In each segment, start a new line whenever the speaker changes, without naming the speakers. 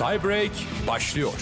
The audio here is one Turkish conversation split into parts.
Tie Break başlıyor.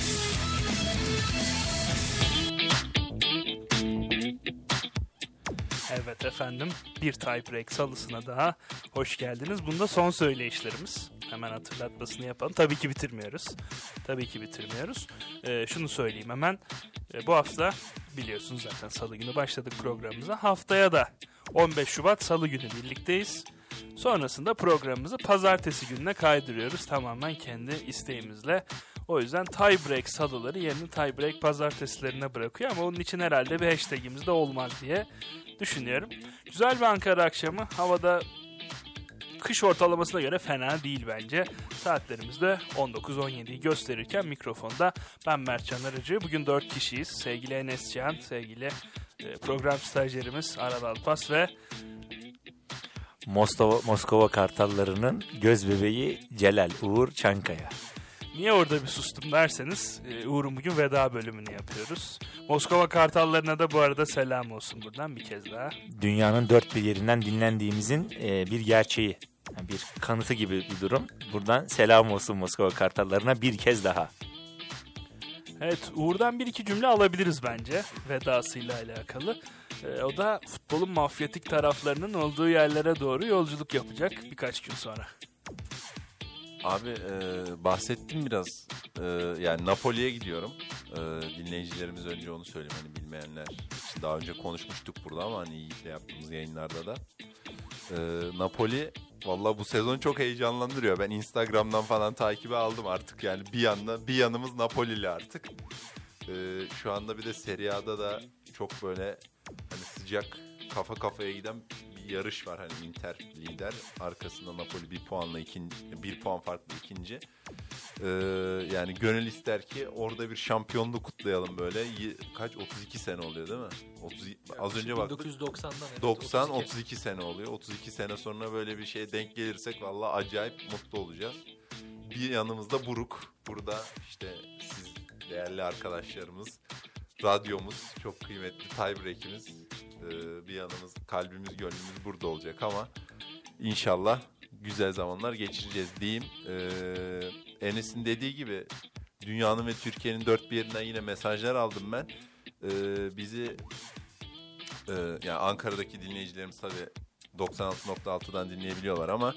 Evet efendim, bir Tie Break salısına daha hoş geldiniz. Bunda son söyleyişlerimiz. Hemen hatırlatmasını yapalım. Tabii ki bitirmiyoruz. Şunu söyleyeyim hemen. Bu hafta biliyorsunuz zaten salı günü başladık programımıza. Haftaya da 15 Şubat salı günü birlikteyiz. Sonrasında programımızı pazartesi gününe kaydırıyoruz. Tamamen kendi isteğimizle. O yüzden Tie Break salıları yerini Tie Break pazartesilerine bırakıyor. Ama onun için herhalde bir hashtagimiz de olmaz diye düşünüyorum. Güzel bir Ankara akşamı. Havada kış ortalamasına göre fena değil bence. Saatlerimiz de 19-17'yi gösterirken mikrofonda ben Mertcan Arıcı. Bugün 4 kişiyiz. Sevgili Enes Can, sevgili program stajyerimiz Aral Alpas ve
Moskova Kartalları'nın göz bebeği Celal Uğur Çankaya.
Niye orada bir sustum derseniz Uğur'un bugün veda bölümünü yapıyoruz. Moskova Kartallarına da bu arada selam olsun buradan bir kez daha.
Dünyanın dört bir yerinden dinlendiğimizin bir gerçeği, bir kanıtı gibi bir durum. Buradan selam olsun Moskova Kartallarına bir kez daha.
Evet, Uğur'dan bir iki cümle alabiliriz bence vedasıyla alakalı. O da futbolun mafyatik taraflarının olduğu yerlere doğru yolculuk yapacak birkaç gün sonra.
Abi bahsettim biraz. Yani Napoli'ye gidiyorum. Dinleyicilerimiz önce onu söyleyeyim. Hani bilmeyenler için daha önce konuşmuştuk burada ama hani Yiğit'le yaptığımız yayınlarda da. Napoli vallahi bu sezon çok heyecanlandırıyor. Ben Instagram'dan falan takibe aldım artık. Yani bir yanımız Napoli'li artık. Şu anda bir de Serie A'da da çok böyle hani sıcak kafa kafaya giden bir yarış var. Hani Inter lider, arkasında Napoli bir puan farklı ikinci. Yani gönül ister ki orada bir şampiyonluğu kutlayalım böyle. 32 sene oluyor değil mi? Az önce baktık.
1990'dan. Evet,
32 sene oluyor. 32 sene sonra böyle bir şeye denk gelirsek vallahi acayip mutlu olacağız. Bir yanımızda Buruk. Burada işte siz değerli arkadaşlarımız, radyomuz, çok kıymetli Tie Break'imiz. Bir yanımız, kalbimiz, gönlümüz burada olacak ama inşallah güzel zamanlar geçireceğiz diyeyim. Enes'in dediği gibi dünyanın ve Türkiye'nin dört bir yerinden yine mesajlar aldım ben. Bizi yani Ankara'daki dinleyicilerimiz tabii 96.6'dan dinleyebiliyorlar ama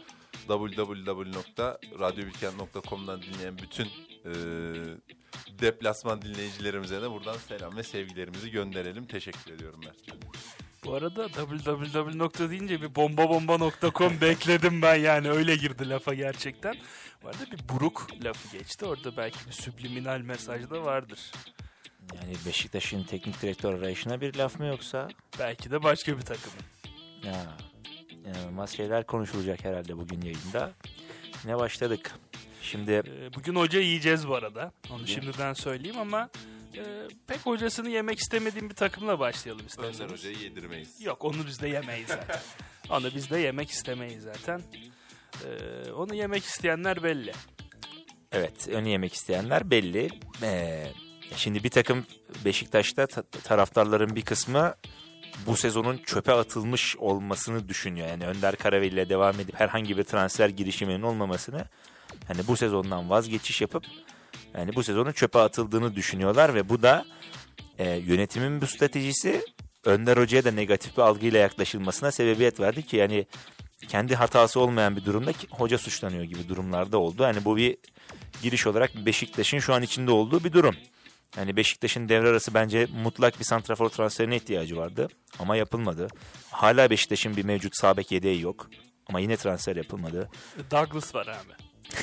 www.radyobilkent.com'dan dinleyen bütün deplasman dinleyicilerimize de buradan selam ve sevgilerimizi gönderelim. Teşekkür ediyorum Mertcan.
Bu arada www. deyince bir bomba.com bekledim ben, yani öyle girdi lafa gerçekten. Bu arada bir buruk lafı geçti. Orada belki bir subliminal mesaj da vardır.
Yani Beşiktaş'ın teknik direktör arayışına bir laf mı yoksa?
Belki de başka bir takımın.
Ya, inanılmaz şeyler konuşulacak herhalde bugün yayında. Yine başladık. Şimdi
bugün hoca yiyeceğiz bu arada. Onu şimdiden söyleyeyim ama pek hocasını yemek istemediğim bir takımla başlayalım isterseniz.
Önder hocayı yedirmeyiz.
Yok, onu biz de yemeyiz zaten. Onu biz de yemek istemeyiz zaten. Onu yemek isteyenler belli.
Evet, onu yemek isteyenler belli. Şimdi bir takım Beşiktaş'ta taraftarların bir kısmı bu sezonun çöpe atılmış olmasını düşünüyor. Yani Önder Karaveli ile devam edip herhangi bir transfer girişiminin olmamasını, hani bu sezondan vazgeçiş yapıp yani bu sezonun çöpe atıldığını düşünüyorlar ve bu da yönetimin bu stratejisi Önder Hoca'ya da negatif bir algıyla yaklaşılmasına sebebiyet verdi ki yani kendi hatası olmayan bir durumda hoca suçlanıyor gibi durumlarda oldu. Yani bu bir giriş olarak Beşiktaş'ın şu an içinde olduğu bir durum. Yani Beşiktaş'ın devre arası bence mutlak bir santrafor transferine ihtiyacı vardı ama yapılmadı. Hala Beşiktaş'ın bir mevcut sağ bek yedeği yok ama yine transfer yapılmadı.
Douglas var abi.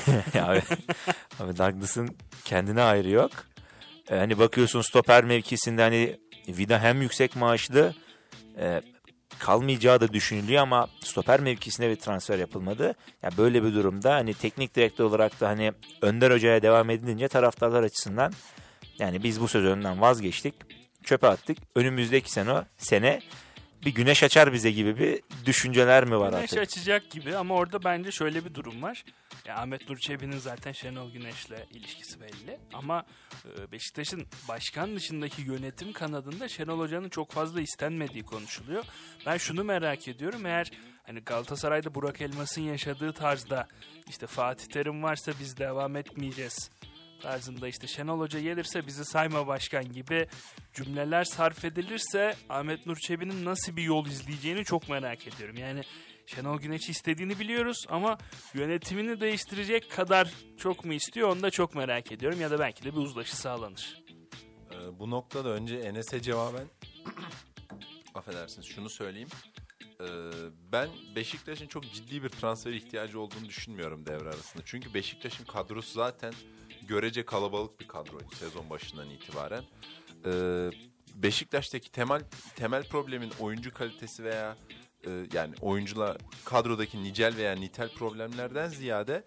abi Douglas'ın kendine ayrı yok. Hani bakıyorsun stoper mevkisinde hani Vida hem yüksek maaşlı kalmayacağı da düşünülüyor ama stoper mevkisine bir transfer yapılmadı. Yani böyle bir durumda hani teknik direktör olarak da hani Önder Hoca'ya devam edilince taraftarlar açısından yani biz bu sezondan vazgeçtik, çöpe attık. Önümüzdeki sene bir güneş açar bize gibi bir düşünceler mi var artık?
Güneş açacak gibi ama orada bence şöyle bir durum var. Ya Ahmet Nur Çebi'nin zaten Şenol Güneş'le ilişkisi belli. Ama Beşiktaş'ın başkan dışındaki yönetim kanadında Şenol Hoca'nın çok fazla istenmediği konuşuluyor. Ben şunu merak ediyorum. Eğer hani Galatasaray'da Burak Elmas'ın yaşadığı tarzda işte Fatih Terim varsa biz devam etmeyeceğiz tarzında işte Şenol Hoca gelirse bizi sayma başkan gibi cümleler sarf edilirse Ahmet Nur Çebi'nin nasıl bir yol izleyeceğini çok merak ediyorum. Yani Şenol Güneş'i istediğini biliyoruz ama yönetimini değiştirecek kadar çok mu istiyor onu da çok merak ediyorum. Ya da belki de bir uzlaşı sağlanır.
Bu noktada önce Enes'e cevaben affedersiniz şunu söyleyeyim. Ben Beşiktaş'ın çok ciddi bir transfer ihtiyacı olduğunu düşünmüyorum devre arasında. Çünkü Beşiktaş'ın kadrosu zaten görece kalabalık bir kadroydu sezon başından itibaren. Beşiktaş'taki temel problemin oyuncu kalitesi veya yani oyuncular kadrodaki nicel veya nitel problemlerden ziyade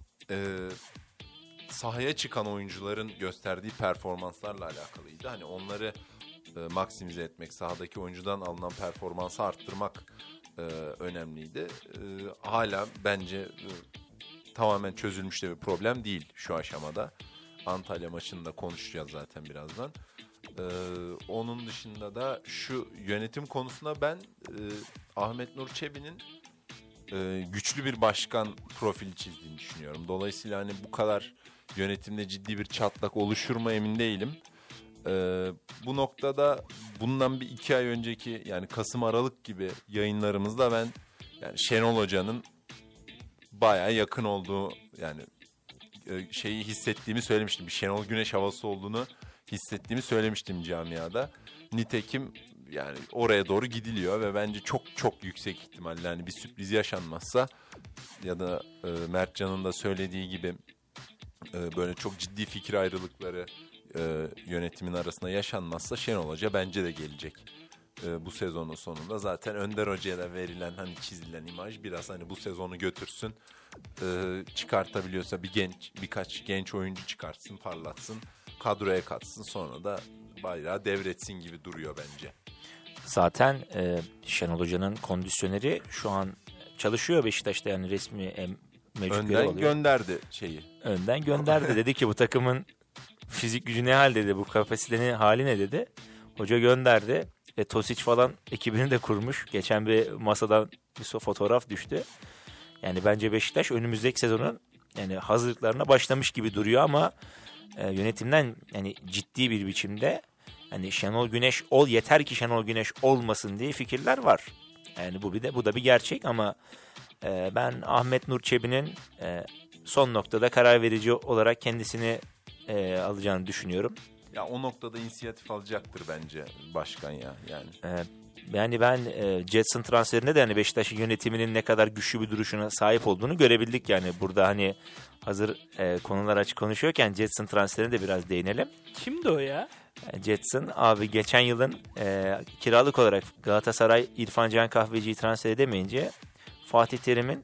sahaya çıkan oyuncuların gösterdiği performanslarla alakalıydı. Hani onları maksimize etmek, sahadaki oyuncudan alınan performansı arttırmak önemliydi. Hala bence tamamen çözülmüş de bir problem değil şu aşamada. Antalya maçında konuşacağız zaten birazdan. Onun dışında da şu yönetim konusunda ben Ahmet Nur Çebi'nin güçlü bir başkan profili çizdiğini düşünüyorum. Dolayısıyla hani bu kadar yönetimde ciddi bir çatlak oluşur mu emin değilim. Bu noktada bundan bir 2 ay önceki yani Kasım-Aralık gibi yayınlarımızda ben yani Şenol Hoca'nın bayağı yakın olduğu yani şeyi hissettiğimi söylemiştim. Bir Şenol Güneş havası olduğunu hissettiğimi söylemiştim camiada. Nitekim yani oraya doğru gidiliyor ve bence çok çok yüksek ihtimalle hani bir sürpriz yaşanmazsa ya da Mertcan'ın da söylediği gibi böyle çok ciddi fikir ayrılıkları yönetimin arasında yaşanmazsa Şenol Hoca bence de gelecek bu sezonun sonunda. Zaten Önder Hoca'ya da verilen hani çizilen imaj biraz hani bu sezonu götürsün, çıkartabiliyorsa birkaç genç oyuncu çıkartsın, parlatsın, kadroya katsın, sonra da bayrağı devretsin gibi duruyor bence.
Zaten Şenol Hoca'nın kondisyoneri şu an çalışıyor Beşiktaş'ta, yani resmi mevcut görev alıyor.
Önden gönderdi şeyi.
Önden gönderdi. Dedi ki bu takımın fizik gücü ne hal dedi, bu kapasitenin hali ne dedi. Hoca gönderdi. Tosic falan ekibini de kurmuş. Geçen bir masadan bir fotoğraf düştü. Yani bence Beşiktaş önümüzdeki sezonun yani hazırlıklarına başlamış gibi duruyor ama yönetimden yani ciddi bir biçimde hani Şenol Güneş ol, yeter ki Şenol Güneş olmasın diye fikirler var. Yani bu da bir gerçek ama ben Ahmet Nur Çebi'nin son noktada karar verici olarak kendisini alacağını düşünüyorum.
Ya o noktada inisiyatif alacaktır bence başkan ya yani.
Yani ben Jetson transferinde de hani Beşiktaş'ın yönetiminin ne kadar güçlü bir duruşuna sahip olduğunu görebildik. Yani burada hani hazır konular açık konuşuyorken Jetson transferine de biraz değinelim.
Kimdi o ya?
Jetson abi geçen yılın kiralık olarak Galatasaray İrfan Can Kahveci'yi transfer edemeyince Fatih Terim'in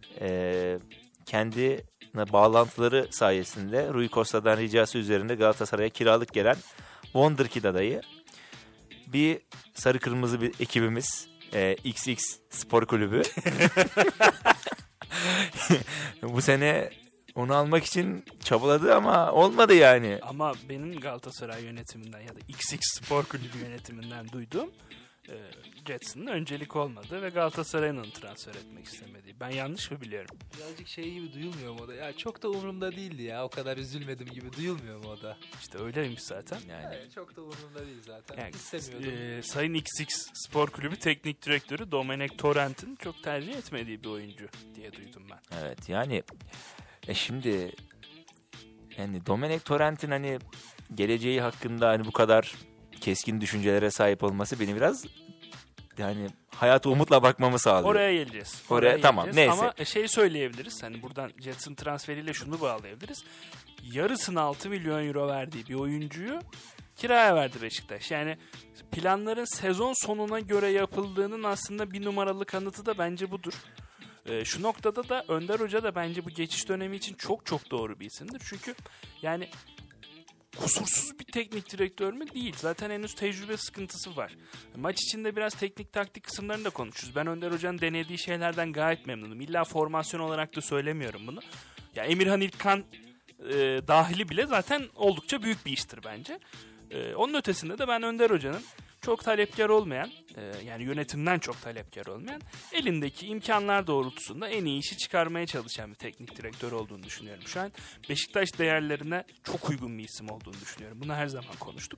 kendi bağlantıları sayesinde Rui Costa'dan ricası üzerinde Galatasaray'a kiralık gelen Wonderkid adayı. Bir sarı kırmızı bir ekibimiz XX Spor Kulübü. Bu sene onu almak için çabaladı ama olmadı yani.
Ama benim Galatasaray yönetiminden ya da XX Spor Kulübü yönetiminden duyduğum Jetson'ın öncelik olmadı ve Galatasaray'ın onu transfer etmek istemediği. Ben yanlış mı biliyorum?
Birazcık şey gibi duyulmuyor mu o da? Ya çok da umurumda değildi ya. O kadar üzülmedim gibi duyulmuyor mu o da?
İşte öyleymiş zaten.
Yani
Evet, çok da umurumda değil zaten.
Yani,
İstemiyordum.
Sayın XX Spor Kulübü Teknik Direktörü Domenech Torrent'in çok tercih etmediği bir oyuncu diye duydum ben.
evet yani şimdi yani Domenech Torrent'in hani geleceği hakkında hani bu kadar keskin düşüncelere sahip olması beni biraz yani hayata umutla bakmamı sağlıyor.
Oraya geleceğiz.
Tamam, neyse.
Ama şey söyleyebiliriz. Hani buradan Jetson transferiyle şunu bağlayabiliriz. Yarısını 6 milyon euro verdiği bir oyuncuyu kiraya verdi Beşiktaş. Yani planların sezon sonuna göre yapıldığının aslında bir numaralı kanıtı da bence budur. Şu noktada da Önder Hoca da bence bu geçiş dönemi için çok çok doğru bir isimdir. Çünkü yani kusursuz bir teknik direktör mü? Değil. Zaten henüz tecrübe sıkıntısı var. Maç içinde biraz teknik taktik kısımlarını da konuşuruz. Ben Önder Hoca'nın denediği şeylerden gayet memnunum. İlla formasyon olarak da söylemiyorum bunu. Ya Emirhan İlkan dahili bile zaten oldukça büyük bir iştir bence. Onun ötesinde de ben Önder Hoca'nın çok talepkar olmayan, yani yönetimden çok talepkar olmayan, elindeki imkanlar doğrultusunda en iyi işi çıkarmaya çalışan bir teknik direktör olduğunu düşünüyorum. Şu an Beşiktaş değerlerine çok uygun bir isim olduğunu düşünüyorum. Bunu her zaman konuştuk.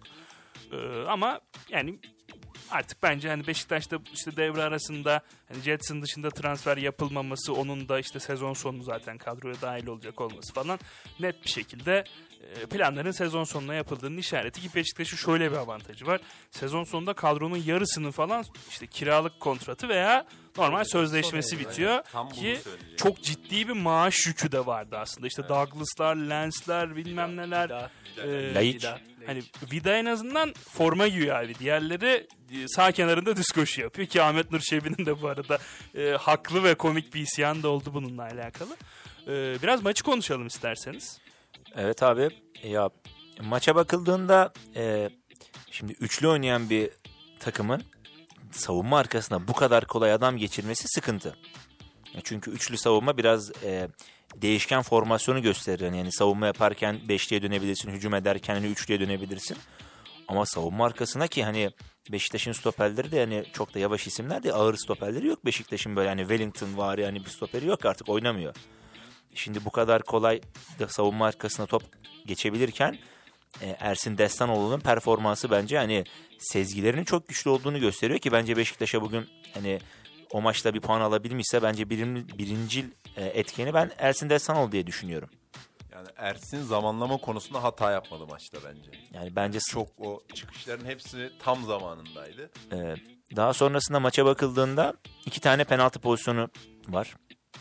Ama yani artık bence hani Beşiktaş'ta işte devre arasında hani Jetson dışında transfer yapılmaması, onun da işte sezon sonu zaten kadroya dahil olacak olması falan net bir şekilde planların sezon sonuna yapıldığının işareti. Ki Beşiktaş'ın şöyle bir avantajı var. Sezon sonunda kadronun yarısının falan işte kiralık kontratı veya normal sözleşmesi bitiyor. Ki çok ciddi bir maaş yükü de vardı aslında. İşte Douglas'lar, Lens'ler, bilmem neler.
Laiç.
Hani Vida en azından forma giyiyor abi. Diğerleri sağ kenarında düz koşu yapıyor ki Ahmet Nur Çebi'nin de bu arada haklı ve komik bir isyan da oldu bununla alakalı. Biraz maçı konuşalım isterseniz.
Evet abi, ya maça bakıldığında şimdi üçlü oynayan bir takımın savunma arkasına bu kadar kolay adam geçirmesi sıkıntı. Çünkü üçlü savunma biraz değişken formasyonu gösterir. Yani savunma yaparken beşliye dönebilirsin, hücum ederken hani üçlüye dönebilirsin. Ama savunma arkasına ki hani Beşiktaş'ın stoperleri de yani çok da yavaş isimler de, ağır stoperleri yok. Beşiktaş'ın böyle hani Wellington var yani bir stoperi yok, artık oynamıyor. Şimdi bu kadar kolay da savunma arkasına top geçebilirken Ersin Destanoğlu'nun performansı bence hani sezgilerinin çok güçlü olduğunu gösteriyor ki bence Beşiktaş'a bugün hani o maçta bir puan alabilmişse bence birincil etkeni ben Ersin Destanoğlu diye düşünüyorum.
Yani Ersin zamanlama konusunda hata yapmadı maçta bence.
Yani bence
çok o çıkışların hepsi tam zamanındaydı.
Daha sonrasında maça bakıldığında 2 tane penaltı pozisyonu var.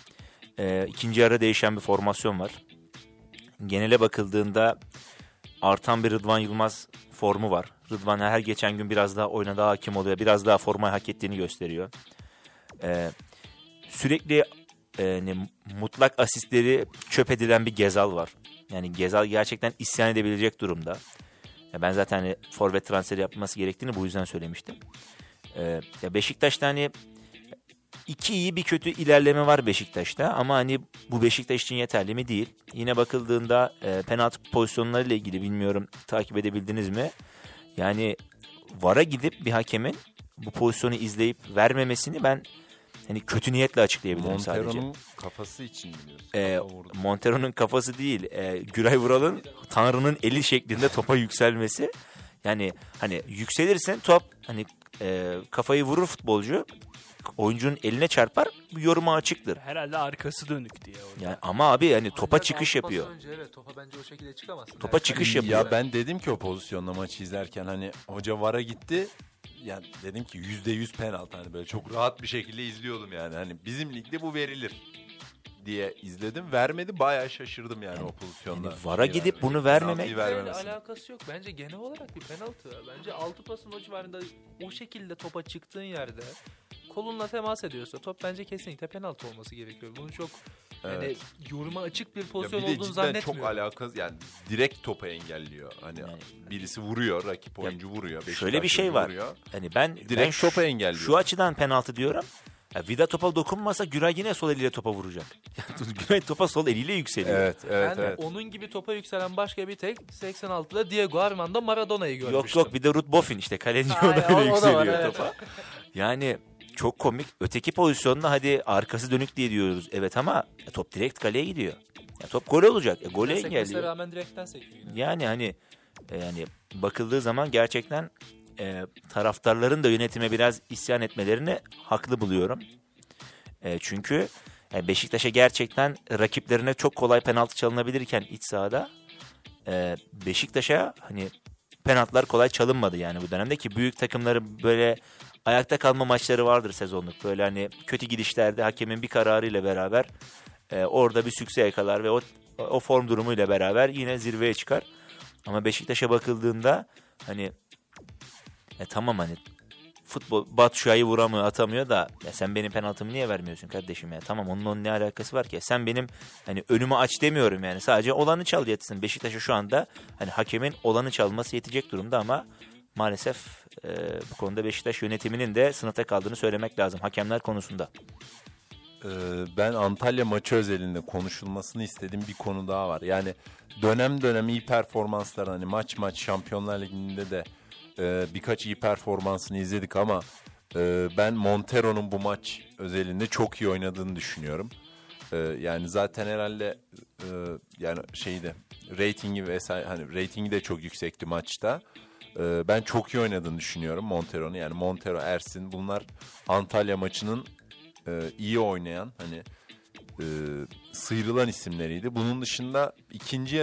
İkinci yarı değişen bir formasyon var. Genele bakıldığında artan bir Rıdvan Yılmaz formu var. Rıdvan her geçen gün biraz daha oyuna daha hakim oluyor. Biraz daha formayı hak ettiğini gösteriyor. Sürekli mutlak asistleri çöp edilen bir Gezal var. Yani Gezal gerçekten isyan edebilecek durumda. Ben zaten hani forvet transferi yapılması gerektiğini bu yüzden söylemiştim. Beşiktaş'ta hani 2 iyi bir kötü ilerleme var Beşiktaş'ta ama hani bu Beşiktaş için yeterli mi değil. Yine bakıldığında penaltı pozisyonlarıyla ilgili bilmiyorum takip edebildiniz mi? Yani VAR'a gidip bir hakemin bu pozisyonu izleyip vermemesini ben hani kötü niyetle açıklayabilirim sadece.
Montero'nun kafası için biliyorsun.
Montero'nun kafası değil. Güray Vural'ın Tanrı'nın eli şeklinde topa yükselmesi. Yani hani yükselirsen top hani kafayı vurur futbolcu. Oyuncunun eline çarpar, bu yoruma açıktır.
Herhalde arkası dönük diye.
Yani ama abi hani topa
Ancak
çıkış yapıyor.
Önce, evet, topa bence o şekilde çıkamazsın.
Topa çıkış yapıyor.
Ya ben dedim ki o pozisyonda maçı izlerken hani hoca VAR'a gitti. Yani dedim ki %100 penaltı, hani böyle çok rahat bir şekilde izliyordum yani. Hani bizim ligde bu verilir diye izledim. Vermedi, bayağı şaşırdım yani o pozisyonda.
Yani VAR'a gidip bunu vermemek.
Alakası yok. Bence genel olarak bir penaltı. Bence 6 pasın o civarında o şekilde topa çıktığın yerde kolunla temas ediyorsa top bence kesinlikle penaltı olması gerekiyor. Bunu çok yani yoruma açık bir pozisyon olduğunu zannetmiyorum.
Çok alakası, yani direkt topa engelliyor. Hani birisi vuruyor, rakip oyuncu vuruyor. Beşiktaş
şöyle bir şey var.
Vuruyor.
Hani ben
direkt topa engelliyor.
Şu açıdan penaltı diyorum. Ya Vida topa dokunmasa Güray yine sol eliyle topa vuracak. Güray topa sol eliyle yükseliyor.
Evet. Onun gibi topa yükselen başka bir tek 86'da Diego Armando Maradona'yı görmüştüm.
Yok bir de Ruud Boffin işte kaleci o da öyle yükseliyor topa. Yani çok komik. Öteki pozisyonda hadi arkası dönük diye diyoruz. Evet ama top direkt kaleye gidiyor. Ya top gol olacak. Golü engelliyor.
Sekmesine rağmen direkten sekiyor.
Yani hani yani bakıldığı zaman gerçekten taraftarların da yönetime biraz isyan etmelerini haklı buluyorum. Çünkü Beşiktaş'a gerçekten rakiplerine çok kolay penaltı çalınabilirken iç sahada Beşiktaş'a hani penaltılar kolay çalınmadı yani bu dönemde, ki büyük takımları böyle ayakta kalma maçları vardır sezonluk. Böyle hani kötü gidişlerde hakemin bir kararıyla beraber orada bir sükse yakalar ve o form durumuyla beraber yine zirveye çıkar. Ama Beşiktaş'a bakıldığında hani tamam hani futbol Batshuayi vuramıyor, atamıyor da ya sen benim penaltımı niye vermiyorsun kardeşim ya? Tamam, onun ne alakası var ki? Sen benim hani önümü aç demiyorum yani. Sadece olanı çal yetsin. Beşiktaş'a şu anda hani hakemin olanı çalması yetecek durumda ama maalesef bu konuda Beşiktaş yönetiminin de sınıfta kaldığını söylemek lazım hakemler konusunda.
Ben Antalya maçı özelinde konuşulmasını istediğim bir konu daha var. Yani dönem dönem iyi performanslar, hani maç Şampiyonlar Ligi'nde de birkaç iyi performansını izledik ama ben Montero'nun bu maç özelinde çok iyi oynadığını düşünüyorum. Yani zaten herhalde yani ratingi vesaire, hani ratingi de çok yüksekti maçta. Ben çok iyi oynadığını düşünüyorum Montero'nun. Yani Montero, Ersin, bunlar Antalya maçının iyi oynayan, hani sıyrılan isimleriydi. Bunun dışında ikinci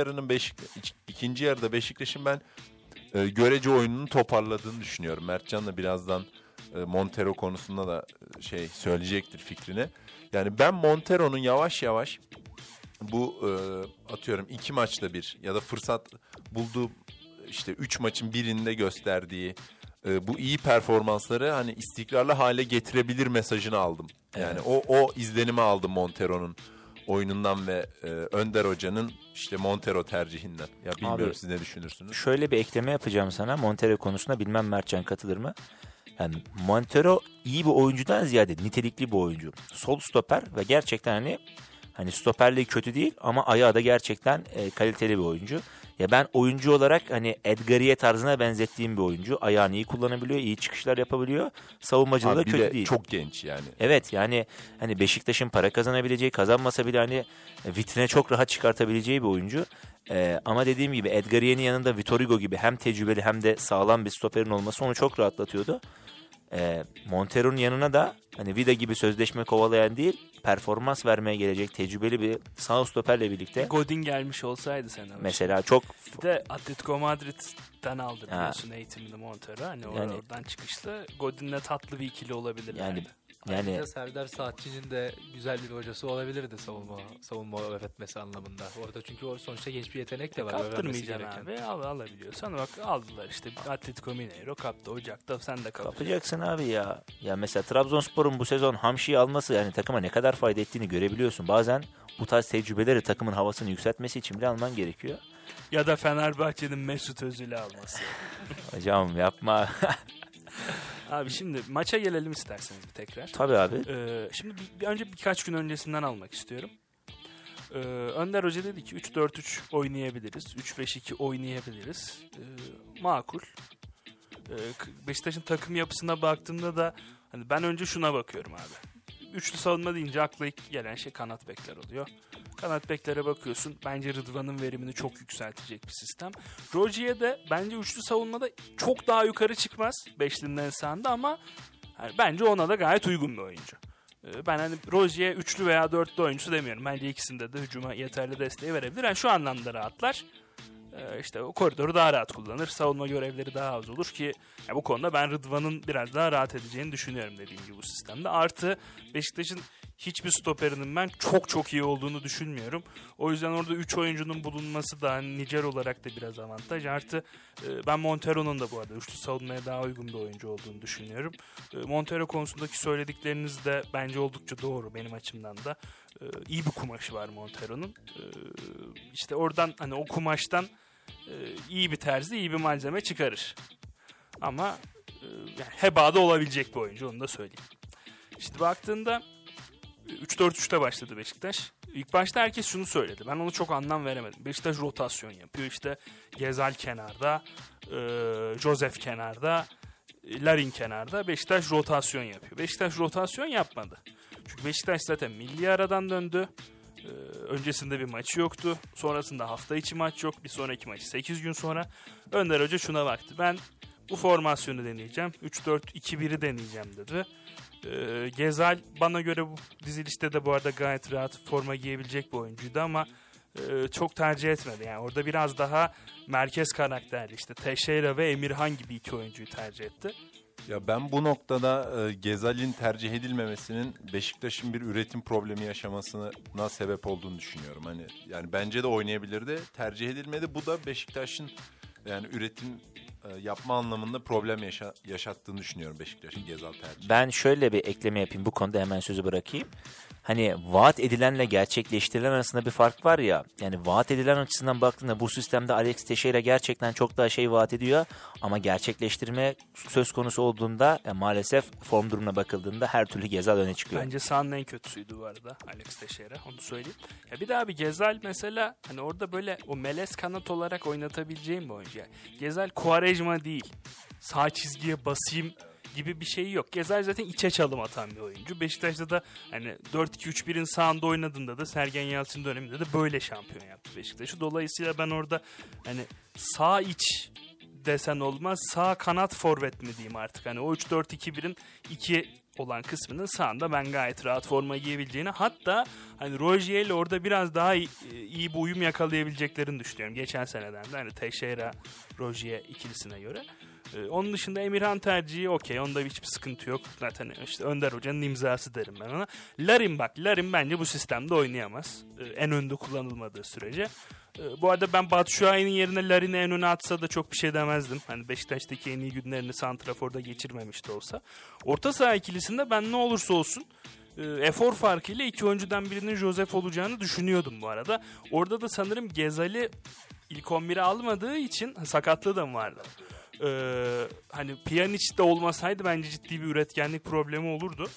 yarıda Beşiktaş'ın ben görece oyununu toparladığını düşünüyorum. Mertcan da birazdan Montero konusunda da söyleyecektir fikrini. Yani ben Montero'nun yavaş yavaş bu atıyorum 2 maçta bir ya da fırsat bulduğu işte 3 maçın birinde gösterdiği bu iyi performansları hani istikrarlı hale getirebilir mesajını aldım. Yani o izlenimi aldım Montero'nun oyunundan ve Önder Hoca'nın işte Montero tercihinden. Ya bilmiyorum, abi, siz ne düşünürsünüz?
Şöyle bir ekleme yapacağım sana Montero konusunda, bilmem Mertcan katılır mı? Yani Montero iyi bir oyuncudan ziyade nitelikli bir oyuncu. Sol stoper ve gerçekten hani stoperliği kötü değil ama ayağı da gerçekten kaliteli bir oyuncu. Ya ben oyuncu olarak hani Edgariye tarzına benzettiğim bir oyuncu. Ayağını iyi kullanabiliyor, iyi çıkışlar yapabiliyor. Savunmacılığı da kötü değil.
Çok genç yani.
Evet, yani hani Beşiktaş'ın para kazanabileceği, kazanmasa bile hani vitrine çok rahat çıkartabileceği bir oyuncu. Ama dediğim gibi Edgariye'nin yanında Vitor Hugo gibi hem tecrübeli hem de sağlam bir stoperin olması onu çok rahatlatıyordu. Montero'nun yanına da hani Vida gibi sözleşme kovalayan değil, performans vermeye gelecek tecrübeli bir sağ stoperle birlikte.
Godin gelmiş olsaydı sana.
Mesela çok.
Bir de Atletico Madrid'den aldı biliyorsun eğitimini Montero. Hani yani, oradan çıkışlı. Godin'le tatlı bir ikili olabilirlerdi.
Yani Serdar Saatçı'nın de güzel bir hocası olabilirdi savunma öğretmesi anlamında. Orada çünkü sonuçta genç bir yetenek de var.
Kaptırmayacaksın abi. Alabiliyorsan bak aldılar işte Atletico Mineiro kaptı Ocak'ta, sen de
kapacaksın abi ya. Ya mesela Trabzonspor'un bu sezon Hamşi'yi alması yani takıma ne kadar fayda ettiğini görebiliyorsun. Bazen bu tarz tecrübeleri takımın havasını yükseltmesi için bile alman gerekiyor.
Ya da Fenerbahçe'nin Mesut Özil'i alması.
Hocam yapma.
Abi şimdi maça gelelim isterseniz bir tekrar.
Tabii abi.
Şimdi önce birkaç gün öncesinden almak istiyorum. Önder Hoca dedi ki 3-4-3 oynayabiliriz. 3-5-2 oynayabiliriz. Makul. Beşiktaş'ın takım yapısına baktığımda da hani ben önce şuna bakıyorum abi. Üçlü savunma deyince akla ilk gelen şey kanat bekler oluyor. Kanat beklere bakıyorsun. Bence Rıdvan'ın verimini çok yükseltecek bir sistem. Rozier de bence üçlü savunmada çok daha yukarı çıkmaz. Beşlinin en sağında ama yani bence ona da gayet uygun bir oyuncu. Ben hani Rozier üçlü veya dörtlü oyuncu demiyorum. Bence ikisinde de hücuma yeterli desteği verebilir. Yani şu anlamda rahatlar. İşte o koridoru daha rahat kullanır. Savunma görevleri daha az olur ki bu konuda ben Rıdvan'ın biraz daha rahat edeceğini düşünüyorum dediğim gibi bu sistemde. Artı Beşiktaş'ın hiçbir stoperinin ben çok iyi olduğunu düşünmüyorum. O yüzden orada 3 oyuncunun bulunması da nicel olarak da biraz avantaj. Artı ben Montero'nun da bu arada üçlü savunmaya daha uygun bir oyuncu olduğunu düşünüyorum. Montero konusundaki söyledikleriniz de bence oldukça doğru benim açımdan da. İyi bir kumaşı var Montero'nun. İşte oradan hani o kumaştan iyi bir terzi iyi bir malzeme çıkarır. Ama yani hebada olabilecek bir oyuncu, onu da söyleyeyim. Şimdi baktığında 3-4-3'te başladı Beşiktaş. İlk başta herkes şunu söyledi. Ben onu çok anlam veremedim. Beşiktaş rotasyon yapıyor. İşte Gezal kenarda, Joseph kenarda, Larin kenarda. Beşiktaş rotasyon yapıyor. Beşiktaş rotasyon yapmadı. Çünkü Beşiktaş zaten milli aradan döndü. Öncesinde bir maçı yoktu. Sonrasında hafta içi maç yok. Bir sonraki maçı 8 gün sonra. Önder Hoca şuna baktı. Ben bu formasyonu deneyeceğim. 3-4-2-1'i deneyeceğim dedi. Gezal bana göre bu dizilişte de bu arada gayet rahat forma giyebilecek bir oyuncuydu ama çok tercih etmedi. Yani orada biraz daha merkez karakterli işte Teixeira ve Emirhan gibi iki oyuncuyu tercih etti.
Ya ben bu noktada Gezal'in tercih edilmemesinin Beşiktaş'ın bir üretim problemi yaşamasına sebep olduğunu düşünüyorum. Yani bence de oynayabilirdi. Tercih edilmedi. Bu da Beşiktaş'ın yani üretim yapma anlamında problem yaşattığını düşünüyorum Beşiktaş'ın Gezal tercihi.
Ben şöyle bir ekleme yapayım bu konuda, hemen sözü bırakayım. hani vaat edilenle gerçekleştirilen arasında bir fark var ya. Yani vaat edilen açısından baktığında bu sistemde Alex Teixeira gerçekten çok daha şey vaat ediyor. Ama gerçekleştirme söz konusu olduğunda maalesef form durumuna bakıldığında her türlü Gezal öne çıkıyor.
Bence sahanın en kötüsüydü bu arada Alex Teixeira, onu söyleyeyim. Ya bir daha bir Gezal mesela hani orada böyle o melez kanat olarak oynatabileceğim bir oyuncu. Yani Gezal Quaresma değil. Sağ çizgiye basayım gibi bir şey yok. Gezal zaten içe çalım atan bir oyuncu. Beşiktaş'ta da hani 4-2-3-1'in sağında oynadığında da Sergen Yalçın döneminde de böyle şampiyon yaptı Beşiktaş'ı. Dolayısıyla ben orada hani sağ iç desen olmaz, sağ kanat forvet mi diyeyim artık. Hani o 3-4-2-1'in 2 olan kısmının sağında ben gayet rahat forma giyebileceğini, hatta hani Rozier ile orada biraz daha iyi bir uyum yakalayabileceklerini düşünüyorum. Geçen seneden de hani Teixeira Rozier ikilisine göre. Onun dışında Emirhan tercihi okey. Onda hiçbir sıkıntı yok. Zaten işte Önder Hoca'nın imzası derim ben ona. Larin bence bu sistemde oynayamaz. En önde kullanılmadığı sürece. Bu arada ben Batu Şuay'ın yerine Larin'i en öne atsa da çok bir şey demezdim. Hani Beşiktaş'taki en iyi günlerini santraforda geçirmemiş de olsa. Orta saha ikilisinde ben ne olursa olsun efor farkıyla iki oyuncudan birinin Josef olacağını düşünüyordum bu arada. Orada da sanırım Gezal'i ilk 11'e almadığı için sakatlığı da mı vardı? Hani Pjanic de olmasaydı bence ciddi bir üretkenlik problemi olurdu.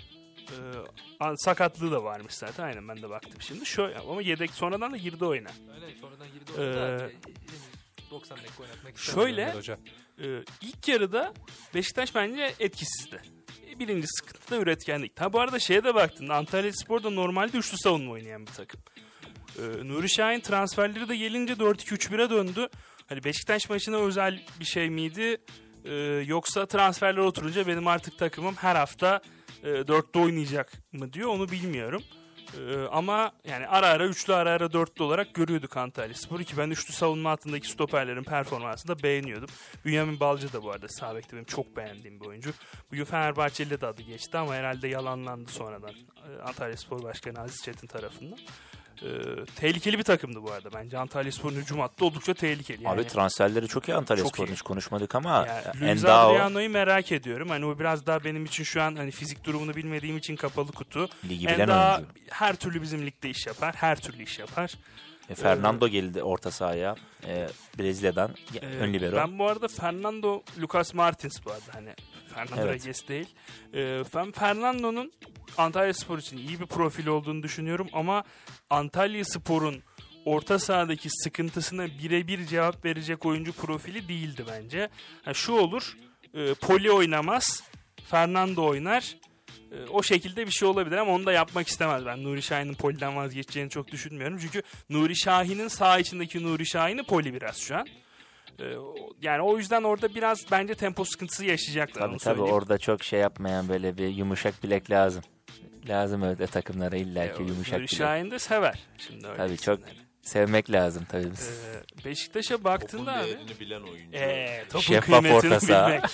Sakatlığı da varmış zaten. Aynen, ben de baktım şimdi. Şöyle, ama yedek sonradan da girdi oyuna.
Öyle sonradan girdi oyuna. 90 dakika oynatmak
şöyle ilk yarıda Beşiktaş bence etkisizdi. Birinci sıkıntı da üretkenlik. Bu arada şeye de baktığında Antalyaspor da normalde üçlü savunma oynayan bir takım. Nuri Şahin transferleri de gelince 4-2-3-1'e döndü. Hani Beşiktaş maçına özel bir şey miydi? Yoksa transferler oturunca benim artık takımım her hafta 4'te oynayacak mı diyor, onu bilmiyorum. Ama yani ara ara üçlü, ara ara dörtlü olarak görüyorduk Antalyaspor ki ben üçlü savunma hattındaki stoperlerin performansını da beğeniyordum. Bünyamin Balcı da bu arada sağ bekte benim çok beğendiğim bir oyuncu. Bugün Fenerbahçeli de adı geçti ama herhalde yalanlandı sonradan Antalyaspor Başkanı Aziz Çetin tarafından. Tehlikeli bir takımdı bu arada. Bence Antalyaspor'un hücum hattı oldukça tehlikeli.
Abi transferleri çok iyi Antalyaspor'un, hiç konuşmadık ama
yani Luis Adriano'yu merak ediyorum. Hani o biraz daha benim için şu an hani fizik durumunu bilmediğim için kapalı kutu.
Ligi bilen oyuncu.
Her türlü bizim ligde iş yapar. Her türlü iş yapar.
Fernando geldi orta sahaya. Brezilya'dan ön libero.
Ben bu arada Fernando Lucas Martins bu arada hani Fernando Reyes değil. Ben Fernando'nun Antalyaspor için iyi bir profil olduğunu düşünüyorum ama Antalyaspor'un orta sahadaki sıkıntısına birebir cevap verecek oyuncu profili değildi bence. Şu olur, Poli oynamaz, Fernando oynar. O şekilde bir şey olabilir ama onu da yapmak istemez. Ben Nuri Şahin'in Poli'den vazgeçeceğini çok düşünmüyorum. Çünkü Nuri Şahin'in sağ içindeki Nuri Şahin'i Poli biraz şu an. Yani o yüzden orada biraz bence tempo sıkıntısı yaşayacaklar.
Tabii orada çok şey yapmayan böyle bir yumuşak bilek lazım. Lazım öyle takımlara illaki yumuşak
Nuri
bilek.
Şahin de sever. Şimdi öyle
tabii çok sevmek lazım tabii.
Beşiktaş'a baktığında
topun
abi.
değerini bilen oyuncu.
Topun
Şeffaf orta saha.
bilmek.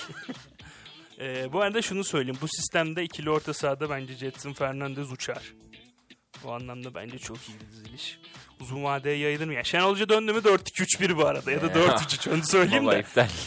Bu arada şunu söyleyeyim. Bu sistemde ikili orta sahada bence Jetson Fernandez uçar. O anlamda bence çok iyi bir diziliş. Uzun vadeye yayılır mı? Ya Şenol Hoca döndü mü 4-2-3-1 bu arada ya da 4-3-3 onu söyleyeyim de.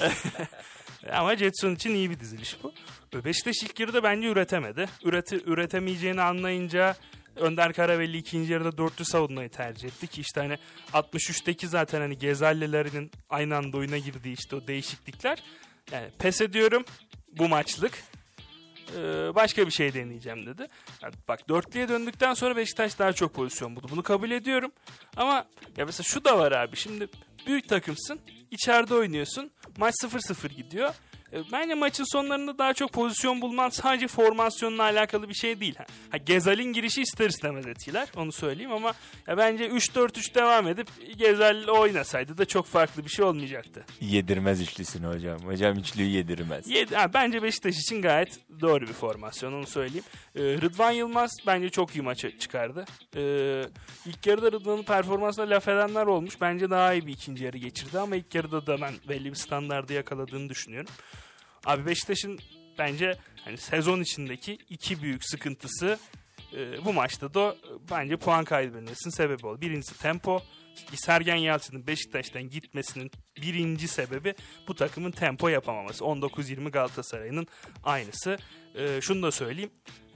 Ama Jetson için iyi bir diziliş bu. Beşiktaş ilk yarıda bence üretemedi. Üretemeyeceğini anlayınca Önder Karaveli ikinci yarıda dörtlü savunmayı tercih etti ki işte hani 63'teki zaten hani Gezallilerinin aynı anda oyuna girdiği işte o değişiklikler. Yani pes ediyorum bu maçlık. Başka bir şey deneyeceğim dedi. Yani bak dörtlüye döndükten sonra Beşiktaş daha çok pozisyon buldu. Bunu kabul ediyorum. Ama ya mesela şu da var abi. Şimdi büyük takımsın. İçeride oynuyorsun. Maç 0-0 gidiyor. Bence maçın sonlarında daha çok pozisyon bulman sadece formasyonla alakalı bir şey değil. Gezal'in girişi ister istemez etkiler. Onu söyleyeyim ama ya bence 3-4-3 devam edip Gezal oynasaydı da çok farklı bir şey olmayacaktı.
Yedirmez üçlüsünü hocam. Hocam üçlüyü yedirmez.
Bence Beşiktaş için gayet doğru bir formasyon, onu söyleyeyim. Rıdvan Yılmaz bence çok iyi maça çıkardı. İlk yarıda Rıdvan'ın performansına laf edenler olmuş. Bence daha iyi bir ikinci yarı geçirdi ama ilk yarıda da ben belli bir standardı yakaladığını düşünüyorum. Abi Beşiktaş'ın bence hani sezon içindeki iki büyük sıkıntısı bu maçta da bence puan kaybetmesinin sebebi oldu. Birincisi tempo. Sergen Yalçın'ın Beşiktaş'tan gitmesinin birinci sebebi bu takımın tempo yapamaması. 19-20 Galatasaray'ın aynısı. Şunu da söyleyeyim. Yani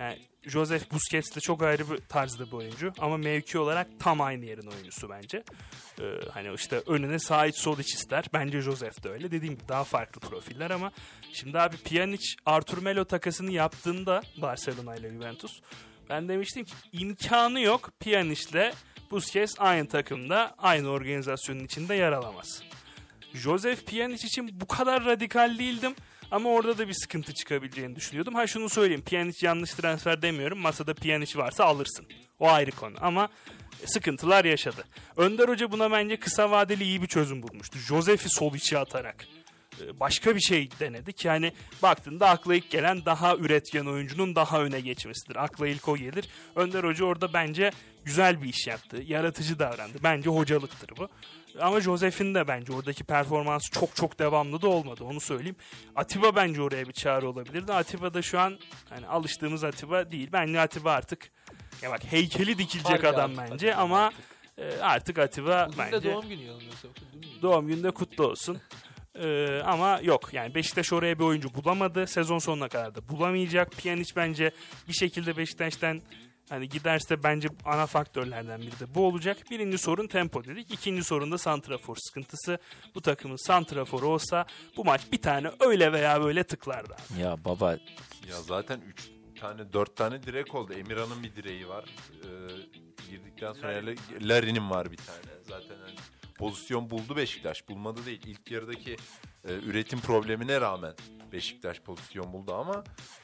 Josef Busquets de çok ayrı bir tarzda bir oyuncu ama mevki olarak tam aynı yerin oyuncusu bence. Hani işte önüne sağ iç sol iç ister. Bence Josef de öyle. Dediğim gibi daha farklı profiller ama şimdi abi Pjanic Artur Melo takasını yaptığında Barcelona ile Juventus, ben demiştim ki imkanı yok Pjanic'le Busquets aynı takımda, aynı organizasyonun içinde yer alamaz. Josef Pjanic için bu kadar radikal değildim ama orada da bir sıkıntı çıkabileceğini düşünüyordum. Ha şunu söyleyeyim, Pjanic yanlış transfer demiyorum. Masada Pjanic varsa alırsın. O ayrı konu ama sıkıntılar yaşadı. Önder Hoca buna bence kısa vadeli iyi bir çözüm bulmuştu. Josef'i sol içe atarak başka bir şey denedi ki hani baktığında akla ilk gelen daha üretken oyuncunun daha öne geçmesidir. Akla ilk o gelir. Önder Hoca orada bence güzel bir iş yaptı. Yaratıcı davrandı. Bence hocalıktır bu. Ama Josef'in de bence oradaki performansı çok devamlı da olmadı. Onu söyleyeyim. Atiba bence oraya bir çağrı olabilirdi. Atiba da şu an hani alıştığımız Atiba değil. Bence Atiba artık ya bak heykeli dikilecek
Harbi
adam
artık
bence
Atiba
ama artık Atiba
Bugün
bence
de doğum günü yanılmıyorsam.
doğum günde kutlu olsun. Ama yok yani Beşiktaş oraya bir oyuncu bulamadı. Sezon sonuna kadar da bulamayacak. Pjanic bence bir şekilde Beşiktaş'tan hani giderse bence ana faktörlerden biri de bu olacak. Birinci sorun tempo dedik. İkinci sorun da santrafor sıkıntısı. Bu takımın santraforu olsa bu maç bir tane öyle veya böyle tıklardı abi.
Ya baba,
Ya zaten 4 tane direk oldu. Emirhan'ın bir direği var. Girdikten sonra Larin'in var bir tane. Zaten hani pozisyon buldu Beşiktaş. Bulmadı değil. İlk yarıdaki üretim problemine rağmen Beşiktaş pozisyon buldu ama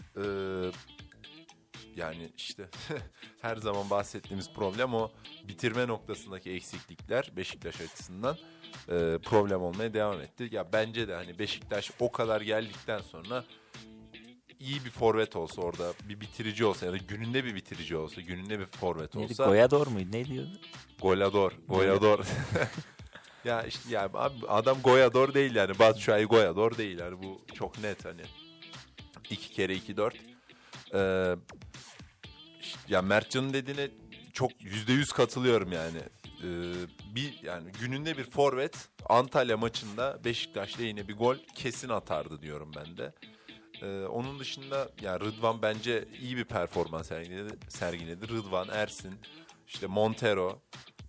yani işte her zaman bahsettiğimiz problem o bitirme noktasındaki eksiklikler Beşiktaş açısından problem olmaya devam etti. Ya bence de hani Beşiktaş o kadar geldikten sonra iyi bir forvet olsa orada, bir bitirici olsa ya da gününde bir bitirici olsa, gününde bir forvet
neydi,
olsa.
Goyador muydu? Ne diyordu?
Goyador. Ya işte ya abi adam Goyador değil yani. Batshuayi Goyador değil yani, bu çok net hani. 2 kere 2-4. Ya Mertcan'ın dediğine çok %100 katılıyorum yani. Bir yani gününde bir forvet Antalya maçında Beşiktaş'ta yine bir gol kesin atardı diyorum ben de. Onun dışında ya Rıdvan bence iyi bir performans sergiledi. Rıdvan, Ersin, işte Montero,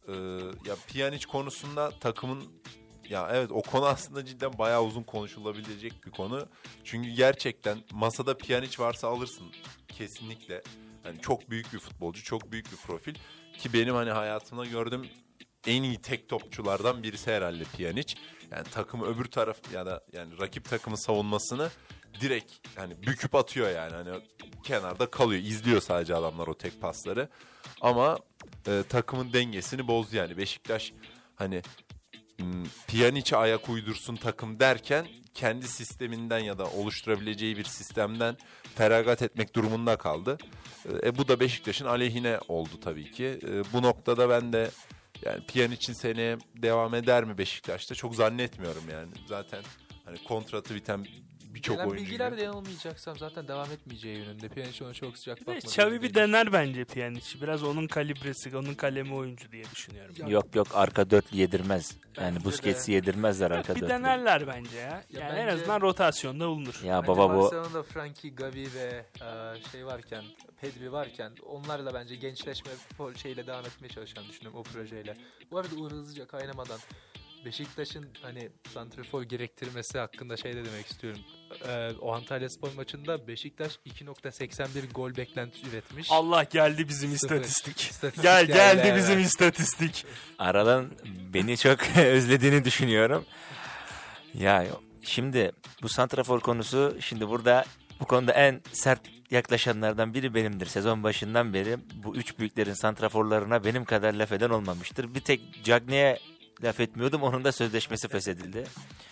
ya Pjanic konusunda takımın, ya evet o konu aslında cidden bayağı uzun konuşulabilecek bir konu. Çünkü gerçekten masada Pjanic varsa alırsın kesinlikle. Yani çok büyük bir futbolcu, çok büyük bir profil ki benim hani hayatımda gördüğüm en iyi tek topçulardan birisi herhalde Pjanic. Yani takım öbür taraf ya da yani rakip takımın savunmasını direkt hani büküp atıyor yani. Hani kenarda kalıyor, izliyor sadece adamlar o tek pasları. Ama takımın dengesini bozdu yani. Beşiktaş hani Pjanic'e ayak uydursun takım derken kendi sisteminden ya da oluşturabileceği bir sistemden feragat etmek durumunda kaldı. Bu da Beşiktaş'ın aleyhine oldu tabii ki. Bu noktada ben de yani Pjanic'in seneye devam eder mi Beşiktaş'ta çok zannetmiyorum yani. Zaten hani kontratı biten birçok
Gelen
oyuncu.
bilgiler de yanılmayacaksam zaten devam etmeyeceği yönünde. Pjanic ona çok sıcak bakmadı.
Xavi bir dener bence Pjanic. Biraz onun kalibresi, onun kalemi oyuncu diye düşünüyorum.
Yok arka dörtlü yedirmez. Yani
Bence
Busquets'i
de.
yedirmezler arka
Bir
dörtlü.
denerler bence ya.
Ya
Yani
bence-
en azından rotasyonda bulunur.
Ya
Bence
baba bu
Barcelona'da Frankie, Gavi ve şey varken, Pedri varken onlarla bence gençleşme şeyle devam etmeye çalışan düşünüyorum o projeyle. Bu arada Uğur hızlıca kaynamadan Beşiktaş'ın hani santrafor gerektirmesi hakkında şey de demek istiyorum. O Antalyaspor maçında Beşiktaş 2.81 gol beklentisi üretmiş.
Allah geldi bizim
Sıfır.
istatistik.
İstatistik
Geldi
evet.
bizim istatistik.
aradan beni çok özlediğini düşünüyorum. Ya şimdi bu santrafor konusu, şimdi burada bu konuda en sert yaklaşanlardan biri benimdir. Sezon başından beri bu üç büyüklerin santraforlarına benim kadar laf eden olmamıştır. Bir tek Cagney'e laf etmiyordum, onun da sözleşmesi feshedildi.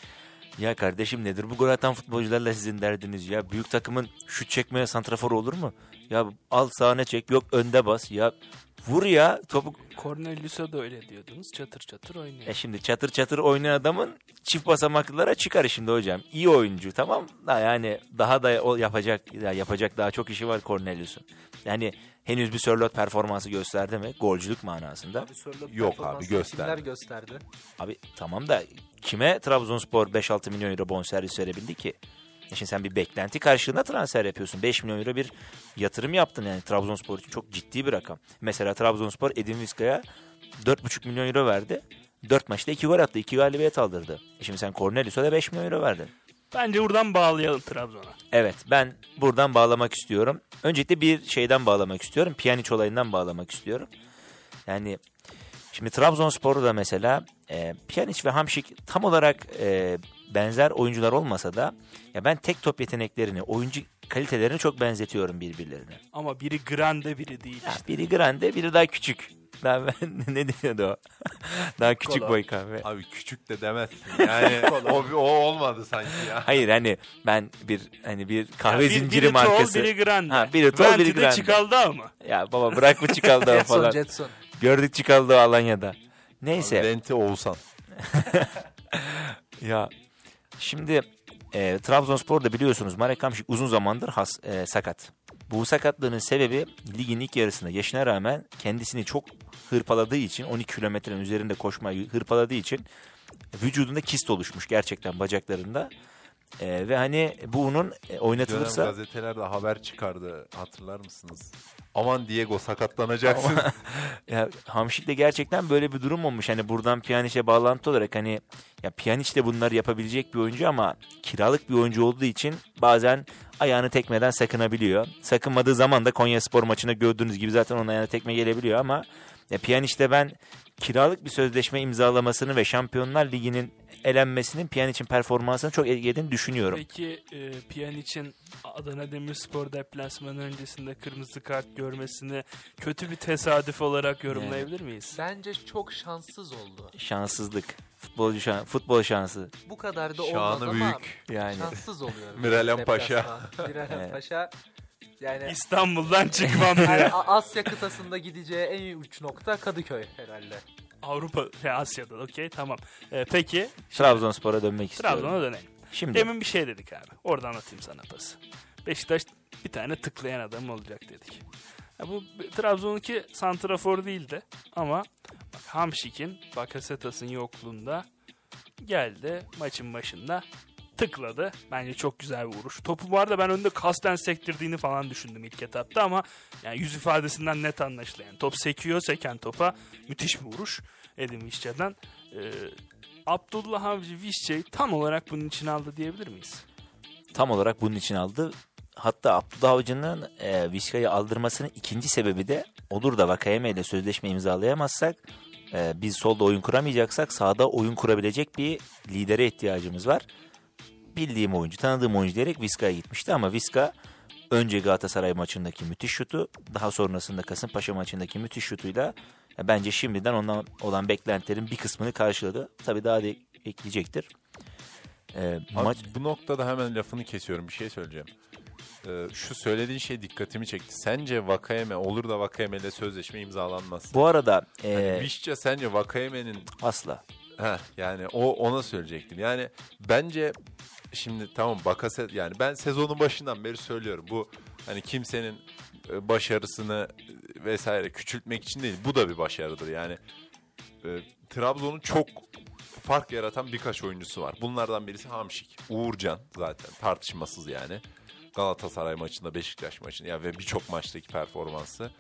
Ya kardeşim nedir bu gol atan futbolcularla sizin derdiniz ya? Büyük takımın şut çekmeye santrafor olur mu? Ya al sahne çek, yok önde bas ya. Vur ya topu.
Cornelius'a da öyle diyordunuz. Çatır çatır oynuyor.
Şimdi çatır çatır oynayan adamın çift basamaklılara çıkar şimdi hocam. İyi oyuncu tamam da yani daha da o yapacak daha çok işi var Cornelius'un. Yani henüz bir Sörloth performansı gösterdi mi? Golcülük manasında.
Yok
Performansını
abi, gösterdi.
Kimler gösterdi?
Abi tamam da kime Trabzonspor 5-6 milyon euro bonservis verebildi ki? Şimdi sen bir beklenti karşılığında transfer yapıyorsun. 5 milyon euro bir yatırım yaptın yani Trabzonspor için çok ciddi bir rakam. Mesela Trabzonspor Edin Vizca'ya 4,5 milyon euro verdi. 4 maçta 2 gol attı. 2 galibiyet aldırdı. Şimdi sen Cornelius'a da 5 milyon euro verdin.
Bence buradan bağlayalım Trabzon'a.
Evet, ben buradan bağlamak istiyorum. Öncelikle bir şeyden bağlamak istiyorum. Pjanic olayından bağlamak istiyorum. Yani şimdi Trabzonspor'da mesela Pjanic ve Hamšík tam olarak benzer oyuncular olmasa da ya ben tek top yeteneklerini, oyuncu kalitelerini çok benzetiyorum birbirlerine.
Ama biri grande, biri değil.
Ya biri grande, biri daha küçük. Daha ne diyordu o? Daha küçük
Kola.
boy kahve.
Abi küçük de demezsin. Yani o olmadı sanki ya.
Hayır hani ben bir kahve zinciri
biri
markası.
Biri tol, biri grande.
Ha, biri tol, biri
Venti'de
grande.
Çikal'da mı?
Ya baba bırak bu Çikal'da falan.
Jetson.
Gördük Çikal'da Alanya'da. Neyse.
Lenti Oğuzhan.
Ya şimdi Trabzonspor'da biliyorsunuz Marek Hamšík uzun zamandır sakat. Bu sakatlığının sebebi ligin ilk yarısında yaşına rağmen kendisini çok hırpaladığı için 12 kilometrenin üzerinde koşmayı hırpaladığı için vücudunda kist oluşmuş gerçekten bacaklarında. Ve hani bunun oynatılırsa...
Dönem gazetelerde haber çıkardı hatırlar mısınız? Aman Diego sakatlanacaksın.
Ya Hamšík'te gerçekten böyle bir durum olmuş. Hani buradan Pjanic'e bağlantı olarak hani ya Pjanic de bunları yapabilecek bir oyuncu ama kiralık bir oyuncu olduğu için bazen ayağını tekmeden sakınabiliyor. Sakınmadığı zaman da Konyaspor maçında gördüğünüz gibi zaten onun ayağına tekme gelebiliyor ama ya Pjanic'te ben kiralık bir sözleşme imzalamasını ve Şampiyonlar Ligi'nin elenmesinin Pjanic'in performansını çok etkilediğini düşünüyorum.
Peki Pjanic'in Adana Demirspor deplasmanı öncesinde kırmızı kart görmesini kötü bir tesadüf olarak yorumlayabilir miyiz?
Bence çok şanssız oldu.
Şanssızlık. Futbol şansı.
Bu kadar da
Şanı
olmaz ama
büyük.
Yani.
şanssız oluyor.
Miralem Paşa.
Deplasman. Miralem
Evet.
Paşa yani
İstanbul'dan çıkmam
yani
diye.
Asya kıtasında gideceği en uç nokta Kadıköy herhalde.
Avrupa ve Asya'da okey tamam. Peki
Trabzonspor'a dönmek istiyorum.
Trabzon'a dönelim.
Şimdi
Demin bir şey dedik abi. Oradan atayım sana pası. Beşiktaş bir tane tıklayan adam olacak dedik. Ya bu Trabzon'unki santrafor değildi ama bak Hamšík'in Bakasetas'ın yokluğunda geldi maçın başında tıkladı. Bence çok güzel bir vuruş. Topu bu arada ben önde kasten sektirdiğini falan düşündüm ilk etapta ama yani yüz ifadesinden net anlaşılıyor. Yani top sekiyor, seken topa müthiş bir vuruş Edin Visca'dan. Abdullah Avcı Visca'yı tam olarak bunun için aldı diyebilir miyiz?
tam olarak bunun için aldı. Hatta Abdullah Avcı'nın Vizca'yı aldırmasının ikinci sebebi de olur da Vakayeme ile sözleşme imzalayamazsak biz solda oyun kuramayacaksak sağda oyun kurabilecek bir lidere ihtiyacımız var. Bildiğim oyuncu, tanıdığım oyuncu diyerek Vizca'ya gitmişti ama Vizca önce Galatasaray maçındaki müthiş şutu, daha sonrasında Kasımpaşa maçındaki müthiş şutuyla bence şimdiden ondan olan beklentilerin bir kısmını karşıladı. Tabii daha da ekleyecektir.
Abi, bu noktada hemen lafını kesiyorum, bir şey söyleyeceğim. Şu söylediğin şey dikkatimi çekti. Sence Vakayeme olur da Vakayeme ile sözleşme imzalanmaz?
Bu arada
Visca sence Vakayeme'nin
asla.
Yani ona söyleyecektim. Yani bence şimdi tamam Bakaset, yani ben sezonun başından beri söylüyorum. Bu hani kimsenin başarısını vesaire küçültmek için değil. Bu da bir başarıdır. Yani Trabzon'un çok fark yaratan birkaç oyuncusu var. Bunlardan birisi Hamšík. Uğurcan zaten tartışmasız yani. Galatasaray maçında, Beşiktaş maçında ya ve birçok maçtaki performansı.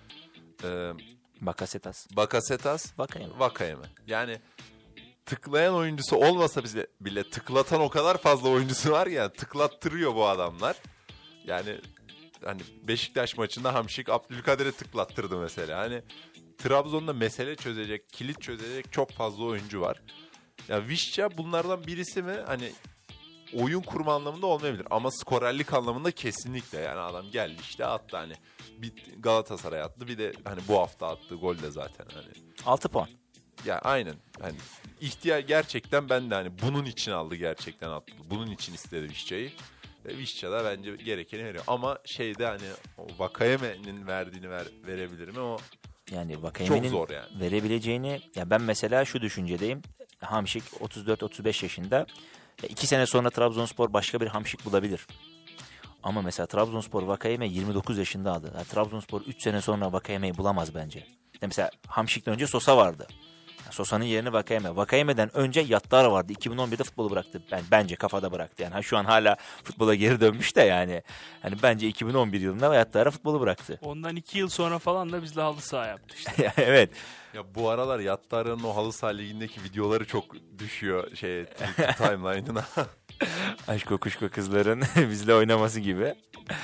Bakasetas.
Vakayeme. Yani tıklayan oyuncusu olmasa bile tıklatan o kadar fazla oyuncusu var ya, tıklattırıyor bu adamlar. Yani hani Beşiktaş maçında Hamšík Abdülkadir'e tıklattırdı mesela. Hani Trabzon'da mesele çözecek, kilit çözecek çok fazla oyuncu var. Ya Visca bunlardan birisi mi? Hani oyun kurma anlamında olmayabilir ama skorerlik anlamında kesinlikle. Yani adam geldi işte attı, hani bir Galatasaray attı, bir de hani bu hafta attığı gol de zaten hani
6 puan.
ya aynen, hani gerçekten ben de hani bunun için aldı, gerçekten attı. Bunun için istedi Visca'yı. Visca da bence gerekeni veriyor. Ama şeyde hani o Vakayeme'nin verdiğini verebilir mi, o
Yani
çok
Vakayeme'nin
zor yani.
verebileceğini, ya ben mesela şu düşüncedeyim. Hamšík 34-35 yaşında. 2 sene sonra Trabzonspor başka bir Hamšík bulabilir. Ama mesela Trabzonspor Vakayeme 29 yaşında aldı. Yani Trabzonspor 3 sene sonra Vakayeme'yi bulamaz bence. Mesela Hamšík'ten önce Sosa vardı. Sosa'nın yerini Vakayeme. Vakayeme'den önce Yattara vardı. 2011'de futbolu bıraktı. Bence kafada bıraktı. Yani şu an hala futbola geri dönmüş de yani. Hani bence 2011 yılında Yattara futbolu bıraktı.
Ondan 2 yıl sonra falan da bizle halı saha yaptı işte.
Evet.
Ya bu aralar Yattara'nın o halı saha ligindeki videoları çok düşüyor Twitter timeline'ına.
Aşk kokuşko kızların bizle oynaması gibi.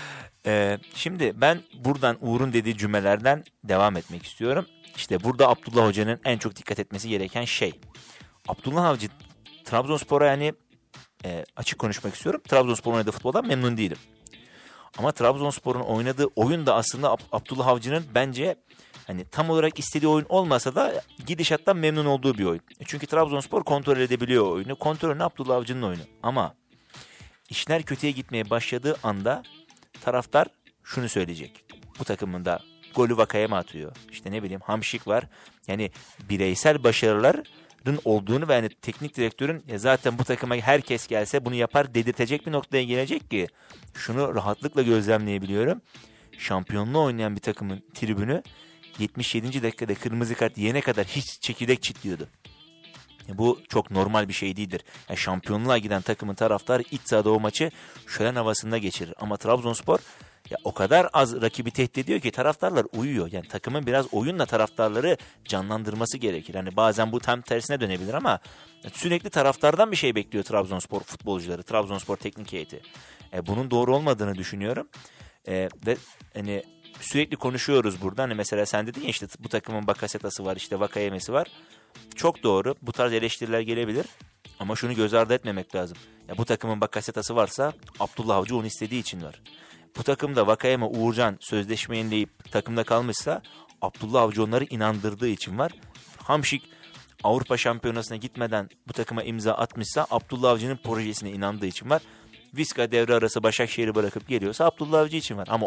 Şimdi ben buradan Uğur'un dediği cümlelerden devam etmek istiyorum. İşte burada Abdullah Hoca'nın en çok dikkat etmesi gereken şey. Abdullah Avcı Trabzonspor'a yani açık konuşmak istiyorum. Trabzonspor'un oynadığı futboldan memnun değilim. Ama Trabzonspor'un oynadığı oyun da aslında Abdullah Avcı'nın bence hani tam olarak istediği oyun olmasa da gidişattan memnun olduğu bir oyun. Çünkü Trabzonspor kontrol edebiliyor oyunu. Kontrolünü Abdullah Avcı'nın oyunu. Ama işler kötüye gitmeye başladığı anda taraftar şunu söyleyecek. Bu takımın da golü Vakayeme atıyor. İşte ne bileyim Hamşik var. Yani bireysel başarıların olduğunu ve yani teknik direktörün zaten bu takıma herkes gelse bunu yapar dedirtecek bir noktaya gelecek ki şunu rahatlıkla gözlemleyebiliyorum. Şampiyonluğu oynayan bir takımın tribünü 77. dakikada kırmızı kart yene kadar hiç çekirdek çitliyordu. Bu çok normal bir şey değildir. Yani şampiyonluğa giden takımın taraftarı iç sahada o maçı şölen havasında geçirir. Ama Trabzonspor ya o kadar az rakibi tehdit ediyor ki taraftarlar uyuyor. Yani takımın biraz oyunla taraftarları canlandırması gerekir. Hani bazen bu tam tersine dönebilir ama sürekli taraftardan bir şey bekliyor Trabzonspor futbolcuları, Trabzonspor teknik heyeti. Bunun doğru olmadığını düşünüyorum. Ve hani sürekli konuşuyoruz burada. Hani mesela sen dedin ya işte bu takımın Bakasetas'ı var, işte Vakayemesi var. Çok doğru. Bu tarz eleştiriler gelebilir. Ama şunu göz ardı etmemek lazım. Ya bu takımın Bakasetas'ı varsa Abdullah Avcı onu istediği için var. Bu takımda Vakayeme, Uğurcan sözleşme yenileyip takımda kalmışsa Abdullah Avcı onları inandırdığı için var. Hamşik Avrupa Şampiyonası'na gitmeden bu takıma imza atmışsa Abdullah Avcı'nın projesine inandığı için var. Vizca devre arası Başakşehir'i bırakıp geliyorsa Abdullah Avcı için var.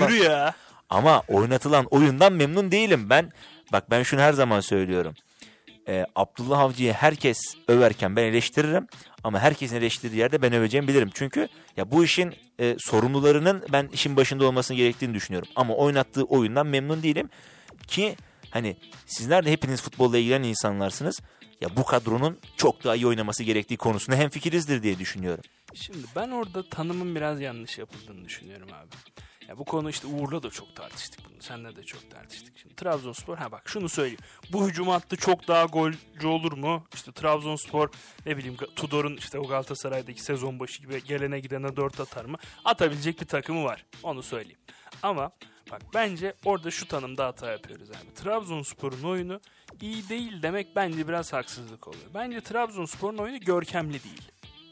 Ama oynatılan oyundan memnun değilim. Ben şunu her zaman söylüyorum. Abdullah Avcı'yı herkes överken ben eleştiririm. Ama herkesin eleştirdiği yerde ben öveceğimi bilirim. Çünkü ya bu işin sorumlularının ben işin başında olmasını gerektiğini düşünüyorum. Ama oynattığı oyundan memnun değilim. Ki hani sizler de hepiniz futbolla ilgilenen insanlarsınız. Ya bu kadronun çok daha iyi oynaması gerektiği konusunda hemfikirizdir diye düşünüyorum.
Şimdi ben orada tanımın biraz yanlış yapıldığını düşünüyorum abi. Ya bu konu işte Uğur'la da çok tartıştık bunu. Seninle de çok tartıştık. Şimdi Trabzonspor bak şunu söyleyeyim. Bu hücum hattı çok daha golcü olur mu? İşte Trabzonspor ne bileyim Tudor'un işte o Galatasaray'daki sezon başı gibi gelene gidene 4 atar mı? Atabilecek bir takımı var. Onu söyleyeyim. Ama bak bence orada şu tanımda hata yapıyoruz abi. Trabzonspor'un oyunu iyi değil demek bence biraz haksızlık oluyor. Bence Trabzonspor'un oyunu görkemli değil.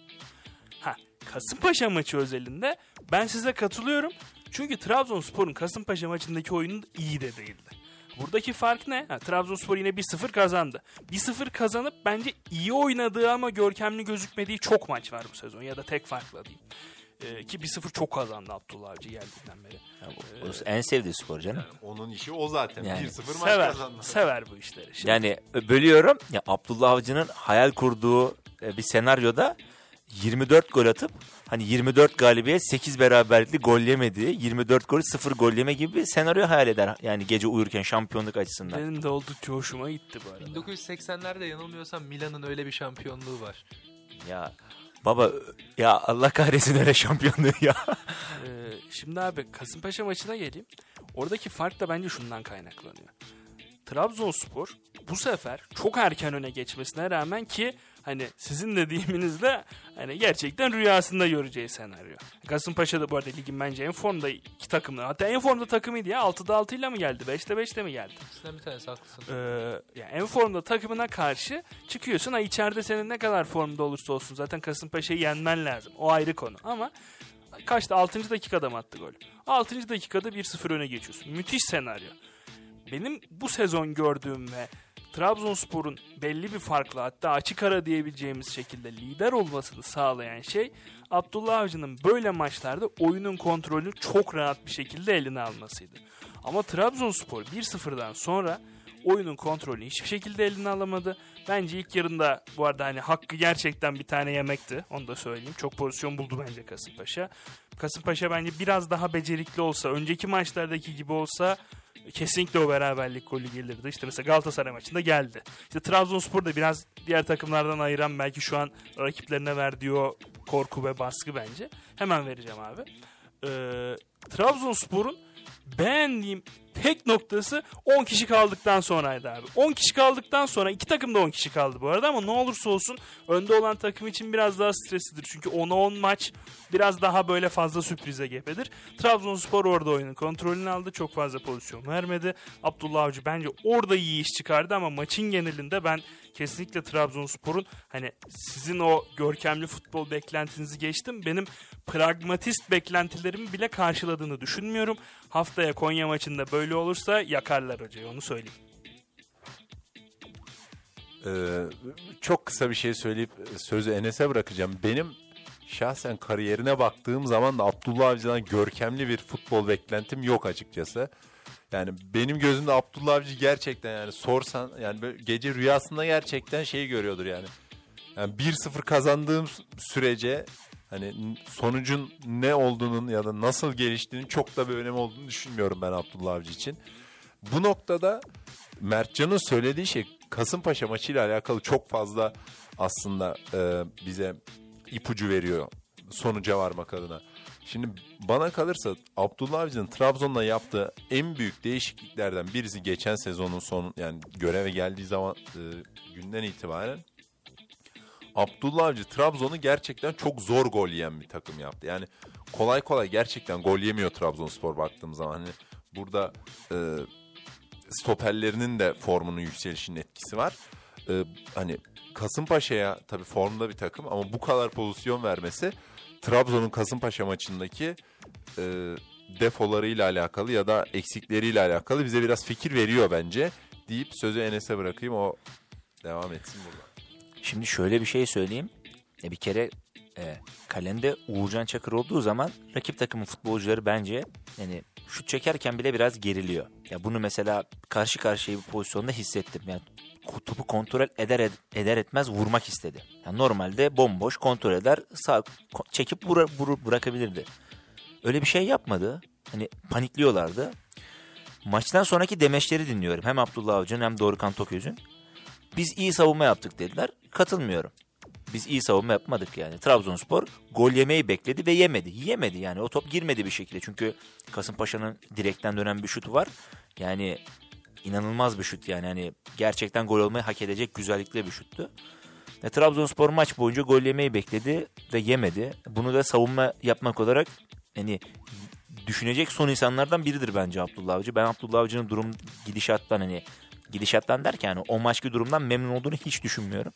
Kasımpaşa maçı özelinde ben size katılıyorum. Çünkü Trabzonspor'un Kasımpaşa maçındaki oyunu iyi de değildi. Buradaki fark ne? Trabzonspor yine 1-0 kazandı. 1-0 kazanıp bence iyi oynadığı ama görkemli gözükmediği çok maç var bu sezon. Ya da tek farkla diyeyim. Ki 1-0 çok kazandı Abdullah Avcı geldiğinden beri.
En sevdiği spor canım.
Onun işi o zaten.
Yani.
1-0 maç kazandı.
Sever bu işleri. Şimdi.
Yani bölüyorum. Ya Abdullah Avcı'nın hayal kurduğu bir senaryoda 24 gol atıp hani 24 galibiyet 8 beraberlikli gol yemediği 24 gol 0 gol yeme gibi bir senaryo hayal eder. Yani gece uyurken şampiyonluk açısından.
Benim de oldukça hoşuma gitti bu arada.
1980'lerde yanılmıyorsam Milan'ın öyle bir şampiyonluğu var.
Ya baba ya Allah kahretsin öyle şampiyonluğu ya.
Şimdi abi Kasımpaşa maçına geleyim. Oradaki fark da bence şundan kaynaklanıyor. Trabzonspor bu sefer çok erken öne geçmesine rağmen ki hani sizin de deyiminizle hani gerçekten rüyasında göreceği senaryo. Kasımpaşa'da bu arada ligin bence en formda iki takımı. Hatta en formda takımıydı ya. 6'da 6 ile mi geldi? 5'te 5'te mi geldi?
İkisinden bir tanesi haklısın.
Yani en formda takımına karşı çıkıyorsun. İçeride senin ne kadar formda olursa olsun zaten Kasımpaşa'yı yenmen lazım. O ayrı konu. Ama kaçta? 6. dakikada mı attı gol? 6. dakikada 1-0 öne geçiyorsun. Müthiş senaryo. Benim bu sezon gördüğüm ve Trabzonspor'un belli bir farkla hatta açık ara diyebileceğimiz şekilde lider olmasını sağlayan şey Abdullah Avcı'nın böyle maçlarda oyunun kontrolünü çok rahat bir şekilde eline almasıydı. Ama Trabzonspor 1-0'dan sonra oyunun kontrolünü hiçbir şekilde eline alamadı. Bence ilk yarında bu arada hani hakkı gerçekten bir tane yemekti. Onu da söyleyeyim. Çok pozisyon buldu bence Kasımpaşa. Kasımpaşa bence biraz daha becerikli olsa, önceki maçlardaki gibi olsa kesinlikle o beraberlik golü gelirdi. İşte mesela Galatasaray maçında geldi. İşte Trabzonspor da biraz diğer takımlardan ayıran belki şu an rakiplerine verdiği o korku ve baskı bence. Hemen vereceğim abi. Trabzonspor'un beğendiğim tek noktası 10 kişi kaldıktan sonraydı abi. 10 kişi kaldıktan sonra iki takım da 10 kişi kaldı bu arada ama ne olursa olsun önde olan takım için biraz daha streslidir. Çünkü 10'a 10 maç biraz daha böyle fazla sürprize gebedir. Trabzonspor orada oyunun kontrolünü aldı. Çok fazla pozisyon vermedi. Abdullah Avcı bence orada iyi iş çıkardı ama maçın genelinde ben kesinlikle Trabzonspor'un hani sizin o görkemli futbol beklentinizi geçtim. Benim pragmatist beklentilerimi bile karşıladığını düşünmüyorum. Haftaya Konya maçında böyle olursa yakarlar hocayı, onu söyleyeyim.
Çok kısa bir şey söyleyip sözü Enes'e bırakacağım. Benim şahsen kariyerine baktığım zaman da Abdullah Avcı'dan görkemli bir futbol beklentim yok açıkçası. Yani benim gözümde Abdullah Avcı gerçekten yani sorsan yani böyle gece rüyasında gerçekten şeyi görüyordur yani. Yani 1-0 kazandığım sürece hani sonucun ne olduğunun ya da nasıl geliştiğinin çok da bir önemi olduğunu düşünmüyorum ben Abdullah Avcı için. Bu noktada Mertcan'ın söylediği şey Kasımpaşa maçıyla alakalı çok fazla aslında bize ipucu veriyor sonuca varmak adına. Şimdi bana kalırsa Abdullah Avcı'nın Trabzon'la yaptığı en büyük değişikliklerden birisi geçen sezonun son yani göreve geldiği zaman günden itibaren Abdullah Avcı Trabzon'u gerçekten çok zor gol yiyen bir takım yaptı. Yani kolay kolay gerçekten gol yemiyor Trabzonspor baktığım zaman. Hani burada stoperlerinin de formunun yükselişinin etkisi var. Hani Kasımpaşa'ya tabii formda bir takım ama bu kadar pozisyon vermesi Trabzon'un Kasımpaşa maçındaki defolarıyla alakalı ya da eksikleriyle alakalı bize biraz fikir veriyor bence deyip sözü Enes'e bırakayım, o devam etsin burada.
Şimdi şöyle bir şey söyleyeyim. Bir kere kalende Uğurcan Çakır olduğu zaman rakip takımın futbolcuları bence yani şut çekerken bile biraz geriliyor. Ya bunu mesela karşı karşıya bir pozisyonda hissettim. Yani topu kontrol eder etmez vurmak istedi. Yani normalde bomboş kontrol eder, sağ çekip bırakabilirdi. Öyle bir şey yapmadı. Hani panikliyorlardı. Maçtan sonraki demeçleri dinliyorum. Hem Abdullah Avcı'nın hem Dorukhan Toköz'ün. Biz iyi savunma yaptık dediler. Katılmıyorum. Biz iyi savunma yapmadık yani. Trabzonspor gol yemeyi bekledi ve yemedi. Yemedi yani. O top girmedi bir şekilde. Çünkü Kasımpaşa'nın direkten dönen bir şutu var. Yani inanılmaz bir şut yani. Hani gerçekten gol olmayı hak edecek güzellikle bir şuttu. Trabzonspor maç boyunca gol yemeyi bekledi ve yemedi. Bunu da savunma yapmak olarak yani düşünecek son insanlardan biridir bence Abdullah Avcı. Ben Abdullah Avcı'nın gidişattan derken yani o maçki durumdan memnun olduğunu hiç düşünmüyorum.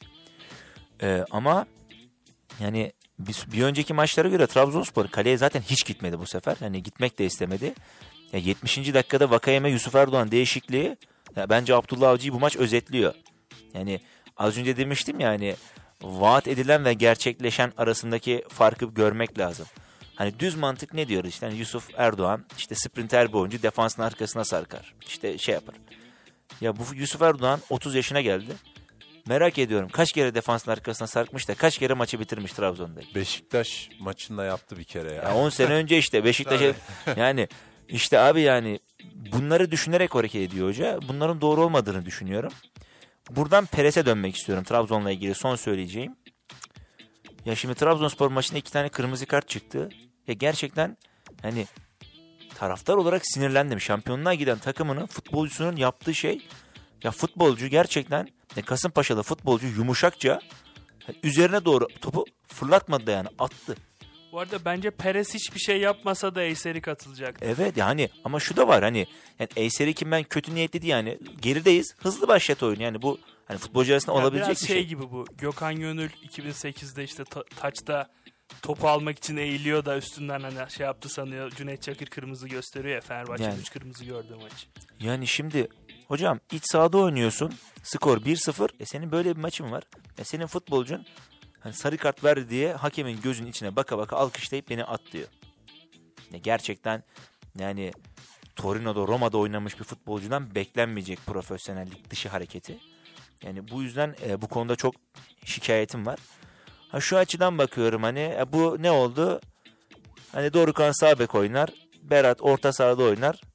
Ama yani bir önceki maçlara göre Trabzonspor kaleye zaten hiç gitmedi bu sefer. Hani gitmek de istemedi. 70. dakikada Vakayeme Yusuf Erdoğan değişikliği bence Abdullah Avcı'yı bu maç özetliyor. Yani az önce demiştim ya hani vaat edilen ve gerçekleşen arasındaki farkı görmek lazım. Hani düz mantık ne diyoruz işte hani Yusuf Erdoğan işte sprinter bir oyuncu defansın arkasına sarkar. İşte şey yapar. Ya bu Yusuf Erdoğan 30 yaşına geldi. Merak ediyorum kaç kere defansın arkasına sarkmış da kaç kere maçı bitirmiş Trabzon'da.
Beşiktaş maçında yaptı bir kere ya.
10 sene önce işte Beşiktaş'a yani işte abi yani bunları düşünerek hareket ediyor hoca. Bunların doğru olmadığını düşünüyorum. Buradan Peres'e dönmek istiyorum. Trabzon'la ilgili son söyleyeceğim. Ya şimdi Trabzonspor maçında 2 tane kırmızı kart çıktı. Ya gerçekten hani taraftar olarak sinirlendim. Şampiyonluğa giden takımının futbolcusunun yaptığı şey ya futbolcu gerçekten Kasımpaşa'da futbolcu yumuşakça üzerine doğru topu fırlatmadı da yani attı.
Bu arada bence Perez hiçbir şey yapmasa da Eyser'i katılacak.
Evet yani ama şu da var hani yani Eyser'i kim ben kötü niyetli değil yani gerideyiz hızlı başlat oyunu yani bu hani futbolcu arasında
ya
olabilecek
biraz
bir şey.
gibi bu Gökhan Gönül 2008'de işte taçta topu almak için eğiliyor da üstünden hani şey yaptı sanıyor. Cüneyt Çakır kırmızı gösteriyor ya Fenerbahçe'nin
Yani.
3 kırmızı gördüğü maç.
Yani şimdi hocam iç sahada oynuyorsun skor 1-0 senin böyle bir maçın var. Senin futbolcun hani sarı kart verdi diye hakemin gözünün içine baka baka alkışlayıp beni at diyor. Gerçekten yani Torino'da Roma'da oynamış bir futbolcudan beklenmeyecek profesyonellik dışı hareketi. Yani bu yüzden bu konuda çok şikayetim var. Şu açıdan bakıyorum hani bu ne oldu? Hani Dorukhan sağ bek oynar, Berat orta sahada oynar.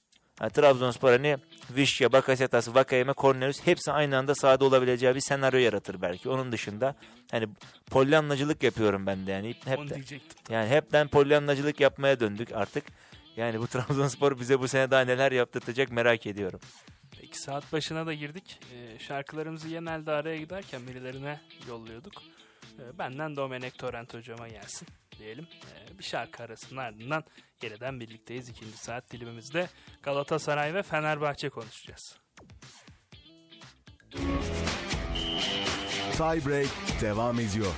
Trabzonspor hani Vişya, Bakasetas, Vakayeme, Cornelius hepsi aynı anda sahada olabileceği bir senaryo yaratır belki. Onun dışında hani pollyanlacılık yapıyorum ben de yani.
Onu diyecektim.
Yani hepten pollyanlacılık yapmaya döndük artık. Yani bu Trabzonspor bize bu sene daha neler yaptırtacak merak ediyorum.
Peki saat başına da girdik. Şarkılarımızı genelde araya giderken birilerine yolluyorduk. Benden Domenek Torrent hocama gelsin diyelim. Bir şarkı arasının ardından yeniden birlikteyiz. 2. saat dilimimizde Galatasaray ve Fenerbahçe konuşacağız.
Tie Break devam ediyor.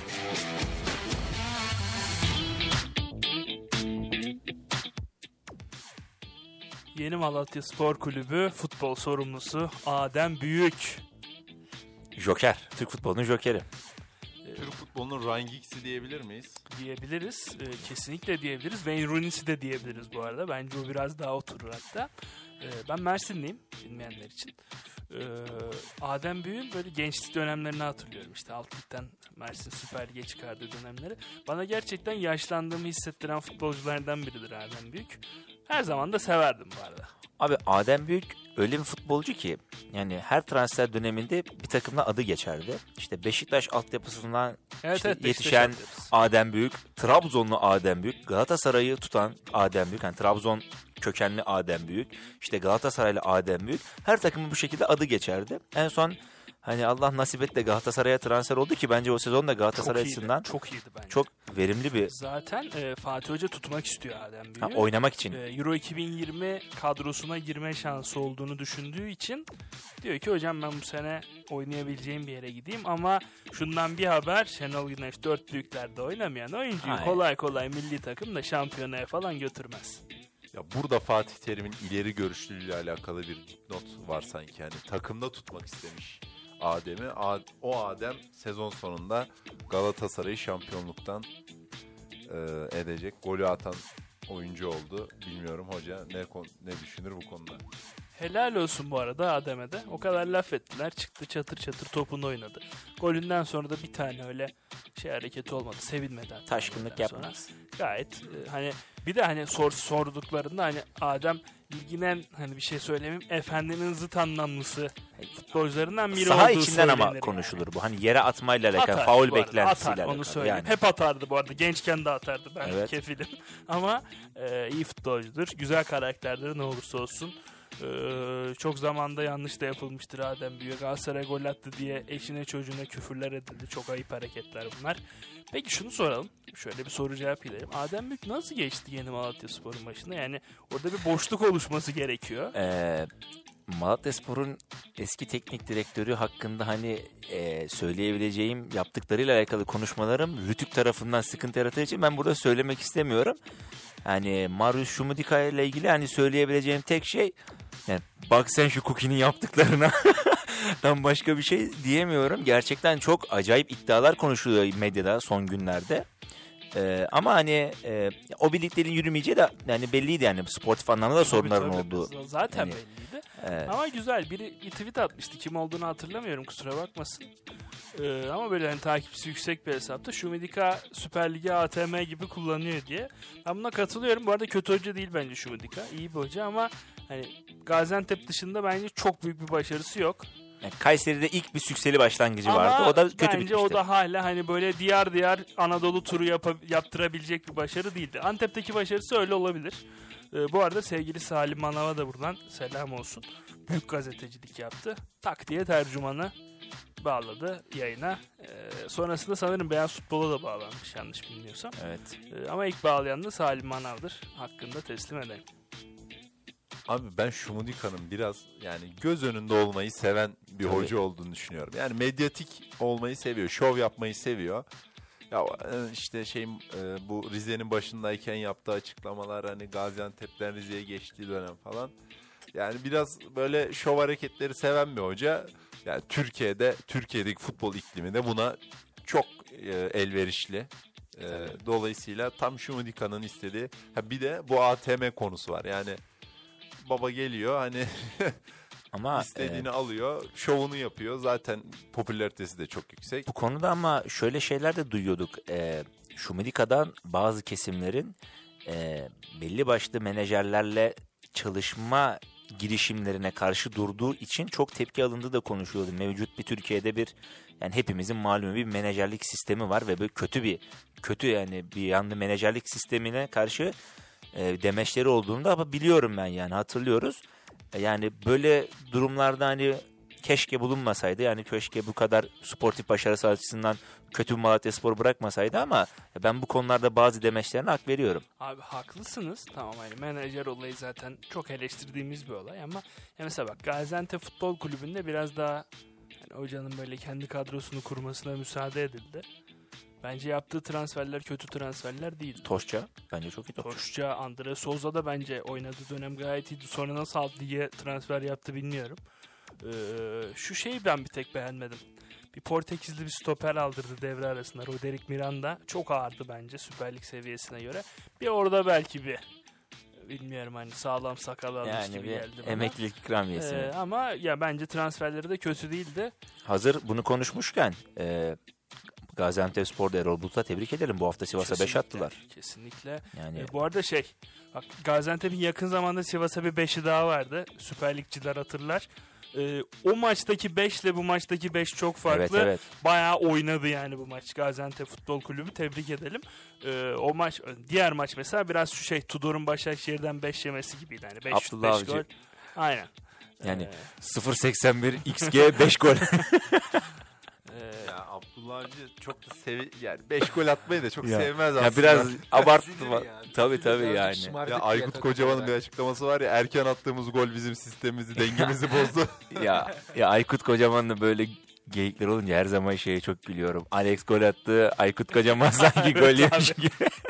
Yeni Malatya Spor Kulübü futbol sorumlusu Adem Büyük.
Joker. Türk futbolunun jokeri.
Türk futbolunun Ryan Giggs'i diyebilir miyiz?
Diyebiliriz. Kesinlikle diyebiliriz. Wayne Rooney'si de diyebiliriz bu arada. Bence o biraz daha oturur hatta. Ben Mersinliyim bilmeyenler için. Adem Büyük'ün böyle gençlik dönemlerini hatırlıyorum. İşte alt ligden Mersin Süper Lig'e çıkardığı dönemleri. Bana gerçekten yaşlandığımı hissettiren futbolculardan biridir Adem Büyük. Her zaman da severdim bu arada.
Abi Adem Büyük öyle bir futbolcu ki yani her transfer döneminde bir takımla adı geçerdi. İşte Beşiktaş altyapısından yetişen Adem Büyük, Trabzonlu Adem Büyük, Galatasaray'ı tutan Adem Büyük, yani Trabzon kökenli Adem Büyük, işte Galatasaraylı Adem Büyük. Her takımın bu şekilde adı geçerdi. En son hani Allah nasip etti de Galatasaray'a transfer oldu ki bence o sezon da Galatasaray açısından
çok iyiydi bence.
Çok verimli bir.
Zaten Fatih Hoca tutmak istiyor Adem Büyük'ü.
Oynamak için.
Euro 2020 kadrosuna girme şansı olduğunu düşündüğü için diyor ki hocam ben bu sene oynayabileceğim bir yere gideyim ama şundan bir haber, Şenol Güneş 4 büyüklerde oynamayan oyuncuyu kolay kolay milli takım da şampiyonaya falan götürmez.
Ya burada Fatih Terim'in ileri görüşlülüğüyle alakalı bir not var sanki. Yani takımda tutmak istemiş Adem'i. O Adem sezon sonunda Galatasaray'ı şampiyonluktan edecek. Golü atan oyuncu oldu. Bilmiyorum hoca ne düşünür bu konuda.
Helal olsun bu arada Adem'e de. O kadar laf ettiler. Çıktı çatır çatır topunu oynadı. Golünden sonra da bir tane öyle hareketi olmadı. Sevinmedi.
Taşkınlık yapmaz.
Gayet hani bir de hani sorduklarında hani Adem ligin en hani bir şey söylemeyeyim efendinin zıt anlamlısı futbolcularından biri olduğu
saha içinden ama
yani.
Konuşulur bu. Hani yere atmayla alakalı, faul beklentisiyle
alakalı. Onu söyleyeyim.
Yani.
Hep atardı bu arada. Gençken de atardı. Ben
evet.
kefilim. Ama iyi futbolcudur. Güzel karakterleri ne olursa olsun. Çok zamanda yanlış da yapılmıştır Adem Büyük. Galatasaray gol attı diye eşine çocuğuna küfürler edildi. Çok ayıp hareketler bunlar. Peki şunu soralım. Şöyle bir soru cevap edelim. Adem Büyük nasıl geçti Yeni Malatyaspor'un başına? Yani orada bir boşluk oluşması gerekiyor.
Malatyaspor'un eski teknik direktörü hakkında hani söyleyebileceğim yaptıklarıyla alakalı konuşmalarım Rütük tarafından sıkıntı yarattığı için ben burada söylemek istemiyorum. Hani Marius Şumudika ile ilgili hani söyleyebileceğim tek şey yani bak sen şu Cookie'nin yaptıklarına ben başka bir şey diyemiyorum. Gerçekten çok acayip iddialar konuşuluyor medyada son günlerde. Ama hani o birlikteliğin yürümeyeceği de yani belliydi yani sportif anlamda da sorunların olduğu.
Zaten
yani,
belliydi. Ama güzel bir tweet atmıştı. Kim olduğunu hatırlamıyorum kusura bakmasın. Ama böyle hani takipçisi yüksek bir hesapta Şumudika Süper Lig'e ATM gibi kullanıyor diye. Ben buna katılıyorum. Bu arada kötü hoca değil bence Şumudika. İyi bir hoca ama hani Gaziantep dışında bence çok büyük bir başarısı yok.
Yani Kayseri'de ilk bir sükseli başlangıcı vardı. O da kötü bitmişti.
Bence o da hala hani böyle diyar diyar Anadolu turu yaptırabilecek bir başarı değildi. Antep'teki başarısı öyle olabilir. Bu arada sevgili Salim Manav'a da buradan selam olsun. Büyük gazetecilik yaptı. Tak diye tercümanı bağladı yayına. Sonrasında sanırım Beyaz Futbol'a da bağlanmış yanlış bilmiyorsam.
Evet.
Ama ilk bağlayan da Salim Manav'dır. Hakkında teslim edelim.
Abi ben Şumudika'nın biraz yani göz önünde olmayı seven bir hoca olduğunu düşünüyorum. Yani medyatik olmayı seviyor, şov yapmayı seviyor. Ya işte bu Rize'nin başındayken yaptığı açıklamalar hani Gaziantep'ten Rize'ye geçtiği dönem falan. Yani biraz böyle şov hareketleri seven bir hoca. Yani Türkiye'deki futbol iklimi de buna çok elverişli. Dolayısıyla tam Şumudika'nın istediği. Bir de bu ATM konusu var. Yani baba geliyor hani ama istediğini alıyor, şovunu yapıyor. Zaten popülaritesi de çok yüksek.
Bu konuda ama şöyle şeyler de duyuyorduk. Şumudika'dan bazı kesimlerin belli başlı menajerlerle çalışma girişimlerine karşı durduğu için çok tepki alındığı da konuşuyordu. Mevcut bir Türkiye'de bir yani hepimizin malumu bir menajerlik sistemi var ve böyle kötü yani bir yanlı menajerlik sistemine karşı demeçleri olduğunu da biliyorum ben yani hatırlıyoruz. Yani böyle durumlarda hani keşke bulunmasaydı yani keşke bu kadar sportif başarısı açısından kötü bir Malatyaspor bırakmasaydı ama ben bu konularda bazı demeçlerine hak veriyorum.
Abi haklısınız. Tamam hani menajer olayı zaten çok eleştirdiğimiz bir olay ama ya mesela bak Gaziantep Futbol Kulübü'nde biraz daha yani hocanın böyle kendi kadrosunu kurmasına müsaade edildi. Bence yaptığı transferler kötü transferler değil.
Toşça bence çok iyi topçu.
Toşça, Andre Souza da bence oynadığı dönem gayet iyiydi. Sonra nasıl alt lige transfer yaptı bilmiyorum. Şu şeyi ben bir tek beğenmedim. Bir Portekizli bir stoper aldırdı devre arasında. Roderick Miranda. Çok ağırdı bence Süper Lig seviyesine göre. Bir orada belki bir bilmiyorum hani sağlam sakal almış
Yani
gibi geldi bana.
emeklilik ikramiyesi.
Ama ya bence transferleri de kötü değildi.
Hazır bunu konuşmuşken Gaziantepspor'da Erol Bulut'a tebrik edelim. Bu hafta Sivas'a 5 attılar.
Kesinlikle.
Yani
Bu arada bak Gaziantep'in yakın zamanda Sivas'a bir 5'i daha vardı. Süper Ligçiler hatırlar. O maçtaki 5 ile bu maçtaki 5 çok farklı.
Evet.
Bayağı oynadı yani bu maç. Gaziantep Futbol Kulübü tebrik edelim. O maç, diğer maç mesela biraz şu Tudor'un Başakşehir'den 5 yemesi gibiydi. Yani 5
Abdullah Avcı.
gol. Aynen.
Yani 0.81 XG 5 gol.
Ya Abdullah Avcı çok da yani 5 gol atmayı da çok sevmez aslında.
Ya biraz abarttı.
Yani.
Tabii yani.
Ya Aykut Kocaman'ın bir açıklaması var ya, erken attığımız gol bizim sistemimizi, dengemizi bozdu.
ya Aykut Kocaman'la böyle geyikler olunca her zaman çok gülüyorum. Alex gol attı, Aykut Kocaman sanki gol yemiş gibi.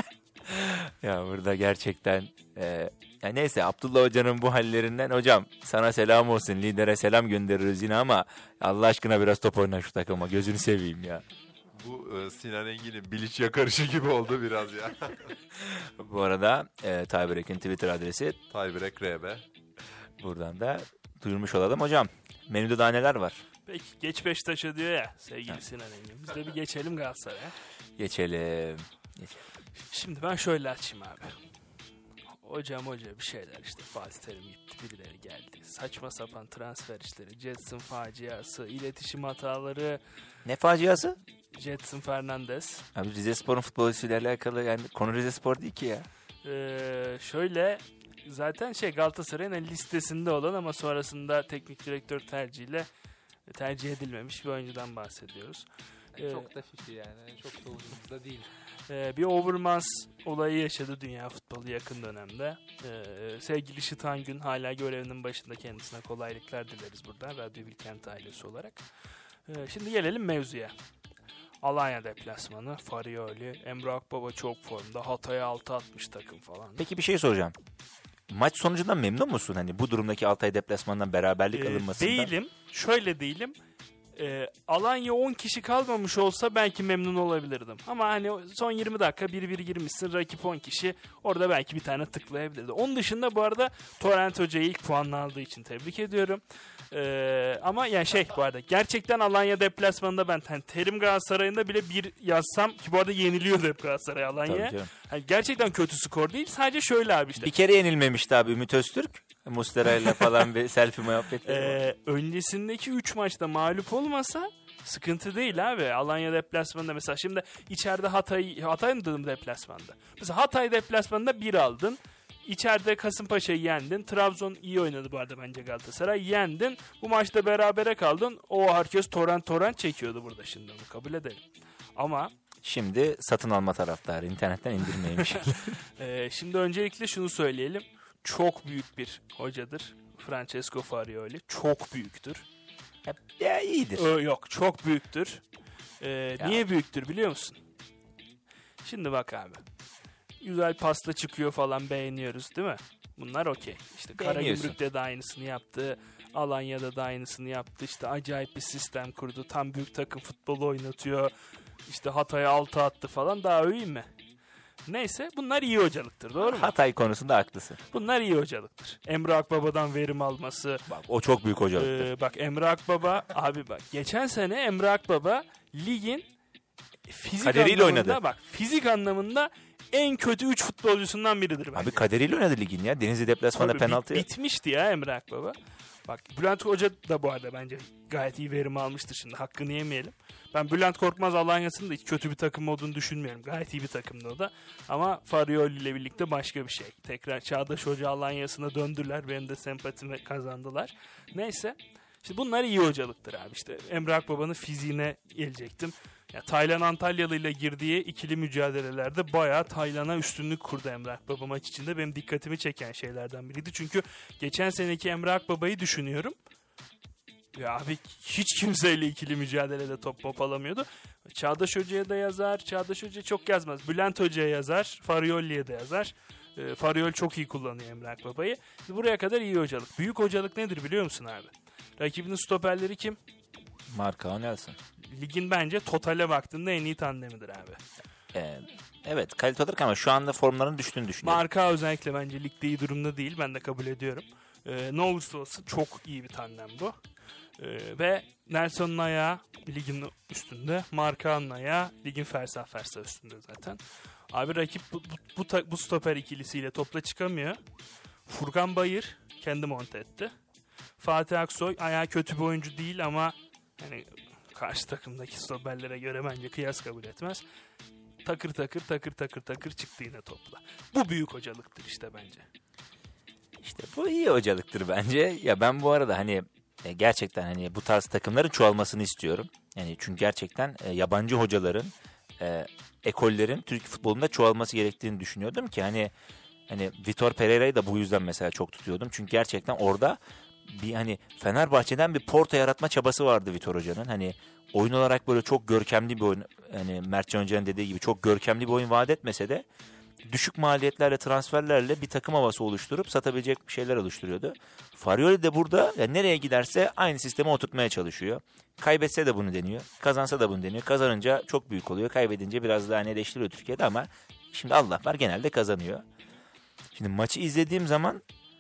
Ya burada gerçekten ya neyse Abdullah Hoca'nın bu hallerinden hocam sana selam olsun, lidere selam göndeririz yine ama Allah aşkına biraz top oyna şu takıma, gözünü seveyim ya.
Bu Sinan Engin'in Bilic yakarışı gibi oldu biraz ya.
Bu arada Tayberek'in Twitter adresi
Tayberek RB.
Buradan da duyurmuş olalım. Hocam menüde daha neler var?
Peki geç Beşiktaş'a diyor ya sevgili Sinan Engin. Biz de bir geçelim Galatasaray'a.
Geçelim.
Şimdi ben şöyle açayım abi. Hoca bir şeyler işte Fatih Terim gitti, birileri geldi. Saçma sapan transfer işleri, Jetson faciası, iletişim hataları.
Ne faciası?
Jetson Fernandez.
Abi Rizespor'un futbolcusuyla alakalı yani konu Rizespor değil ki ya.
Şöyle zaten Galatasaray'ın listesinde olan ama sonrasında teknik direktör tercihiyle tercih edilmemiş bir oyuncudan bahsediyoruz.
Çok da fişi yani. Çok da umurumuzda değil.
Bir Overmars olayı yaşadı dünya futbolu yakın dönemde. Sevgili Şıtangün hala görevinin başında, kendisine kolaylıklar dileriz buradan Radyo Bilkent ailesi olarak. Şimdi gelelim mevzuya. Alanya deplasmanı, Farioli, Emre Akbaba çok formda, Hatay'a 6 atmış takım falan.
Peki bir şey soracağım. Maç sonucundan memnun musun? Hani bu durumdaki Altay deplasmanından beraberlik alınmasından.
Değilim. Şöyle değilim. Alanya 10 kişi kalmamış olsa belki memnun olabilirdim. Ama hani son 20 dakika 1-1 girmişsin, rakip 10 kişi, orada belki bir tane tıklayabilirdi. Onun dışında bu arada Torrent Hoca'yı ilk puanını aldığı için tebrik ediyorum. Ama yani bu arada gerçekten Alanya deplasmanında ben Terim Galatasaray'ında bile bir yazsam ki bu arada yeniliyordu hep Galatasaray Alanya'ya. Yani gerçekten kötü skor değil. Sadece şöyle abi işte.
Bir kere yenilmemişti abi Ümit Öztürk. Mustera'yla falan bir selfie muhabbetleri.
Öncesindeki 3 maçta mağlup olmasa sıkıntı değil abi. Alanya deplasmanında mesela şimdi içeride Hatay mı dedim deplasmanda? Mesela Hatay deplasmanında 1 aldın. İçeride Kasımpaşa'yı yendin. Trabzon iyi oynadı bu arada bence Galatasaray. Yendin. Bu maçta berabere kaldın. Herkes torrent çekiyordu burada, şimdi onu kabul edelim. Ama
şimdi satın alma taraftarı, internetten indirmeymiş.
Şimdi öncelikle şunu söyleyelim. Çok büyük bir hocadır Francesco Farioli. Çok büyüktür.
Ya iyidir.
Yok, çok büyüktür. Niye büyüktür biliyor musun? Şimdi bak abi. Güzel pasta çıkıyor falan, beğeniyoruz değil mi? Bunlar okey. İşte Karagümrük'te de aynısını yaptı. Alanya'da da aynısını yaptı. İşte acayip bir sistem kurdu. Tam büyük takım futbolu oynatıyor. İşte Hatay'a 6 attı falan. Daha öveyim mi? Neyse, bunlar iyi hocalıktır, doğru mu?
Hatay konusunda haklısın.
Bunlar iyi hocalıktır. Emre Akbaba'dan verim alması.
Bak, o çok büyük hocalıktır.
Bak Emre Akbaba abi, bak geçen sene Emre Akbaba ligin fizik
Kaderiyle
anlamında
oynadı.
bak, fizik anlamında en kötü 3 futbolcusundan biridir bence.
Abi kaderiyle oynadı ligin ya. Denizli deplasmanda
Tabii,
penaltı.
bitmişti ya Emre Akbaba. Bak Bülent Hoca da bu arada bence gayet iyi verim almıştır şimdi. Hakkını yemeyelim. Ben Bülent Korkmaz Alanya'sının da hiç kötü bir takım olduğunu düşünmüyorum. Gayet iyi bir takımdı o da. Ama Farioli ile birlikte başka bir şey. Tekrar Çağdaş Hoca Alanya'sına döndüler. Benim de sempatimi kazandılar. Neyse. İşte bunlar iyi hocalıktır abi. İşte Emre Akbaba'nın fiziğine gelecektim. Ya Taylan Antalyalı ile girdiği ikili mücadelelerde bayağı Taylan'a üstünlük kurdu Emre Akbaba maç içinde. Benim dikkatimi çeken şeylerden biriydi. Çünkü geçen seneki Emre Akbaba'yı düşünüyorum. Ya abi hiç kimseyle ikili mücadelede top alamıyordu. Çağdaş Hoca'ya da yazar. Çağdaş Hoca çok yazmaz. Bülent Hoca'ya yazar. Farioli'ye de yazar. Farioli çok iyi kullanıyor Emre Akbaba'yı. Buraya kadar iyi hocalık. Büyük hocalık nedir biliyor musun abi? Rakibinin stoperleri kim?
Marka Nelson.
Ligin bence totale baktığında en iyi tandemidir abi.
Evet kalite olarak ama şu anda formlarının düştüğünü düşünüyorum.
Marka özellikle bence ligde iyi durumda değil. Ben de kabul ediyorum. Ne olursa olsun çok iyi bir tandem bu. Ve Nelson'un ayağı ligin üstünde. Marka'nın ayağı ligin fersah üstünde zaten. Abi rakip bu stoper ikilisiyle topla çıkamıyor. Furkan Bayır kendi monte etti. Fatih Aksoy ayağı kötü bir oyuncu değil ama yani karşı takımdaki stoperlere göre bence kıyas kabul etmez. Takır takır çıktı yine topla. Bu büyük hocalıktır işte bence.
İşte bu iyi hocalıktır bence. Ya ben bu arada hani gerçekten hani bu tarz takımların çoğalmasını istiyorum. Yani çünkü gerçekten yabancı hocaların, ekollerin Türk futbolunda çoğalması gerektiğini düşünüyordum ki hani Vitor Pereira'yı da bu yüzden mesela çok tutuyordum. Çünkü gerçekten orada bir hani Fenerbahçe'den bir Porto yaratma çabası vardı Vitor Hoca'nın. Hani oyun olarak böyle çok görkemli bir oyun, hani Mertcan Hoca'nın dediği gibi çok görkemli bir oyun vaat etmese de düşük maliyetlerle, transferlerle bir takım havası oluşturup satabilecek bir şeyler oluşturuyordu. Farioli de burada yani nereye giderse aynı sistemi oturtmaya çalışıyor. Kaybetse de bunu deniyor, kazansa da bunu deniyor. Kazanınca çok büyük oluyor, kaybedince biraz daha eleştiriyor Türkiye'de ama şimdi Allah var genelde kazanıyor. Şimdi maçı izlediğim zaman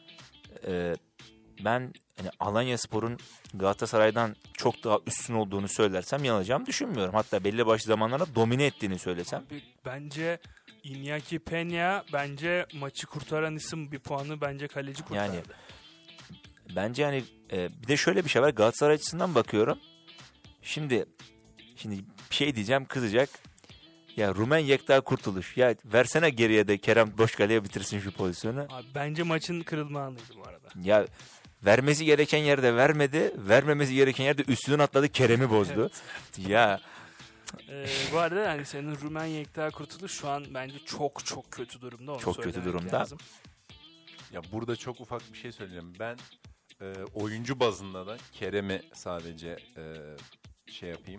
ben hani Alanyaspor'un Galatasaray'dan çok daha üstün olduğunu söylersem yanılacağımı düşünmüyorum. Hatta belli başlı zamanlarda domine ettiğini söylesem.
Abi, bence Iñaki Peña bence maçı kurtaran isim, bir puanı bence kaleci kurtardı.
Yani bence hani bir de şöyle bir şey var, Galatasaray açısından bakıyorum. Şimdi bir şey diyeceğim, kızacak. Ya Rumen Yekta Kurtuluş. Ya versene geriye de Kerem Boşkale'ye bitirsin şu pozisyonu.
Abi, bence maçın kırılma anıydı bu arada.
Ya vermesi gereken yerde vermedi. Vermemesi gereken yerde üstünden atladı. Kerem'i bozdu. Evet. Ya.
Bu arada yani senin Rumen Yekta Kurtuluş şu an bence çok çok kötü durumda. Onu
çok kötü durumda.
Lazım.
Ya burada çok ufak bir şey söyleyeceğim. Ben oyuncu bazında da Kerem'i sadece şey yapayım.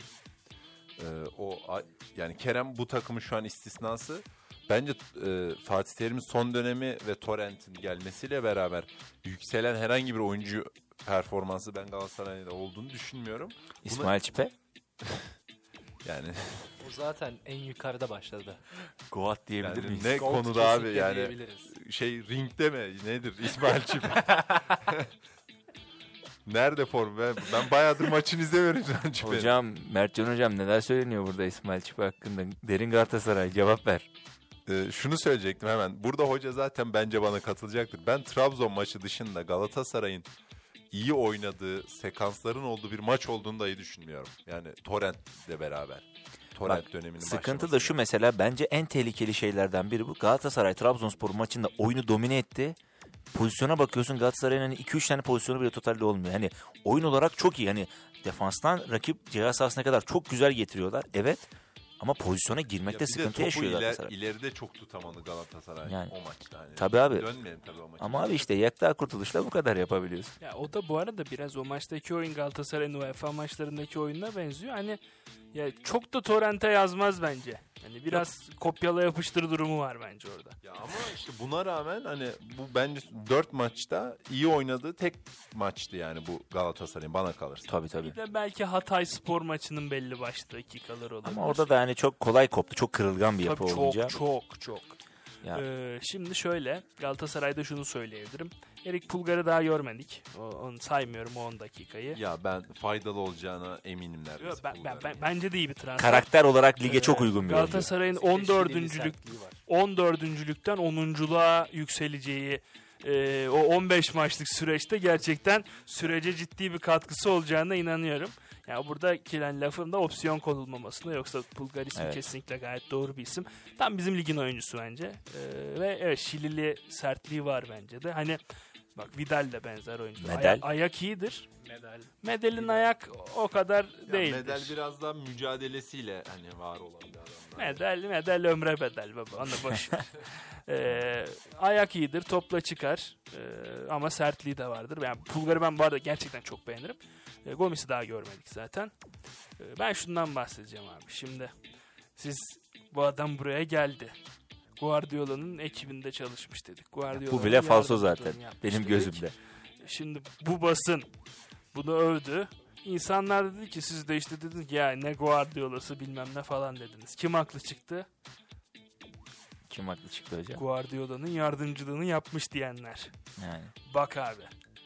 Yani Kerem bu takımın şu an istisnası. Bence Fatih Terim'in son dönemi ve Torrent'in gelmesiyle beraber yükselen herhangi bir oyuncu performansı ben Galatasaray'da olduğunu düşünmüyorum.
İsmail Çipe.
Yani
o zaten en yukarıda başladı.
Goat diyebilir
yani
miyiz?
ne
Goat
konuda abi yani ringde mi nedir İsmail Çipe? Nerede form? Ben bayağıdır maçını izlemiyorum İsmail Çipe'nin.
Hocam, Mertcan hocam neler söyleniyor burada İsmail Çipe hakkında? Derin Galatasaray, cevap ver.
Şunu söyleyecektim hemen. Burada hoca zaten bence bana katılacaktır. Ben Trabzon maçı dışında Galatasaray'ın iyi oynadığı sekansların olduğu bir maç olduğunu dahi düşünmüyorum. Yani Torrent'le beraber. Torrent döneminin
sıkıntı da şu mesela, bence en tehlikeli şeylerden biri bu. Galatasaray Trabzonspor maçında oyunu domine etti. Pozisyona bakıyorsun, Galatasaray'ın hani 2-3 tane pozisyonu bile totalde olmuyor. Hani oyun olarak çok iyi. Hani defanstan rakip ceza sahasına kadar çok güzel getiriyorlar. Evet. Ama pozisyona girmekte sıkıntı yaşıyor Galatasaray.
İleride çok tutamadı Galatasaray yani, o maçta. Hani
tabii abi.
Dönmeyelim tabii o maçta.
Ama abi işte Yekta Kurtuluş'la bu kadar yapabiliyorsun.
Ya o da bu arada biraz o maçtaki oyun Galatasaray'ın UEFA maçlarındaki oyununa benziyor. Hani ya çok da Torrent'e yazmaz bence. Hani biraz kopyala yapıştır durumu var bence orada.
Ya ama işte buna rağmen hani bu bence 4 maçta iyi oynadığı tek maçtı yani bu Galatasaray'ın, bana kalırsa.
Tabii.
Bir de belki Hatay Spor maçının belli başlı dakikaları olabilir.
Ama orada da hani çok kolay koptu. Çok kırılgan bir yapı
tabii
olunca.
Çok.
Ya.
Şimdi şöyle, Galatasaray'da şunu söyleyebilirim. Erik Pulgar'ı daha görmedik. Onu saymıyorum o 10 dakikayı.
Ya ben faydalı olacağına eminim neredeyse.
Bence de iyi bir transfer.
Karakter olarak lige çok uygun bir oyuncu.
Galatasaray'ın
Şirinli sertliği var.
14'lükten 10'unculuğa yükseleceği o 15 maçlık süreçte gerçekten sürece ciddi bir katkısı olacağına inanıyorum. Yani buradaki lafın da opsiyon konulmamasına, yoksa Pulgar ismi kesinlikle gayet doğru bir isim. Tam bizim ligin oyuncusu bence. Ve evet, Şilili sertliği var bence de. Hani bak, Vidal de benzer oyuncu.
Medel.
Ayak iyidir. Medel'in ayak o kadar değildir.
Medel biraz daha mücadelesiyle hani var olan bir adam.
Medel ömre bedel baba, onu boş ver. Ayak iyidir, topla çıkar ama sertliği de vardır. Yani Pulgar'ı ben bu arada gerçekten çok beğenirim. Gomis'i daha görmedik zaten. Ben şundan bahsedeceğim abi. Şimdi siz, bu adam buraya geldi. Guardiola'nın ekibinde çalışmış dedik.
Bu bile falso zaten benim gözümde.
Dedik. Şimdi bu basın bunu övdü. İnsanlar dedi ki, siz de işte dediniz ki ya ne Guardiola'sı bilmem ne falan dediniz. Kim haklı çıktı?
Kim haklı çıktı hocam?
Guardiola'nın yardımcılığını yapmış diyenler.
Yani.
Bak abi.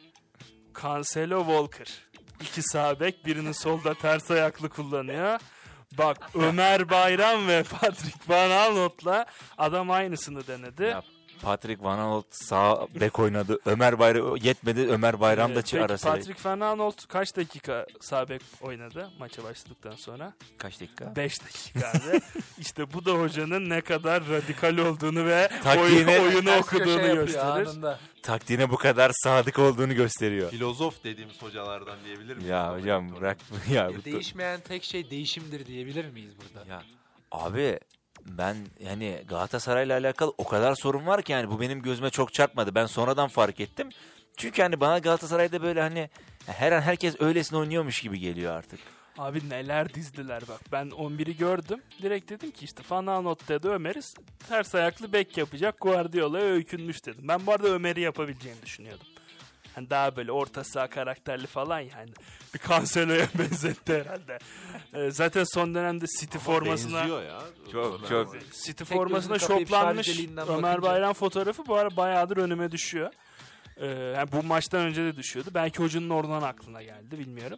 Cancelo, Walker. 2 sağ bek, birini solda ters ayaklı kullanıyor. Bak, Ömer Bayram ve Patrick Van Aanholt'la adam aynısını denedi.
Ya, Patrick Van Aanholt sağ bek oynadı. Ömer Bayram yetmedi. Ömer Bayram da
Peki
arası.
Patrick Van Aanholt kaç dakika sağ bek oynadı maça başladıktan sonra?
Kaç dakika?
5 dakika abi. İşte bu da hocanın ne kadar radikal olduğunu ve oyunu okuduğunu gösterir.
Taktiğine bu kadar sadık olduğunu gösteriyor.
Filozof dediğimiz hocalardan diyebilir miyiz?
Ya hocam bırak. Ya,
değişmeyen tek şey değişimdir diyebilir miyiz burada?
Ya abi, ben yani Galatasaray'la alakalı o kadar sorun var ki yani bu benim gözüme çok çarpmadı. Ben sonradan fark ettim. Çünkü hani bana Galatasaray'da böyle hani her an herkes öylesine oynuyormuş gibi geliyor artık.
Abi neler dizdiler bak. Ben 11'i gördüm. Direkt dedim ki işte Van Aanholt dedi, Ömer'i ters ayaklı bek yapacak. Guardiola'ya öykünmüş dedim. Ben bu arada Ömer'i yapabileceğini düşünüyordum. Hani daha böyle orta saha karakterli falan yani. Bir Cancelo'ya benzetti herhalde. Zaten son dönemde City formasına...
Benziyor ya.
Çok.
City formasına şoplanmış Ömer Bayram fotoğrafı bu ara bayağıdır önüme düşüyor. Yani bu maçtan önce de düşüyordu. Belki hocanın oradan aklına geldi, bilmiyorum.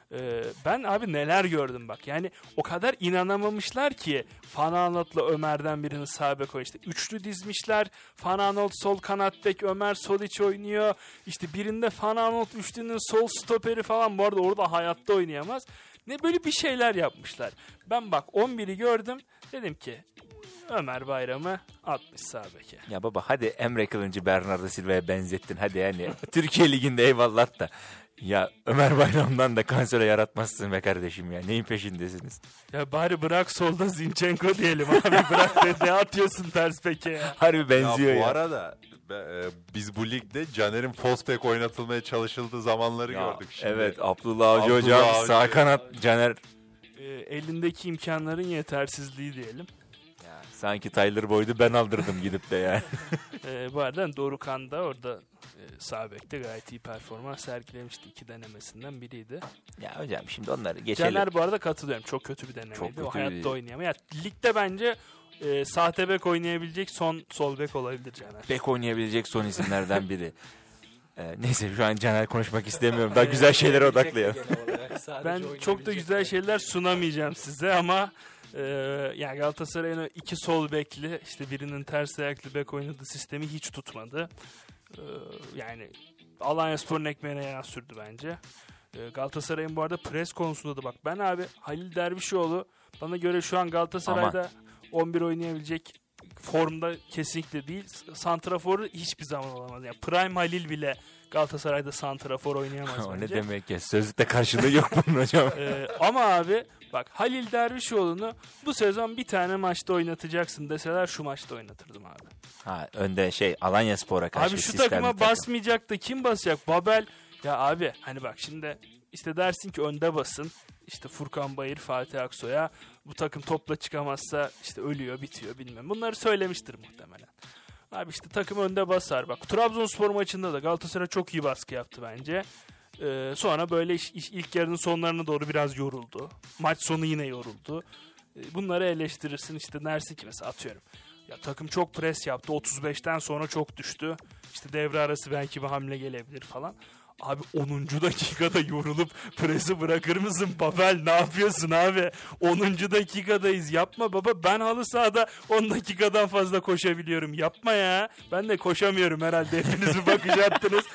Ben abi neler gördüm bak. Yani o kadar inanamamışlar ki Van Aanholt'la Ömer'den birini sağ bek oynuyor. İşte üçlü dizmişler. Van Aanholt sol kanat bek, Ömer sol iç oynuyor. İşte birinde Van Aanholt üçlünün sol stoperi falan. Bu arada orada hayatta oynayamaz. Ne böyle bir şeyler yapmışlar. Ben bak 11'i gördüm. Dedim ki Ömer Bayram'ı atmış sağ beke.
Ya baba hadi Emre Kılıncı Bernardo Silva'ya benzettin. Hadi yani Türkiye Ligi'nde eyvallah da. Ya Ömer Bayram'dan da Cancelo yaratmazsın be kardeşim ya. Neyin peşindesiniz?
Ya bari bırak solda Zinchenko diyelim abi. Bırak ne atıyorsun ters beke ya.
Harbi benziyor ya.
Bu arada biz bu ligde Caner'in Fosbek oynatılmaya çalışıldığı zamanları gördük şimdi.
Evet, Abdullah Avcı hocam sağ kanat Caner.
Elindeki imkanların yetersizliği diyelim.
Ya, sanki Tyler Boyd'u ben aldırdım gidip de yani.
Bu arada Dorukhan da orada sağ bekte gayet iyi performans sergilemişti. 2 denemesinden biriydi.
Ya hocam şimdi onları geçelim.
Caner bu arada katılıyorum. Çok kötü bir denemeydi. O hayatta oynayamıyor. Yani, ligde bence sahte bek oynayabilecek son sol bek olabilir Caner.
Bek oynayabilecek son isimlerden biri. Neyse şu an Caner konuşmak istemiyorum. Daha güzel şeylere odaklayalım.
Ben çok da güzel şeyler sunamayacağım size ama yani Galatasaray'ın 2 sol bekli, işte birinin ters ayaklı bek oynadığı sistemi hiç tutmadı. Yani Alanyaspor'un ekmeğine yağ sürdü bence. Galatasaray'ın bu arada pres konusunda da bak. Ben abi Halil Dervişoğlu bana göre şu an Galatasaray'da 11 oynayabilecek formda kesinlikle değil. Santrafor'u hiçbir zaman olamaz. Yani Prime Halil bile Galatasaray'da santrafor oynayamaz
o
bence.
ne demek ya? Sözlükte karşılığı yok bunun hocam.
Ama abi bak Halil Dervişoğlu'nu bu sezon bir tane maçta oynatacaksın deseler şu maçta oynatırdım abi.
Ha, önde Alanyaspor'a karşı
abi şu takıma basmayacak da kim basacak? Babel. Ya abi hani bak şimdi işte dersin ki önde basın. İşte Furkan Bayır, Fatih Aksoy'a bu takım topla çıkamazsa işte ölüyor, bitiyor bilmem. Bunları söylemiştir muhtemelen. Abi işte takım önde basar. Bak Trabzonspor maçında da Galatasaray çok iyi baskı yaptı bence. Sonra böyle ilk yarının sonlarına doğru biraz yoruldu. Maç sonu yine yoruldu. Bunları eleştirirsin işte dersin ki mesela atıyorum. Ya takım çok pres yaptı. 35'ten sonra çok düştü. İşte devre arası belki bir hamle gelebilir falan. Abi 10. dakikada yorulup presi bırakır mısın Babel? Ne yapıyorsun abi? 10. dakikadayız. Yapma baba. Ben halı sahada 10 dakikadan fazla koşabiliyorum. Yapma ya. Ben de koşamıyorum herhalde. Hepiniz bir bakış attınız.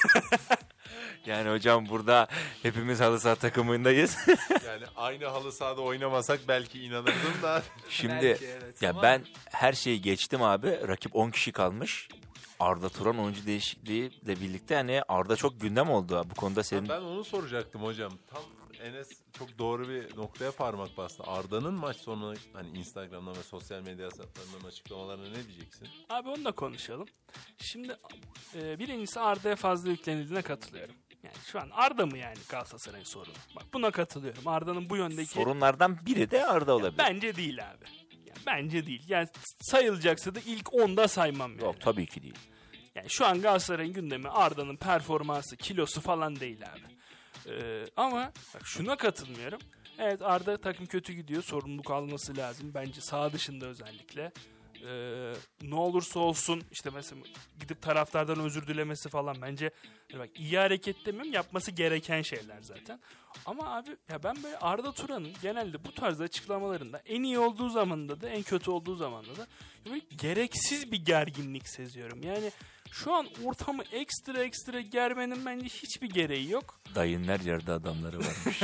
Yani hocam burada hepimiz halı saha takımındayız.
Yani aynı halı sahada oynamasak belki inanırdım da.
Şimdi
Belki evet
ya
ama-
ben her şeyi geçtim abi. Rakip 10 kişi kalmış. Arda Turan oyuncu değişikliği ile birlikte hani Arda çok gündem oldu bu konuda senin.
Ben onu soracaktım hocam. Tam Enes çok doğru bir noktaya parmak bastı. Arda'nın maç sonu hani Instagram'dan ve sosyal medya hesaplarından açıklamalarına ne diyeceksin?
Abi onu da konuşalım. Şimdi birincisi Arda'ya fazla yüklenildiğine katılıyorum. Yani şu an Arda mı yani Galatasaray'ın sorunu? Bak buna katılıyorum. Arda'nın bu yöndeki...
Sorunlardan biri de Arda olabilir.
Bence değil abi. Yani bence değil. Yani sayılacaksa da ilk 10'da saymam yani.
Yok tabii ki değil.
Yani şu an Galatasaray'ın gündemi Arda'nın performansı, kilosu falan değil abi. Ama bak şuna katılmıyorum. Evet Arda takım kötü gidiyor. Sorumluluk alması lazım. Bence sağ dışında özellikle. Ne olursa olsun işte mesela gidip taraftardan özür dilemesi falan bence bak iyi hareket demiyorum, yapması gereken şeyler zaten. Ama abi ya ben böyle Arda Turan'ın genelde bu tarz açıklamalarında en iyi olduğu zamanda da en kötü olduğu zamanda da böyle gereksiz bir gerginlik seziyorum. Yani şu an ortamı ekstra germenin bence hiçbir gereği yok.
Dayının her yerde adamları varmış.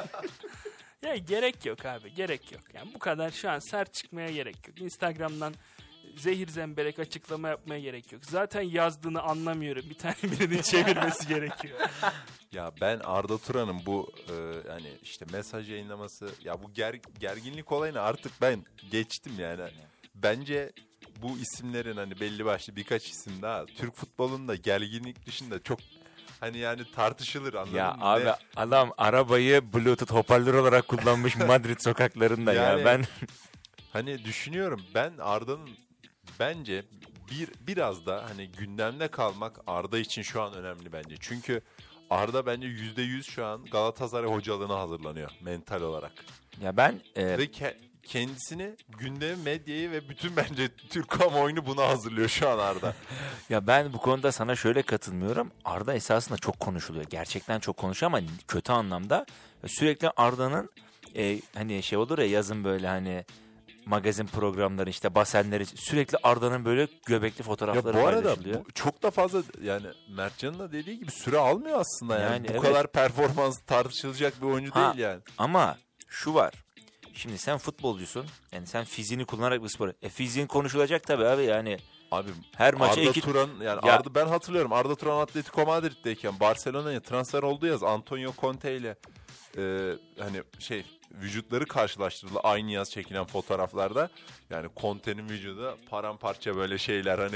Ya gerek yok abi, gerek yok. Yani bu kadar şu an sert çıkmaya gerek yok. Instagram'dan zehir zemberek açıklama yapmaya gerek yok. Zaten yazdığını anlamıyorum. Bir tane birinin çevirmesi gerekiyor.
Ya ben Arda Turan'ın bu hani işte mesaj yayınlaması ya bu gerginlik olayını artık ben geçtim yani. Bence bu isimlerin hani belli başlı birkaç isim daha Türk futbolunda gerginlik dışında çok hani yani tartışılır anladın
Ya
mı?
abi adam arabayı Bluetooth hoparlör olarak kullanmış Madrid sokaklarında ya.
Yani-
Ben
Hani düşünüyorum ben Arda'nın bence biraz da hani gündemde kalmak Arda için şu an önemli bence. Çünkü Arda bence %100 şu an Galatasaray hocalığına hazırlanıyor mental olarak.
ya ben
Ve kendisini gündemi, medyayı ve bütün bence Türk kamuoyunu buna hazırlıyor şu an Arda.
ya ben bu konuda sana şöyle katılmıyorum. Arda esasında çok konuşuluyor. Gerçekten çok konuşuyor ama kötü anlamda. Sürekli Arda'nın hani şey olur ya yazın böyle hani magazin programları işte basenleri sürekli Arda'nın böyle göbekli fotoğrafları
Ya bu arada
paylaşılıyor.
çok da fazla yani Mertcan'ın da dediği gibi süre almıyor aslında yani.
Yani
Bu
evet.
kadar performans tartışılacak bir oyuncu
Ha,
değil yani.
Ama şu var. Şimdi sen futbolcusun. Yani sen fiziğini kullanarak bir spor. Fiziğin konuşulacak tabii abi yani.
Abi
Her maça
Arda
iki...
Turan yani
Ya-
Arda ben hatırlıyorum. Arda Turan Atletico Madrid'deyken Barcelona'ya transfer oldu yaz Antonio Conte ile hani şey vücutları karşılaştırıldı aynı yaz çekilen fotoğraflarda. Yani Conte'nin vücudu paramparça böyle şeyler hani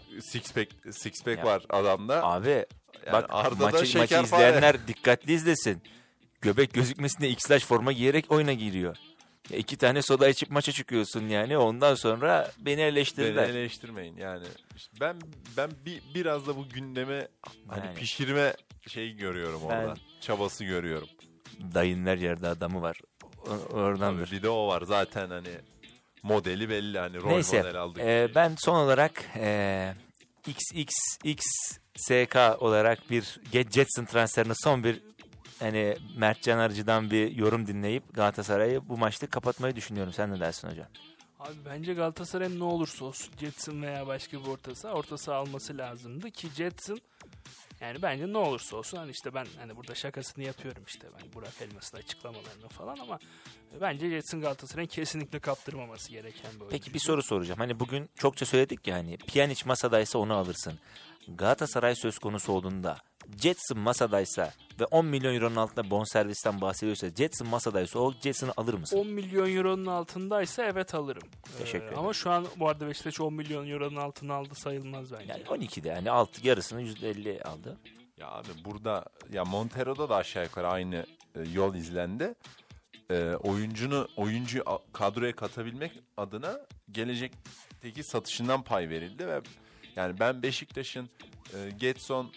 six pack
Ya,
var adamda.
Abi
Yani
bak
Arda'da
maçı
şeker
izleyenler dikkatli izlesin. Göbek gözükmesine X-Large forma giyerek oyuna giriyor. Ya 2 tane soda içip maça çıkıyorsun yani. Ondan sonra beni eleştirdiler.
Beni eleştirmeyin yani. İşte ben biraz da bu gündeme hani
Yani.
pişirme şeyi görüyorum
Ben-
orada. Çabası görüyorum.
Dayının her yerde adamı var. Oradandır.
Tabii bir de o var zaten hani modeli belli hani rol
Neyse
model aldık.
ben son olarak XXXSK olarak bir Jetson transferine son bir hani Mertcan Arıcı'dan bir yorum dinleyip Galatasaray'ı bu maçta kapatmayı düşünüyorum. Sen ne dersin hocam?
Abi bence Galatasaray'ın ne olursa olsun Jetson veya başka bir orta saha alması lazımdı ki Jetson yani bence ne olursa olsun hani işte ben hani burada şakasını yapıyorum işte ben Burak Elmas'ın açıklamalarını falan ama bence Jetson Galatasaray'ın kesinlikle kaptırmaması gereken bir oyuncu.
Peki bir soru soracağım. Hani bugün çokça söyledik ya hani Pjanic masadaysa onu alırsın. Galatasaray söz konusu olduğunda Jetson masadaysa ve 10 milyon euronun altında bonservisten bahsediyorsa Jetson masadaysa o Jetson'ı alır mısın?
10 milyon euronun altındaysa evet alırım.
Teşekkür ederim.
Ama şu an bu arada Beşiktaş 10 milyon euronun altına aldı sayılmaz bence.
Yani 12'de yani altı yarısını %50 aldı.
Ya abi burada ya Montero'da da aşağı yukarı aynı yol izlendi. Oyuncuyu kadroya katabilmek adına gelecekteki satışından pay verildi ve yani ben Beşiktaş'ın Getson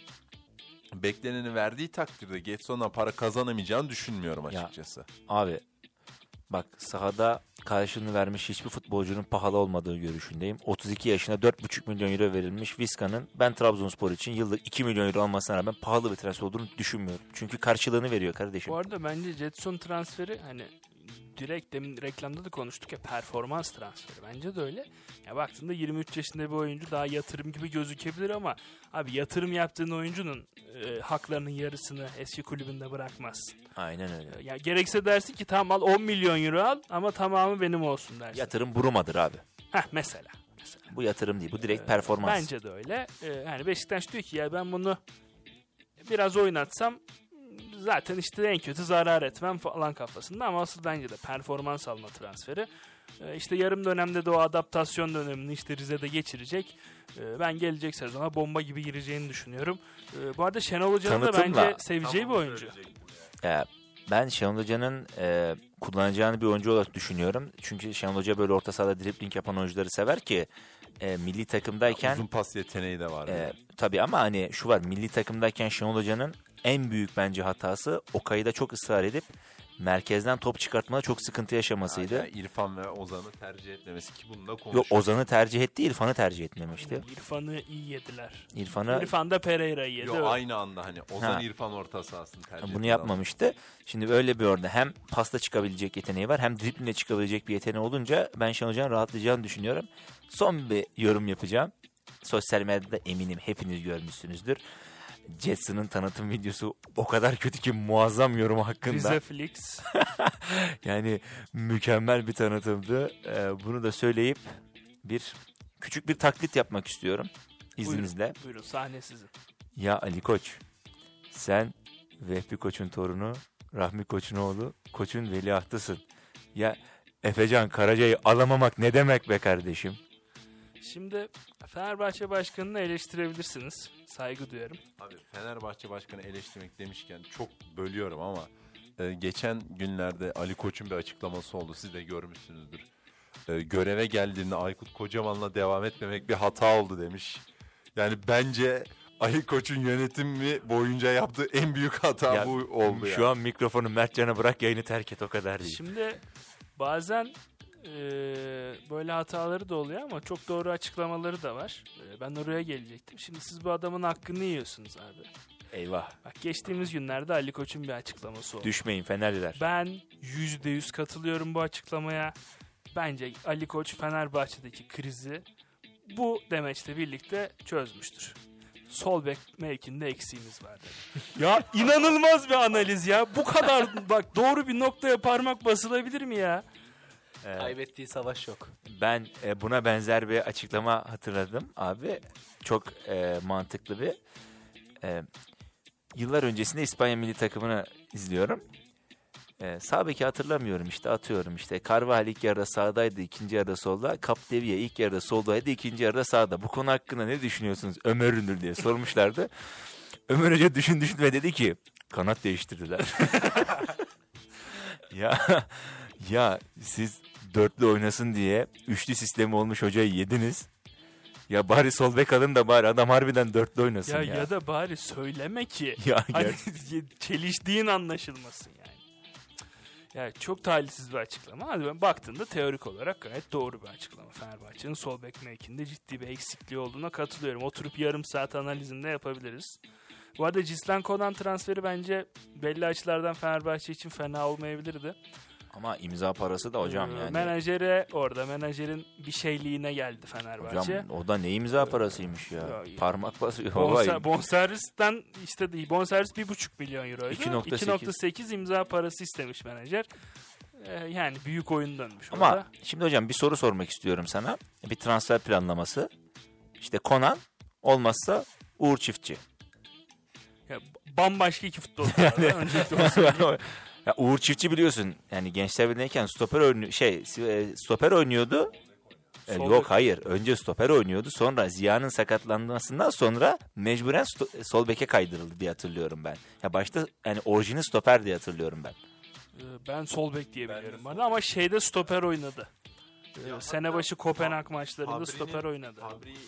bekleneni verdiği takdirde Getson'dan para kazanamayacağını düşünmüyorum açıkçası.
Abi bak sahada karşılığını vermiş hiçbir futbolcunun pahalı olmadığı görüşündeyim. 32 yaşına 4,5 milyon euro verilmiş Vizca'nın ben Trabzonspor için yıllık 2 milyon euro almasına rağmen pahalı bir transfer olduğunu düşünmüyorum. Çünkü karşılığını veriyor kardeşim.
Bu arada bence Jetson transferi hani direkt demin reklamda da konuştuk ya, performans transferi. Bence de öyle. Ya baktığında 23 yaşında bir oyuncu daha yatırım gibi gözükebilir ama abi yatırım yaptığın oyuncunun haklarının yarısını eski kulübünde bırakmazsın.
Aynen öyle.
Ya gerekse dersin ki tamam al 10 milyon euro al ama tamamı benim olsun dersin.
Yatırım Bruma'dır abi.
Mesela.
Bu yatırım değil. Bu direkt performans.
Bence de öyle. Yani Beşiktaş diyor ki ya ben bunu biraz oynatsam zaten işte en kötü zarar etmem falan kafasında ama asıl bence de performans alma transferi. İşte yarım dönemde de o adaptasyon dönemini işte Rize'de geçirecek. Ben gelecek sezona bomba gibi gireceğini düşünüyorum. Bu arada Şenol Hoca'nın da bence seveceği bir oyuncu.
Ben Şenol Hoca'nın kullanacağını bir oyuncu olarak düşünüyorum. Çünkü Şenol Hoca böyle orta sahada dribling yapan oyuncuları sever ki milli takımdayken...
Uzun pas yeteneği de var.
Tabii ama hani şu var, milli takımdayken Şenol Hoca'nın en büyük bence hatası Okay'ı da çok ısrar edip merkezden top çıkartmada çok sıkıntı yaşamasıydı.
Yani İrfan ve Ozan'ı tercih etmemesi ki bununla konuşuyoruz.
Yok, Ozan'ı tercih etti, İrfan'ı tercih etmemişti.
İrfan'ı iyi yediler.
İrfan
da Pereira'yı yedi.
Yok, aynı anda hani Ozan İrfan orta sahasını tercih etti.
Bunu yapmamıştı. Şimdi öyle bir orada hem pasta çıkabilecek yeteneği var hem driblingle çıkabilecek bir yeteneği olunca ben Şenol Hoca'nın rahatlayacağını düşünüyorum. Son bir yorum yapacağım. Sosyal medyada eminim hepiniz görmüşsünüzdür. Jetson'ın tanıtım videosu o kadar kötü ki muazzam yorum hakkında.
Rize Flix.
Yani mükemmel bir tanıtımdı. Bunu da söyleyip küçük bir taklit yapmak istiyorum. İzninizle.
Buyurun sahne sizin.
Ya Ali Koç, sen Vehbi Koç'un torunu, Rahmi Koç'un oğlu, Koç'un veliahtısın. Ya Efecan Karaca'yı alamamak ne demek be kardeşim?
Şimdi Fenerbahçe Başkanı'nı eleştirebilirsiniz. Saygı duyarım.
Abi Fenerbahçe Başkanı eleştirmek demişken çok bölüyorum ama geçen günlerde Ali Koç'un bir açıklaması oldu. Siz de görmüşsünüzdür. Göreve geldiğinde Aykut Kocaman'la devam etmemek bir hata oldu demiş. Yani bence Ali Koç'un yönetimi boyunca yaptığı en büyük hata
ya,
bu oldu.
Şu an mikrofonu Mertcan'a bırak, yayını terk et, o kadar değil.
Şimdi bazen böyle hataları da oluyor ama çok doğru açıklamaları da var. Ben oraya gelecektim. Şimdi siz bu adamın hakkını yiyorsunuz abi.
Eyvah.
Bak geçtiğimiz günlerde Ali Koç'un bir açıklaması oldu.
Düşmeyin Fenerliler.
Ben %100 katılıyorum bu açıklamaya. Bence Ali Koç Fenerbahçe'deki krizi bu demeçle birlikte çözmüştür. Sol bek mevkinde eksiğimiz var dedi. Ya inanılmaz bir analiz ya. Bu kadar bak doğru bir noktaya parmak basılabilir mi ya?
Kaybettiği savaş yok.
Ben buna benzer bir açıklama hatırladım abi. Çok mantıklı bir. Yıllar öncesinde İspanya milli takımını izliyorum. Sağ beki hatırlamıyorum, işte atıyorum işte. Carvajal ilk yarıda sağdaydı, ikinci yarıda solda. Capdevia ilk yarıda soldaydı, ikinci yarıda sağda. Bu konu hakkında ne düşünüyorsunuz Ömer Ünlü diye sormuşlardı. Ömer Hoca düşün ve dedi ki kanat değiştirdiler. Ya siz dörtlü oynasın diye üçlü sistemi olmuş hocayı yediniz. Ya bari sol bek alın da bari adam harbiden dörtlü oynasın ya.
Ya da bari söyleme ki.
Ya
hani çeliştiğin anlaşılmasın yani. Yani çok talihsiz bir açıklama. Hadi ben baktığımda teorik olarak gayet doğru bir açıklama. Fenerbahçe'nin sol bek mevkinde ciddi bir eksikliği olduğuna katılıyorum. Oturup yarım saat analizinde yapabiliriz. Bu arada Cislan Konan transferi bence belli açılardan Fenerbahçe için fena olmayabilirdi.
Ama imza parası da hocam yani.
Menajerin bir şeyliğine geldi Fenerbahçe.
Hocam o da ne imza parasıymış ya. Parmak basıyor.
Bonservisten işte bonservis 1,5 milyon euroydu.
2,8
imza parası istemiş menajer. Yani büyük oyun dönmüş
ama
orada.
Şimdi hocam bir soru sormak istiyorum sana. Bir transfer planlaması. İşte Konan olmazsa Uğur Çiftçi.
Ya, bambaşka iki futbolcu var. Öncelikle onu söyleyeyim.
Ya Uğur Çiftçi biliyorsun yani Gençler Birliği'ndeyken stoper oynuyordu. Yok hayır, önce stoper oynuyordu, sonra Ziya'nın sakatlanmasından sonra mecburen sol beke kaydırıldı diye hatırlıyorum ben. Ya başta yani orijinal stoper diye hatırlıyorum ben.
Ben sol bek diye biliyorum bana ama stoper oynadı. Sene başı Kopenhag maçlarında stoper oynadı.
Fabri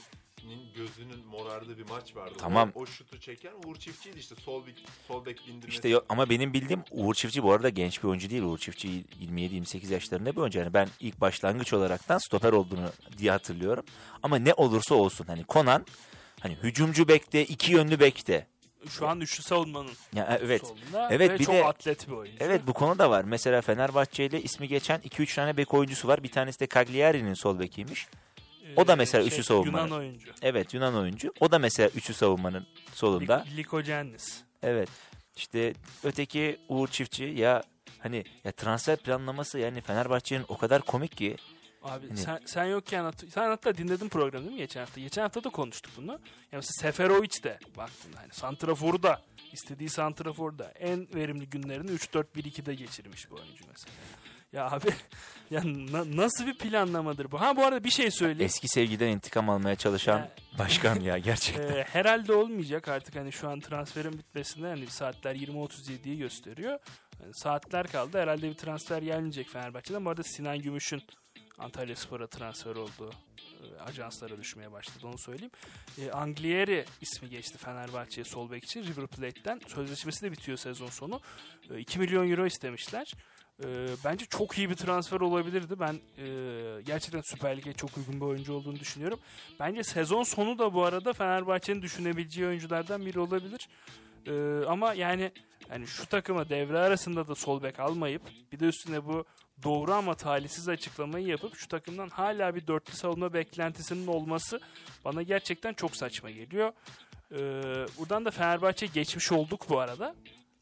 Fenerbahçe'nin gözünün morardığı bir maç vardı.
Tamam.
O şutu çeken Uğur Çiftçi'ydi işte. Sol bek bindirmesi.
İşte yok, ama benim bildiğim Uğur Çiftçi bu arada genç bir oyuncu değil. Uğur Çiftçi 27-28 yaşlarında bir oyuncu. Yani ben ilk başlangıç olaraktan stoper olduğunu diye hatırlıyorum. Ama ne olursa olsun hani Konan hani hücumcu bekte, iki yönlü bekte.
Şu an üçlü savunmanın
Ya evet.
solunda
Evet,
ve
bir
çok
de-
atlet bir oyuncu.
Evet, bu konu da var. Mesela Fenerbahçe ile ismi geçen 2-3 tane bek oyuncusu var. Bir tanesi de Cagliari'nin sol bekiymiş. O da mesela üçlü savunmanın.
Yunan oyuncu.
Evet, Yunan oyuncu. O da mesela üçlü savunmanın solunda.
Likocennis.
Evet. İşte öteki Uğur Çiftçi ya hani ya transfer planlaması yani Fenerbahçe'nin o kadar komik ki.
Abi
Hani-
sen yokken sen hatta dinledin programı değil mi geçen hafta? Geçen hafta da konuştuk bunu. Yani mesela Seferovic de baktın hani santraforu da istediği santraforu da en verimli günlerini 3-4-1-2'de geçirmiş bu oyuncu mesela. Ya abi ya nasıl bir planlamadır bu? Ha bu arada bir şey söyleyeyim.
Eski sevgiden intikam almaya çalışan
Ya-
başkan ya gerçekten.
Herhalde olmayacak artık hani şu an transferin bitmesinde hani saatler 20.37'yi gösteriyor. Yani saatler kaldı herhalde bir transfer gelmeyecek Fenerbahçe'den. Bu arada Sinan Gümüş'ün Antalyaspor'a transfer olduğu ajanslara düşmeye başladı onu söyleyeyim. Anglieri ismi geçti Fenerbahçe'ye sol bek için River Plate'den. Sözleşmesi de bitiyor sezon sonu. 2 milyon euro istemişler. Bence çok iyi bir transfer olabilirdi. Ben gerçekten Süper Lig'e çok uygun bir oyuncu olduğunu düşünüyorum. Bence sezon sonu da bu arada Fenerbahçe'nin düşünebileceği oyunculardan biri olabilir. Ama yani şu takıma devre arasında da sol bek almayıp bir de üstüne bu doğru ama talihsiz açıklamayı yapıp şu takımdan hala bir dörtlü savunma beklentisinin olması bana gerçekten çok saçma geliyor. Buradan da Fenerbahçe geçmiş olduk bu arada.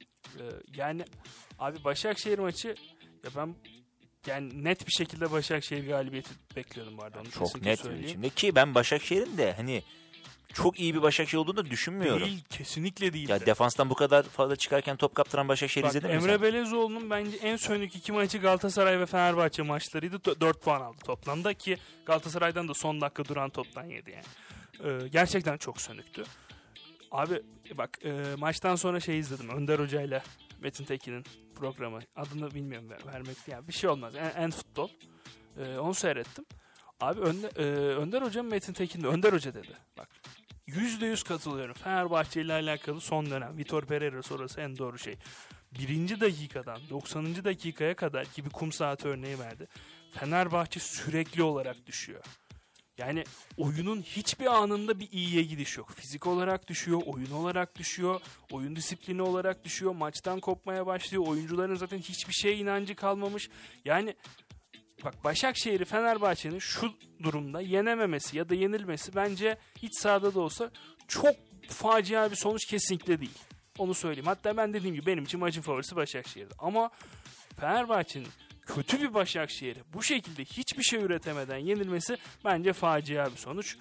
Yani abi Başakşehir maçı ya ben yani net bir şekilde Başakşehir galibiyeti bekliyordum bu arada. Onu
Çok
kesinlikle
net bir
söyleyeyim.
biçimde ki ben Başakşehir'in de hani çok iyi bir Başakşehir olduğunu da düşünmüyorum.
Değil, kesinlikle değil.
Ya defanstan bu kadar fazla çıkarken top kaptıran Başakşehir
Bak,
izledin mi
Emre
sen?
Belezoğlu'nun bence en sönük iki maçı Galatasaray ve Fenerbahçe maçlarıydı. 4 puan aldı toplamda ki Galatasaray'dan da son dakika duran toptan yedi yani. Gerçekten çok sönüktü. Abi bak maçtan sonra izledim. Önder Hoca'yla Metin Tekin'in programı. Adını bilmiyorum vermek yani bir şey olmaz. En futbol. Onu seyrettim. Abi Önder Hoca mı Metin Tekin mi? Önder Hoca dedi. Bak %100 katılıyorum. Fenerbahçe ile alakalı son dönem Vitor Pereira sonrası en doğru şey. 1. dakikadan 90. dakikaya kadar ki bir kum saati örneği verdi. Fenerbahçe sürekli olarak düşüyor. Yani oyunun hiçbir anında bir iyiye gidiş yok. Fizik olarak düşüyor, oyun olarak düşüyor, oyun disiplini olarak düşüyor, maçtan kopmaya başlıyor. Oyuncuların zaten hiçbir şeye inancı kalmamış. Yani bak Başakşehir'i Fenerbahçe'nin şu durumda yenememesi ya da yenilmesi bence iç sahada da olsa çok facia bir sonuç kesinlikle değil. Onu söyleyeyim. Hatta ben dediğim gibi benim için maçın favorisi Başakşehir'di. Ama Fenerbahçe'nin kötü bir Başakşehir'i bu şekilde hiçbir şey üretemeden yenilmesi bence facia bir sonuç.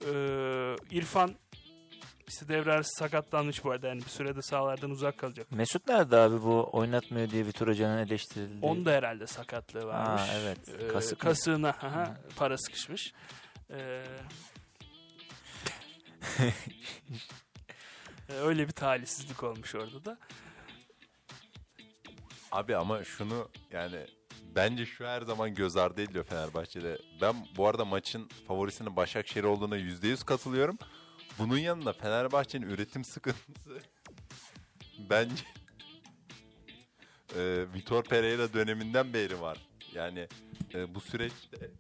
İrfan işte devre arası sakatlanmış bu arada. Yani bir sürede sahalardan uzak kalacak.
Mesut nerede abi bu oynatmıyor diye Vitor Hoca'nın eleştirildi.
Onda herhalde sakatlığı varmış.
Evet.
Kasığına para sıkışmış. Öyle bir talihsizlik olmuş orada da.
Abi ama şunu yani bence şu her zaman göz ardı ediliyor Fenerbahçe'de. Ben bu arada maçın favorisinin Başakşehir olduğuna %100 katılıyorum. Bunun yanında Fenerbahçe'nin üretim sıkıntısı bence Vitor Pereira döneminden beri var. Yani bu süreçte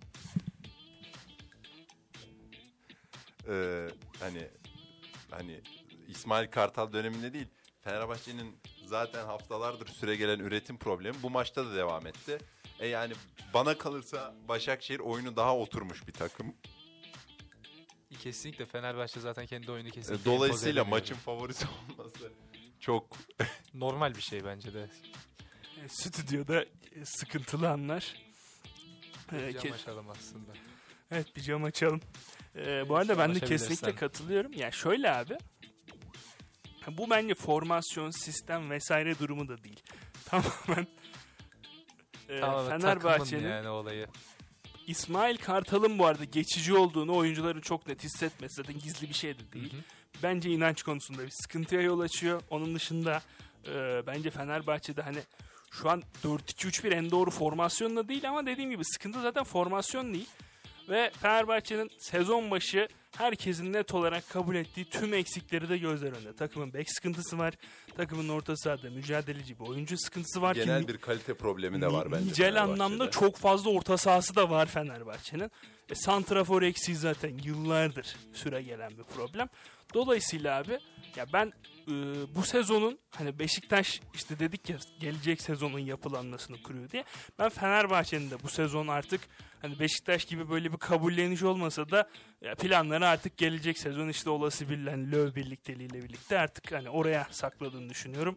hani İsmail Kartal döneminde değil, Fenerbahçe'nin zaten haftalardır süregelen üretim problemi bu maçta da devam etti. Yani bana kalırsa Başakşehir oyunu daha oturmuş bir takım.
Kesinlikle Fenerbahçe zaten kendi oyunu kesinlikle
Dolayısıyla
empoze
maçın favorisi olması çok
normal bir şey bence de.
Stüdyoda sıkıntılı anlar.
Bir cam açalım aslında.
Evet bir cam açalım. Bu arada ben de
Açabilirsen.
kesinlikle katılıyorum. Yani şöyle abi. Bu bence formasyon, sistem vesaire durumu da değil. Tamamen
Tamamen
Fenerbahçe'nin
takımın yani olayı.
İsmail Kartal'ın bu arada geçici olduğunu oyuncuların çok net hissetmesi zaten gizli bir şey de değil.
Hı hı.
Bence inanç konusunda bir sıkıntıya yol açıyor. Onun dışında bence Fenerbahçe'de hani şu an 4-2-3-1 en doğru formasyonla değil ama dediğim gibi sıkıntı zaten formasyon değil. Ve Fenerbahçe'nin sezon başı herkesin net olarak kabul ettiği tüm eksikleri de gözler önünde. Takımın bek sıkıntısı var. Takımın orta sahada mücadeleci bir oyuncu sıkıntısı var.
Genel bir kalite problemi de var bence.
Nicel anlamda çok fazla orta sahası da var Fenerbahçe'nin. Santrafor eksiği zaten yıllardır süre gelen bir problem. Dolayısıyla abi ya ben bu sezonun hani Beşiktaş işte dedik ya gelecek sezonun yapılanmasını kuruyor diye. Ben Fenerbahçe'nin de bu sezon artık hani Beşiktaş gibi böyle bir kabulleniş olmasa da planları artık gelecek sezon işte olası bir Löw birlikteliğiyle birlikte artık hani oraya sakladığını düşünüyorum.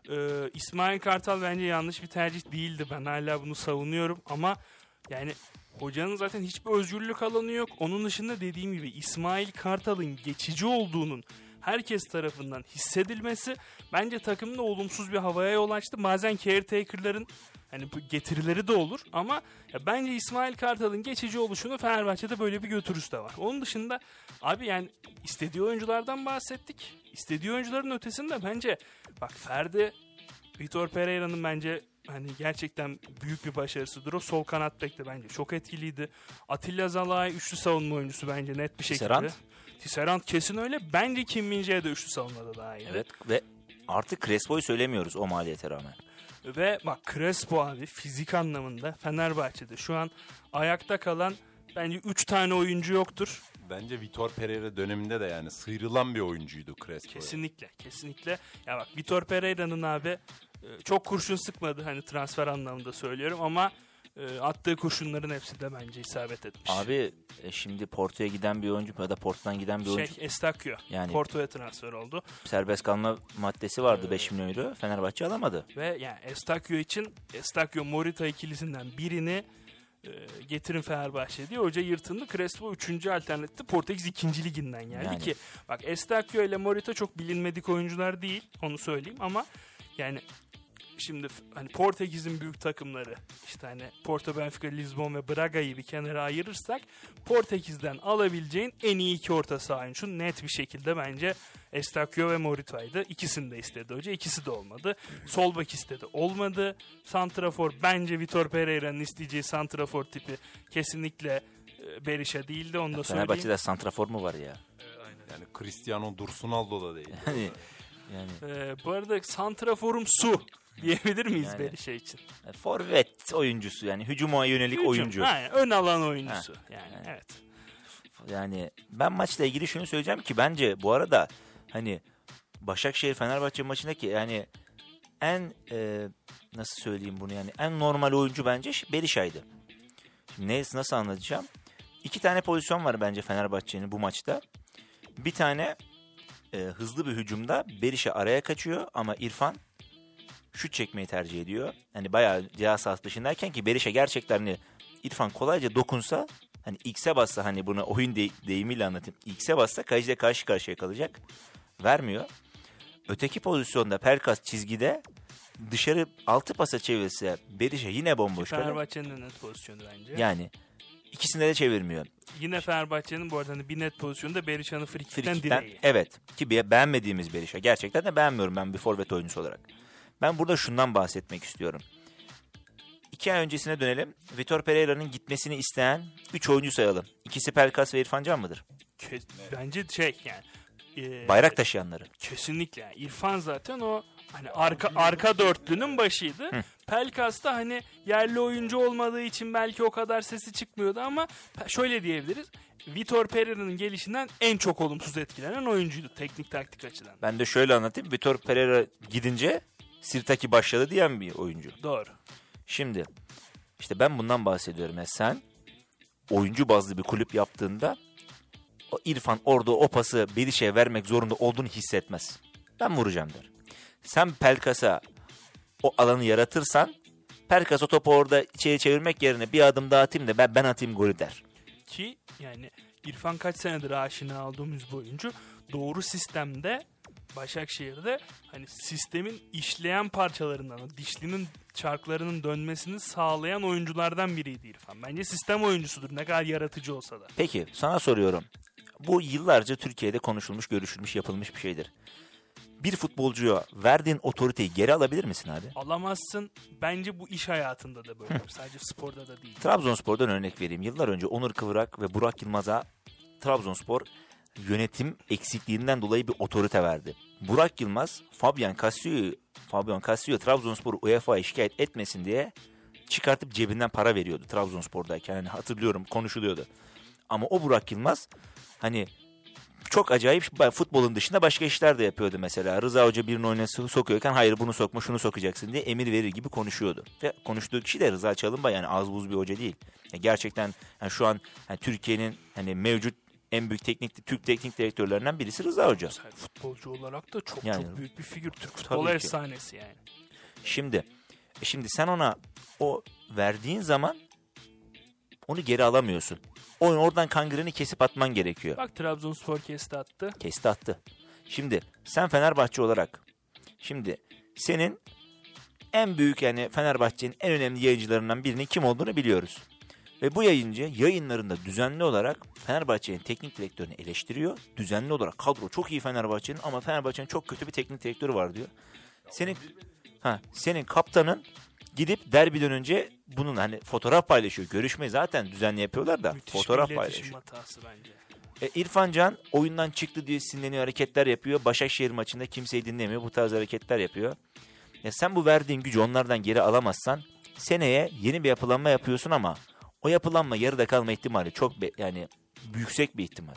İsmail Kartal bence yanlış bir tercih değildi. Ben hala bunu savunuyorum ama yani hocanın zaten hiçbir özgürlük alanı yok. Onun dışında dediğim gibi İsmail Kartal'ın geçici olduğunun herkes tarafından hissedilmesi bence takımda olumsuz bir havaya yol açtı. Bazen caretaker'ların hani getirileri de olur ama ya bence İsmail Kartal'ın geçici oluşunu Fenerbahçe'de böyle bir götürüsü de var. Onun dışında abi yani istediği oyunculardan bahsettik. İstediği oyuncuların ötesinde bence bak Ferdi, Vitor Pereira'nın bence hani gerçekten büyük bir başarısıdır. O sol kanat bek de bence çok etkiliydi. Atilla Zalai üçlü savunma oyuncusu bence net bir şekilde. Tisserand kesin öyle. Bence Kim Min-jae de üçlü savunmada daha iyi.
Evet ve artık Crespo'yu söylemiyoruz o maliyete rağmen.
Ve bak Crespo abi fizik anlamında Fenerbahçe'de şu an ayakta kalan bence 3 tane oyuncu yoktur.
Bence Vitor Pereira döneminde de yani sıyrılan bir oyuncuydu Crespo.
Kesinlikle. Ya bak Vitor Pereira'nın abi çok kurşun sıkmadı hani transfer anlamında söylüyorum ama attığı kurşunların hepsi de bence isabet etmiş.
Abi şimdi Porto'ya giden bir oyuncu ya da Porto'dan giden bir oyuncu.
Eustáquio. Yani Porto'ya transfer oldu.
Serbest kalma maddesi vardı 5 milyon euro. Fenerbahçe alamadı.
Ve yani Eustáquio için Morita ikilisinden birini getirin Fenerbahçe diye hoca yırtındı. Crespo 3. alternatifti. Portekiz 2. liginden geldi ki bak Eustáquio ile Morita çok bilinmedik oyuncular değil. Onu söyleyeyim ama yani şimdi hani Portekiz'in büyük takımları işte hani Porto, Benfica, Lisbon ve Braga'yı bir kenara ayırırsak Portekiz'den alabileceğin en iyi iki orta saha oyuncusu net bir şekilde bence Eustáquio ve Morita'ydı. İkisini de istedi hoca. İkisi de olmadı. Sol bek istedi. Olmadı. Santrafor bence Vitor Pereira'nın isteyeceği santrafor tipi kesinlikle Berisha değildi. Onu da söyleyeyim.
Fenerbahçe'de santrafor mu var ya?
Yani Cristiano Dursunaldo da değil.
Yani.
Bu arada santraforum su diyebilir miyiz yani, Berisha için?
Forvet oyuncusu yani hücuma yönelik oyuncu.
Aynen, ön alan oyuncusu. Yani evet.
Yani ben maçla ilgili şunu söyleyeceğim ki bence bu arada hani Başakşehir Fenerbahçe maçındaki yani en nasıl söyleyeyim bunu yani en normal oyuncu bence Berisha'ydı. Şimdi nasıl anlatacağım? 2 tane pozisyon var bence Fenerbahçe'nin bu maçta. Bir tane hızlı bir hücumda Berisha araya kaçıyor ama İrfan şut çekmeyi tercih ediyor. Hani bayağı ceza sahası dışındayken ki Berisha gerçekten hani İrfan kolayca dokunsa hani X'e bassa hani bunu oyun deyimiyle anlatayım. X'e bassa kaleciyle karşı karşıya kalacak. Vermiyor. Öteki pozisyonda Pelkas çizgide dışarı 6 pasa çevirse Berisha yine bomboş.
Fenerbahçe'nin net pozisyonu bence.
Yani ikisinde de çevirmiyor.
Yine Fenerbahçe'nin bu arada hani bir net pozisyonda Berisha'nın frikikten direği.
Evet ki beğenmediğimiz Berisha. Gerçekten de beğenmiyorum ben bir forvet oyuncusu olarak. Ben burada şundan bahsetmek istiyorum. 2 ay öncesine dönelim. Vitor Pereira'nın gitmesini isteyen 3 oyuncu sayalım. İkisi Pelkas ve İrfan Can mıdır?
Bence yani.
Bayrak taşıyanları.
Kesinlikle. Yani İrfan zaten o hani arka dörtlünün başıydı. Pelkas da hani yerli oyuncu olmadığı için belki o kadar sesi çıkmıyordu ama şöyle diyebiliriz. Vitor Pereira'nın gelişinden en çok olumsuz etkilenen oyuncuydu teknik taktik açıdan.
Ben de şöyle anlatayım. Vitor Pereira gidince Sirtaki başladı diyen bir oyuncu.
Doğru.
Şimdi işte ben bundan bahsediyorum. Yani sen oyuncu bazlı bir kulüp yaptığında o İrfan orada o pası Berisha'ya vermek zorunda olduğunu hissetmez. Ben vuracağım der. Sen Pelkas'a o alanı yaratırsan Pelkas o topu orada içeri çevirmek yerine bir adım daha atayım da ben atayım golü der.
Ki yani İrfan kaç senedir aşina aldığımız bu oyuncu doğru sistemde Başakşehir'de hani sistemin işleyen parçalarından, dişlinin çarklarının dönmesini sağlayan oyunculardan biriydi İrfan. Bence sistem oyuncusudur ne kadar yaratıcı olsa da.
Peki sana soruyorum. Bu yıllarca Türkiye'de konuşulmuş, görüşülmüş, yapılmış bir şeydir. bir futbolcuya verdiğin otoriteyi geri alabilir misin abi?
Alamazsın. Bence bu iş hayatında da böyle. Sadece sporda da değil.
Trabzonspor'dan örnek vereyim. Yıllar önce Onur Kıvrak ve Burak Yılmaz'a Trabzonspor yönetim eksikliğinden dolayı bir otorite verdi. Burak Yılmaz, Fabian Castillo Trabzonspor'u UEFA'ya şikayet etmesin diye çıkartıp cebinden para veriyordu Trabzonspor'dayken. Hani hatırlıyorum, konuşuluyordu. Ama o Burak Yılmaz hani çok acayip futbolun dışında başka işler de yapıyordu mesela. Rıza Hoca birini oyuna sokuyorken hayır bunu sokma şunu sokacaksın diye emir verir gibi konuşuyordu. Ve konuştuğu kişi de Rıza Çalınbay, yani az buz bir hoca değil. Yani gerçekten yani şu an yani Türkiye'nin hani mevcut en büyük Türk teknik direktörlerinden birisi Rıza Hoca.
Futbolcu olarak da çok
Yani,
çok büyük bir figür. Türk futbolu efsanesi yani.
Şimdi sen ona o verdiğin zaman onu geri alamıyorsun. Oradan kangırını kesip atman gerekiyor.
Bak Trabzonspor kesti
attı. Şimdi sen Fenerbahçe olarak senin en büyük yani Fenerbahçe'nin en önemli yayıncılarından birinin kim olduğunu biliyoruz. Ve bu yayıncı yayınlarında düzenli olarak Fenerbahçe'nin teknik direktörünü eleştiriyor. Düzenli olarak kadro çok iyi Fenerbahçe'nin ama Fenerbahçe'nin çok kötü bir teknik direktörü var diyor. Senin kaptanın gidip derbiden önce bunun hani fotoğraf paylaşıyor. Görüşmeyi zaten düzenli yapıyorlar da
müthiş
fotoğraf
bir
paylaşıyor.
Hatası bence.
İrfan Can oyundan çıktı diye sinirleniyor, hareketler yapıyor. Başakşehir maçında kimseyi dinlemiyor. Bu tarz hareketler yapıyor. Sen bu verdiğin gücü onlardan geri alamazsan seneye yeni bir yapılanma yapıyorsun ama o yapılanma yarıda kalma ihtimali çok yani yüksek bir ihtimal.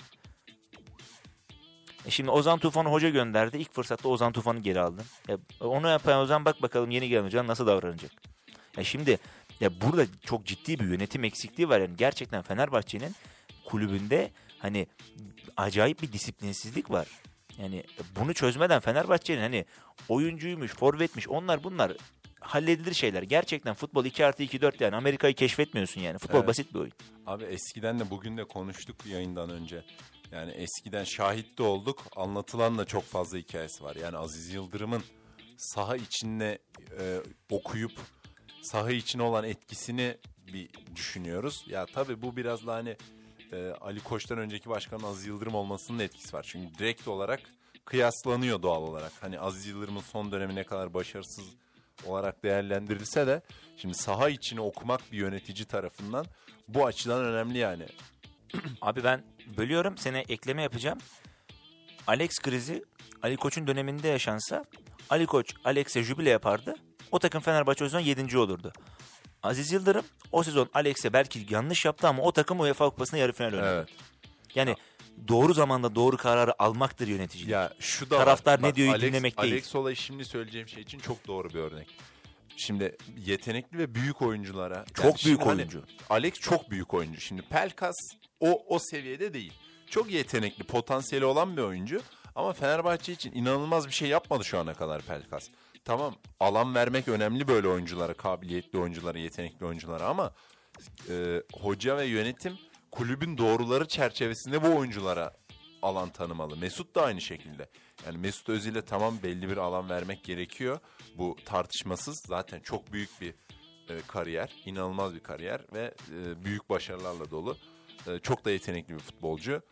Şimdi Ozan Tufan'ı hoca gönderdi. İlk fırsatta Ozan Tufan'ı geri aldın. Onu yapan Ozan bak bakalım yeni gelen hoca nasıl davranacak. Şimdi burada çok ciddi bir yönetim eksikliği var. Yani gerçekten Fenerbahçe'nin kulübünde hani acayip bir disiplinsizlik var. Yani bunu çözmeden Fenerbahçe'nin hani oyuncuymuş, forvetmiş bunlar halledilir şeyler. Gerçekten futbol 2+2=4 yani Amerika'yı keşfetmiyorsun yani. Futbol basit bir oyun.
Abi eskiden de bugün de konuştuk yayından önce. Yani eskiden şahit de olduk. Anlatılan da çok fazla hikayesi var. Yani Aziz Yıldırım'ın saha içinde okuyup saha içine olan etkisini bir düşünüyoruz. Ya tabii bu biraz da hani Ali Koç'tan önceki başkanın Aziz Yıldırım olmasının etkisi var. Çünkü direkt olarak kıyaslanıyor doğal olarak. Hani Aziz Yıldırım'ın son dönemi ne kadar başarısız olarak değerlendirilse de şimdi saha içini okumak bir yönetici tarafından bu açıdan önemli yani.
Abi ben bölüyorum, sana ekleme yapacağım. Alex krizi Ali Koç'un döneminde yaşansa Ali Koç Alex'e jübile yapardı. O takım Fenerbahçe o yüzden 7. olurdu. Aziz Yıldırım o sezon Alex'e belki yanlış yaptı ama o takım UEFA Kupası'na yarı final oynadı. Evet. Yani doğru zamanda doğru kararı almaktır yöneticilik.
Ya şu da
taraftar
var.
Ne diyor dinlemek değil.
Alex olayı şimdi söyleyeceğim şey için çok doğru bir örnek. Şimdi yetenekli ve büyük oyunculara.
Çok büyük oyuncu.
Hani Alex çok büyük oyuncu. Şimdi Pelkas o seviyede değil. Çok yetenekli, potansiyeli olan bir oyuncu. Ama Fenerbahçe için inanılmaz bir şey yapmadı şu ana kadar Pelkas. Tamam, alan vermek önemli böyle oyunculara, kabiliyetli oyunculara, yetenekli oyunculara ama hoca ve yönetim kulübün doğruları çerçevesinde bu oyunculara alan tanımalı. Mesut da aynı şekilde. Yani Mesut Özil'e tamam belli bir alan vermek gerekiyor. Bu tartışmasız, zaten çok büyük bir kariyer, inanılmaz bir kariyer ve büyük başarılarla dolu. Çok da yetenekli bir futbolcu.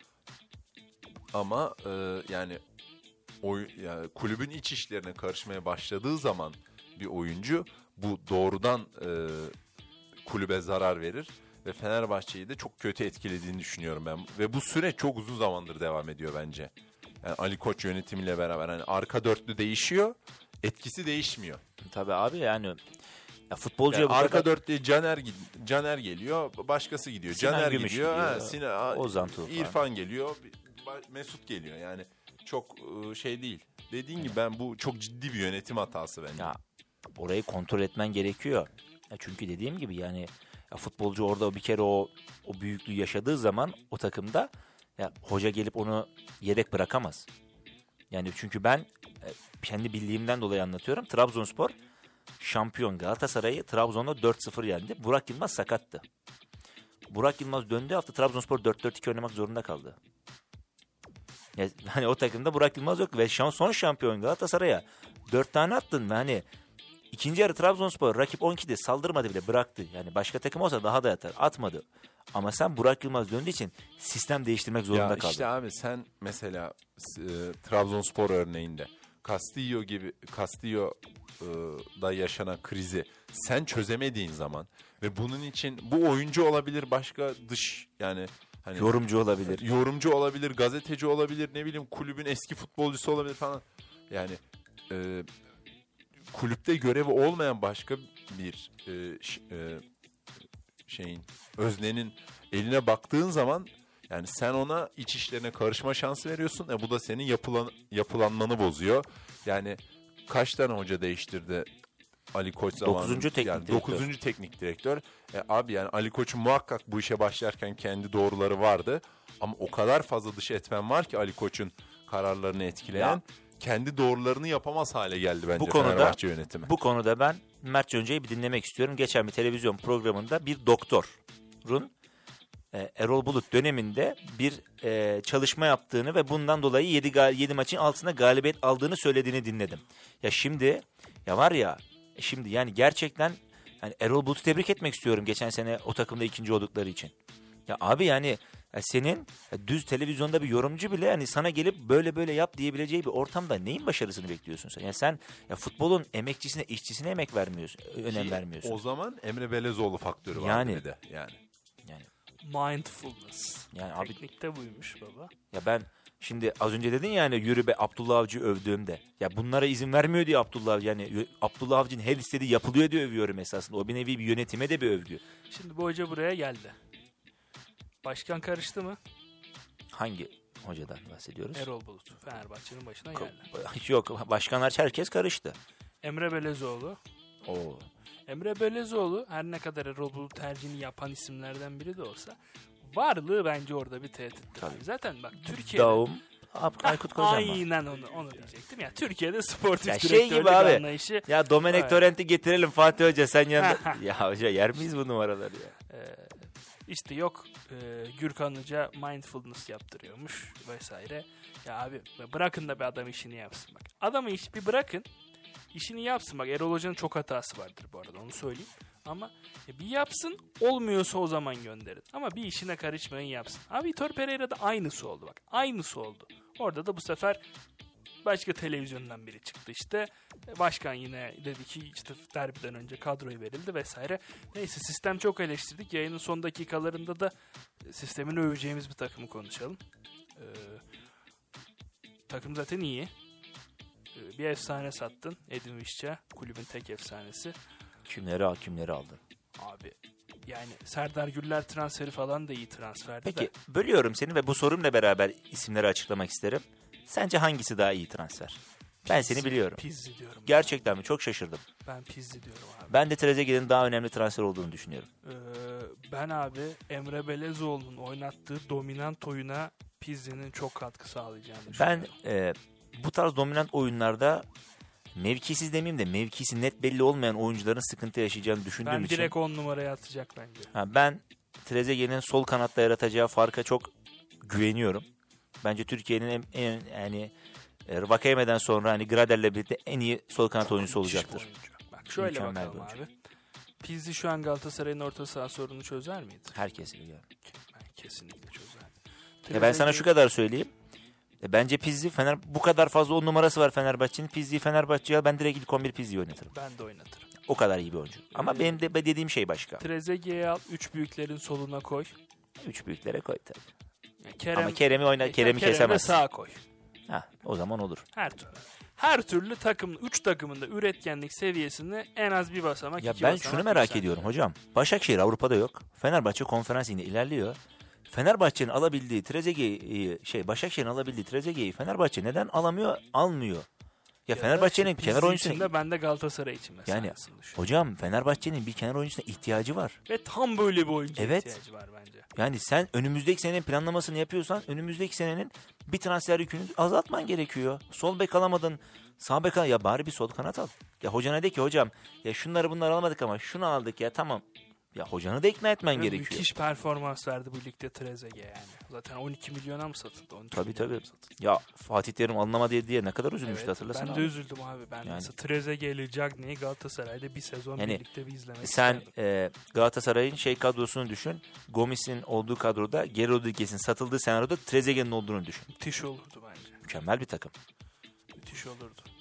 Ama yani kulübün iç işlerine karışmaya başladığı zaman bir oyuncu bu doğrudan kulübe zarar verir ve Fenerbahçe'yi de çok kötü etkilediğini düşünüyorum ben. Ve bu süreç çok uzun zamandır devam ediyor bence. Yani Ali Koç yönetimiyle beraber hani arka dörtlü değişiyor, etkisi değişmiyor.
Tabii abi yani futbolcuya
yani arka dörtlü Caner geliyor, başkası gidiyor.
Sinan
Caner
Gümüş
gidiyor.
Ozan Tufan.
İrfan geliyor. Mesut geliyor. Yani çok şey değil. Dediğin gibi bu çok ciddi bir yönetim hatası bence.
Ya orayı kontrol etmen gerekiyor. Çünkü dediğim gibi yani futbolcu orada bir kere o büyüklüğü yaşadığı zaman o takımda hoca gelip onu yedek bırakamaz. Yani çünkü ben kendi bildiğimden dolayı anlatıyorum. Trabzonspor şampiyon Galatasaray'ı Trabzon'da 4-0 yendi. Burak Yılmaz sakattı. Burak Yılmaz döndüğü hafta Trabzonspor 4-4-2 oynamak zorunda kaldı. Yani hani o takımda Burak Yılmaz yok ve son şampiyon Galatasaray'a 4 tane attın ve hani ikinci yarı Trabzonspor rakip 12'de saldırmadı bile, bıraktı. Yani başka takım olsa daha da yatar. Atmadı. Ama sen Burak Yılmaz döndüğü için sistem değiştirmek zorunda kaldın.
İşte abi sen mesela Trabzonspor örneğinde Castillo'da yaşanan krizi sen çözemediğin zaman ve bunun için bu oyuncu olabilir, başka dış yani hani yorumcu olabilir, gazeteci olabilir, ne bileyim kulübün eski futbolcusu olabilir falan. Yani kulüpte görevi olmayan başka bir öznenin eline baktığın zaman yani sen ona iç işlerine karışma şansı veriyorsun. Bu da senin yapılanmanı bozuyor. Yani kaç tane hoca değiştirdi Ali Koç zamanında? 9. teknik direktör. Abi yani Ali Koç'un muhakkak bu işe başlarken kendi doğruları vardı. Ama o kadar fazla dış etmen var ki Ali Koç'un kararlarını etkileyen. Kendi doğrularını yapamaz hale geldi bence Fenerbahçe yönetimi.
Bu konuda ben Mert Can'ı bir dinlemek istiyorum. Geçen bir televizyon programında bir doktorun Erol Bulut döneminde bir çalışma yaptığını ve bundan dolayı 7 maçın altında galibiyet aldığını söylediğini dinledim. Ya şimdi yani gerçekten yani Erol Bulut'u tebrik etmek istiyorum geçen sene o takımda ikinci oldukları için. Ya abi yani senin düz televizyonda bir yorumcu bile hani sana gelip böyle yap diyebileceği bir ortamda neyin başarısını bekliyorsun sen? Yani sen futbolun emekçisine, işçisine emek vermiyorsun, önem vermiyorsun.
O zaman Emre Belezoğlu faktörü var bir de yani.
Mindfulness.
Yani
teknikte buymuş baba.
Ya ben şimdi az önce dedin ya hani yürü be Abdullah Avcı övdüğümde. Ya bunlara izin vermiyor diye Abdullah Avcı. Yani Abdullah Avcı'nın her istediği yapılıyor diye övüyorum esasında. O bir nevi bir yönetime de bir övgü.
Şimdi bu hoca buraya geldi. Başkan karıştı mı?
Hangi hocadan bahsediyoruz?
Erol Bulut. Fenerbahçe'nin başına geldi.
Yok, başkanlar herkes karıştı.
Emre Belezoğlu. Emre Belezoğlu her ne kadar Erol Bulut tercihini yapan isimlerden biri de olsa varlığı bence orada bir tehdittir. Zaten bak Türkiye'de...
Davum, Aykut Kocaman.
Aynen onu diyecektim ya. Türkiye'de sportif
ya
direktörlük anlayışı...
Ya Domenech Torrent'i getirelim Fatih Hoca sen yanında... Ya hoca yer miyiz bu numaraları ya?
İşte yok Gürkan Hoca mindfulness yaptırıyormuş vesaire. Ya abi bırakın da bir adam işini yapsın bak. Adamı bir bırakın işini yapsın. Bak Erol Hoca'nın çok hatası vardır bu arada onu söyleyeyim. Ama bir yapsın olmuyorsa o zaman gönderin. Ama bir işine karışmayın yapsın. Abi Vitor Pereira'da aynısı oldu bak. Aynısı oldu. Orada da bu sefer başka televizyondan biri çıktı işte. Başkan yine dedi ki işte derbiden önce kadroyu verildi vesaire. Neyse sistem çok eleştirdik. Yayının son dakikalarında da sistemini öveceğimiz bir takımı konuşalım. Takım zaten iyi. Bir efsane sattın. Edin Visca. Kulübün tek efsanesi.
Kimleri aldın?
Abi yani Serdar Gürler transferi falan da iyi transferdi.
Peki bölüyorum seni ve bu sorumla beraber isimleri açıklamak isterim. Sence hangisi daha iyi transfer? Ben seni biliyorum.
Pizzi diyorum.
Gerçekten mi? Çok şaşırdım.
Ben Pizzi diyorum abi.
Ben de Trezeguet'in daha önemli transfer olduğunu düşünüyorum.
Ben abi Emre Belezoğlu'nun oynattığı dominant oyuna Pizzi'nin çok katkı sağlayacağını düşünüyorum.
Ben bu tarz dominant oyunlarda mevkisiz demeyeyim de mevkisi net belli olmayan oyuncuların sıkıntı yaşayacağını düşündüğüm için.
Ben direkt 10 numaraya atacak bence.
Ben Trezeguet'in sol kanatta yaratacağı farka çok güveniyorum. Bence Türkiye'nin yani Vakayeme'den sonra hani Gradel'le birlikte en iyi sol kanat oyuncusu olacaktır.
Bak şöyle bakalım abi. Pizzi şu an Galatasaray'ın orta saha sorununu çözer miydi?
Herkes biliyor.
Ben kesinlikle çözer.
Ben sana şu kadar söyleyeyim. Bence Pizzi bu kadar fazla 10 numarası var Fenerbahçe'nin. Pizzi'yi Fenerbahçe'ye ben direkt ilk 11 Pizzi'yi oynatırım.
Ben de oynatırım.
O kadar iyi bir oyuncu. Ama benim de dediğim şey başka.
Trezeguet'i al 3 büyüklerin soluna koy.
3 büyüklere koy tabii.
Ama
Kerem'i kesemez.
Kerem'i sağa koy.
O zaman olur.
Her türlü takım 3 takımın da üretkenlik seviyesini en az bir basamak
ya ben şunu merak ediyorum hocam. Başakşehir Avrupa'da yok. Fenerbahçe konferans yine ilerliyor. Fenerbahçe'nin alabildiği Trezeguet'i Başakşehir'in alabildiği Trezeguet'i Fenerbahçe neden almıyor? Ya Fenerbahçe'nin kenar oyuncusuna
ben de Galatasaray için mesela.
Yani hocam Fenerbahçe'nin bir kenar oyuncusuna ihtiyacı var.
Ve tam böyle bir oyuncuya ihtiyacı var bence.
Yani sen önümüzdeki senenin planlamasını yapıyorsan önümüzdeki senenin bir transfer yükünü azaltman gerekiyor. Sol bek alamadın. Sağ bek ya bari bir sol kanat al. Ya hocana de ki hocam ya bunları alamadık ama şunu aldık ya tamam. Ya hocanı da ikna etmen gerekiyor.
Müthiş performans verdi bu ligde Trezeguet yani. Zaten 12 milyona mı satıldı?
Tabii. Ya Fatih Terim alınamadı diye ne kadar üzülmüştü hatırlasana.
Ben de üzüldüm abi. Mesela Trezeguet'li Cagney'i Galatasaray'da bir sezon birlikte bir izlemek
isterdim. Sen Galatasaray'ın kadrosunu düşün. Gomis'in olduğu kadroda, Geri Rodriguez'in satıldığı senaryoda Trezeguet'in olduğunu düşün.
Müthiş olurdu bence.
Mükemmel bir takım.
Müthiş olurdu.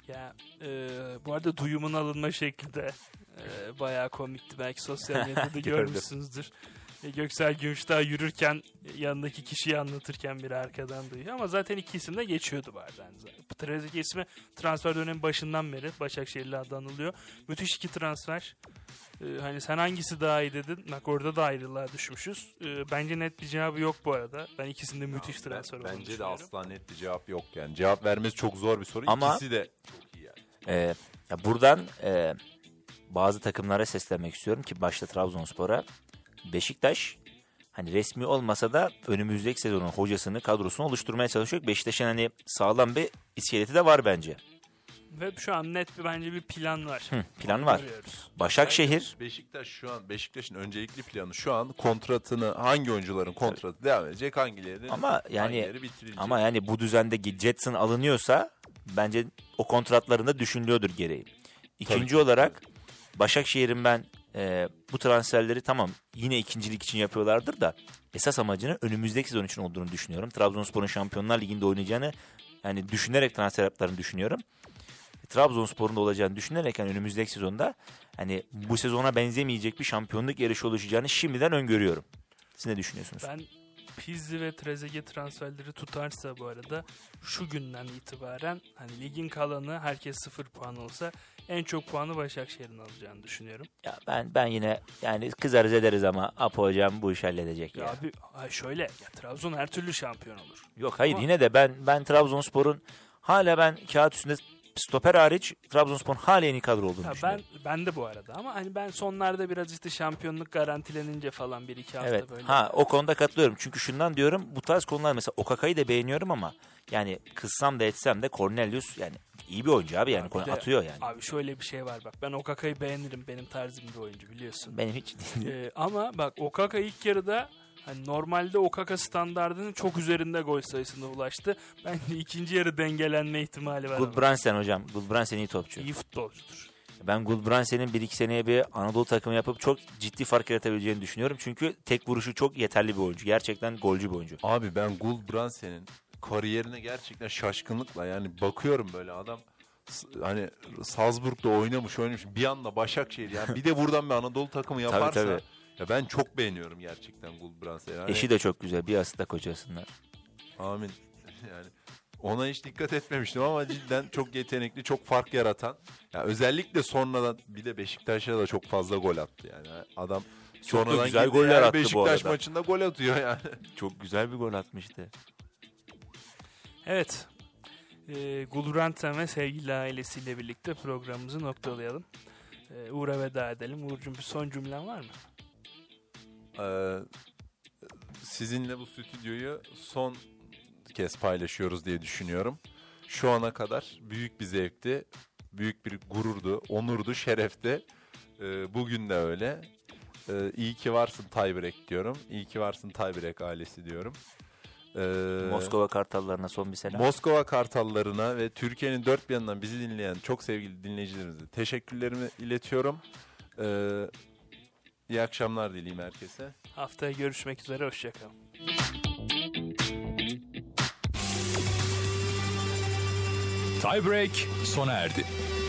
Ya bu arada duyumun alınma şekli de bayağı komikti. Belki sosyal medyada görmüşsünüzdür. Göksel Gümüşdağ yürürken yanındaki kişiyi anlatırken biri arkadan duyuyor. Ama zaten iki isim de geçiyordu bu arada. Trezeguet ismi transfer dönemi başından beri Başakşehirli adı anılıyor. Müthiş iki transfer. Hani sen hangisi daha iyi dedin? Bak orada da ayrılığa düşmüşüz. Bence net bir cevabı yok bu arada. Ben ikisinde müthiş transfer olduğunu
Bence de
düşünüyorum.
asla net bir cevap yok yani. Cevap vermesi çok zor bir soru.
Ama-
İkisi de çok iyi yani.
Ya buradan bazı takımlara seslenmek istiyorum ki başta Trabzonspor'a. Beşiktaş hani resmi olmasa da önümüzdeki sezonun hocasını, kadrosunu oluşturmaya çalışıyor. Beşiktaş'ın hani sağlam bir iskeleti de var bence.
Ve şu an net bir plan var.
Plan var.
Görüyoruz.
Başakşehir
Beşiktaş'ın öncelikli planı şu an kontratını, hangi oyuncuların kontratı devam edecek, hangileri hangileri bitirilecek.
ama yani bu düzende Jetson alınıyorsa bence o kontratlarında düşünülüyordur gereği. İkinci
Tabii.
olarak Başakşehir'in ben bu transferleri tamam yine ikincilik için yapıyorlardır da esas amacının önümüzdeki sezon için olduğunu düşünüyorum. Trabzonspor'un Şampiyonlar Ligi'nde oynayacağını yani düşünerek transfer yaptıklarını düşünüyorum. Trabzonspor'un da olacağını düşünerek yani önümüzdeki sezonda hani bu sezona benzemeyecek bir şampiyonluk yarışı oluşacağını şimdiden öngörüyorum. Siz ne düşünüyorsunuz?
Ben Pizzi ve Trezeguet transferleri tutarsa bu arada şu günden itibaren hani ligin kalanı herkes 0 puan olsa en çok puanı Başakşehir'in alacağını düşünüyorum.
Ya ben yine yani kızarız ederiz ama Apo hocam bu işi halledecek ya.
Ya abi şöyle Trabzon her türlü şampiyon olur.
Yok hayır
Ama-
yine de ben Trabzonspor'un hala ben kağıt üstünde stoper hariç Trabzonspor'un hala en iyi kadro olduğunu düşünüyorum.
Ben de bu arada ama hani ben sonlarda biraz işte şampiyonluk garantilenince falan 1-2 hafta
Evet.
böyle.
O konuda katılıyorum. Çünkü şundan diyorum bu tarz konular mesela Okaka'yı da beğeniyorum ama yani kızsam da etsem de Cornelius yani iyi bir oyuncu abi yani
Bir de-
atıyor yani.
Abi şöyle bir şey var bak ben Okaka'yı beğenirim benim tarzım bir oyuncu biliyorsun.
Benim hiç değil.
Ama bak Okaka ilk yarıda hani normalde Okaka standardının çok üzerinde gol sayısına ulaştı. Bence ikinci yarı dengelenme ihtimali var. ama.
Gulbrandsen hocam. Gulbrandsen iyi topçu.
İyi futbolcudur.
Ben Gulbrandsen'in 1-2 seneye bir Anadolu takımı yapıp çok ciddi fark yaratabileceğini düşünüyorum. Çünkü tek vuruşu çok yeterli bir oyuncu. Gerçekten golcü bir oyuncu.
Abi ben Gulbrandsen'in kariyerine gerçekten şaşkınlıkla yani bakıyorum böyle adam hani Salzburg'da oynamış bir anda Başakşehir yani bir de buradan bir Anadolu takımı yaparsa
tabii.
ya ben çok beğeniyorum gerçekten Gulbrandsen'i. Yani,
Eşi de çok güzel. Bir aslı da kocasınlar.
amin. Yani ona hiç dikkat etmemiştim ama cidden çok yetenekli, çok fark yaratan. Ya özellikle sonradan bir de Beşiktaş'a da çok fazla gol attı yani. Adam
Çok da
sonradan
güzel
girdiği
goller
her
attı bu
Beşiktaş
arada.
maçında gol atıyor yani.
Çok güzel bir gol atmıştı.
Evet. Gulbrandsen ve sevgili ailesiyle birlikte programımızı noktalayalım. Uğur'a veda edelim. Uğur'cum bir son cümlen var mı?
Sizinle bu stüdyoyu son kez paylaşıyoruz diye düşünüyorum. Şu ana kadar büyük bir zevkti, büyük bir gururdu, onurdu, şerefti. Bugün de öyle. İyi ki varsın Tiebreak diyorum. İyi ki varsın Tiebreak ailesi diyorum.
Moskova Kartallarına son bir selam.
Moskova Kartallarına ve Türkiye'nin dört bir yanından bizi dinleyen çok sevgili dinleyicilerimize teşekkürlerimi iletiyorum. İyi akşamlar dileyim herkese.
Haftaya görüşmek üzere. Hoşçakalın.
Tiebreak sona erdi.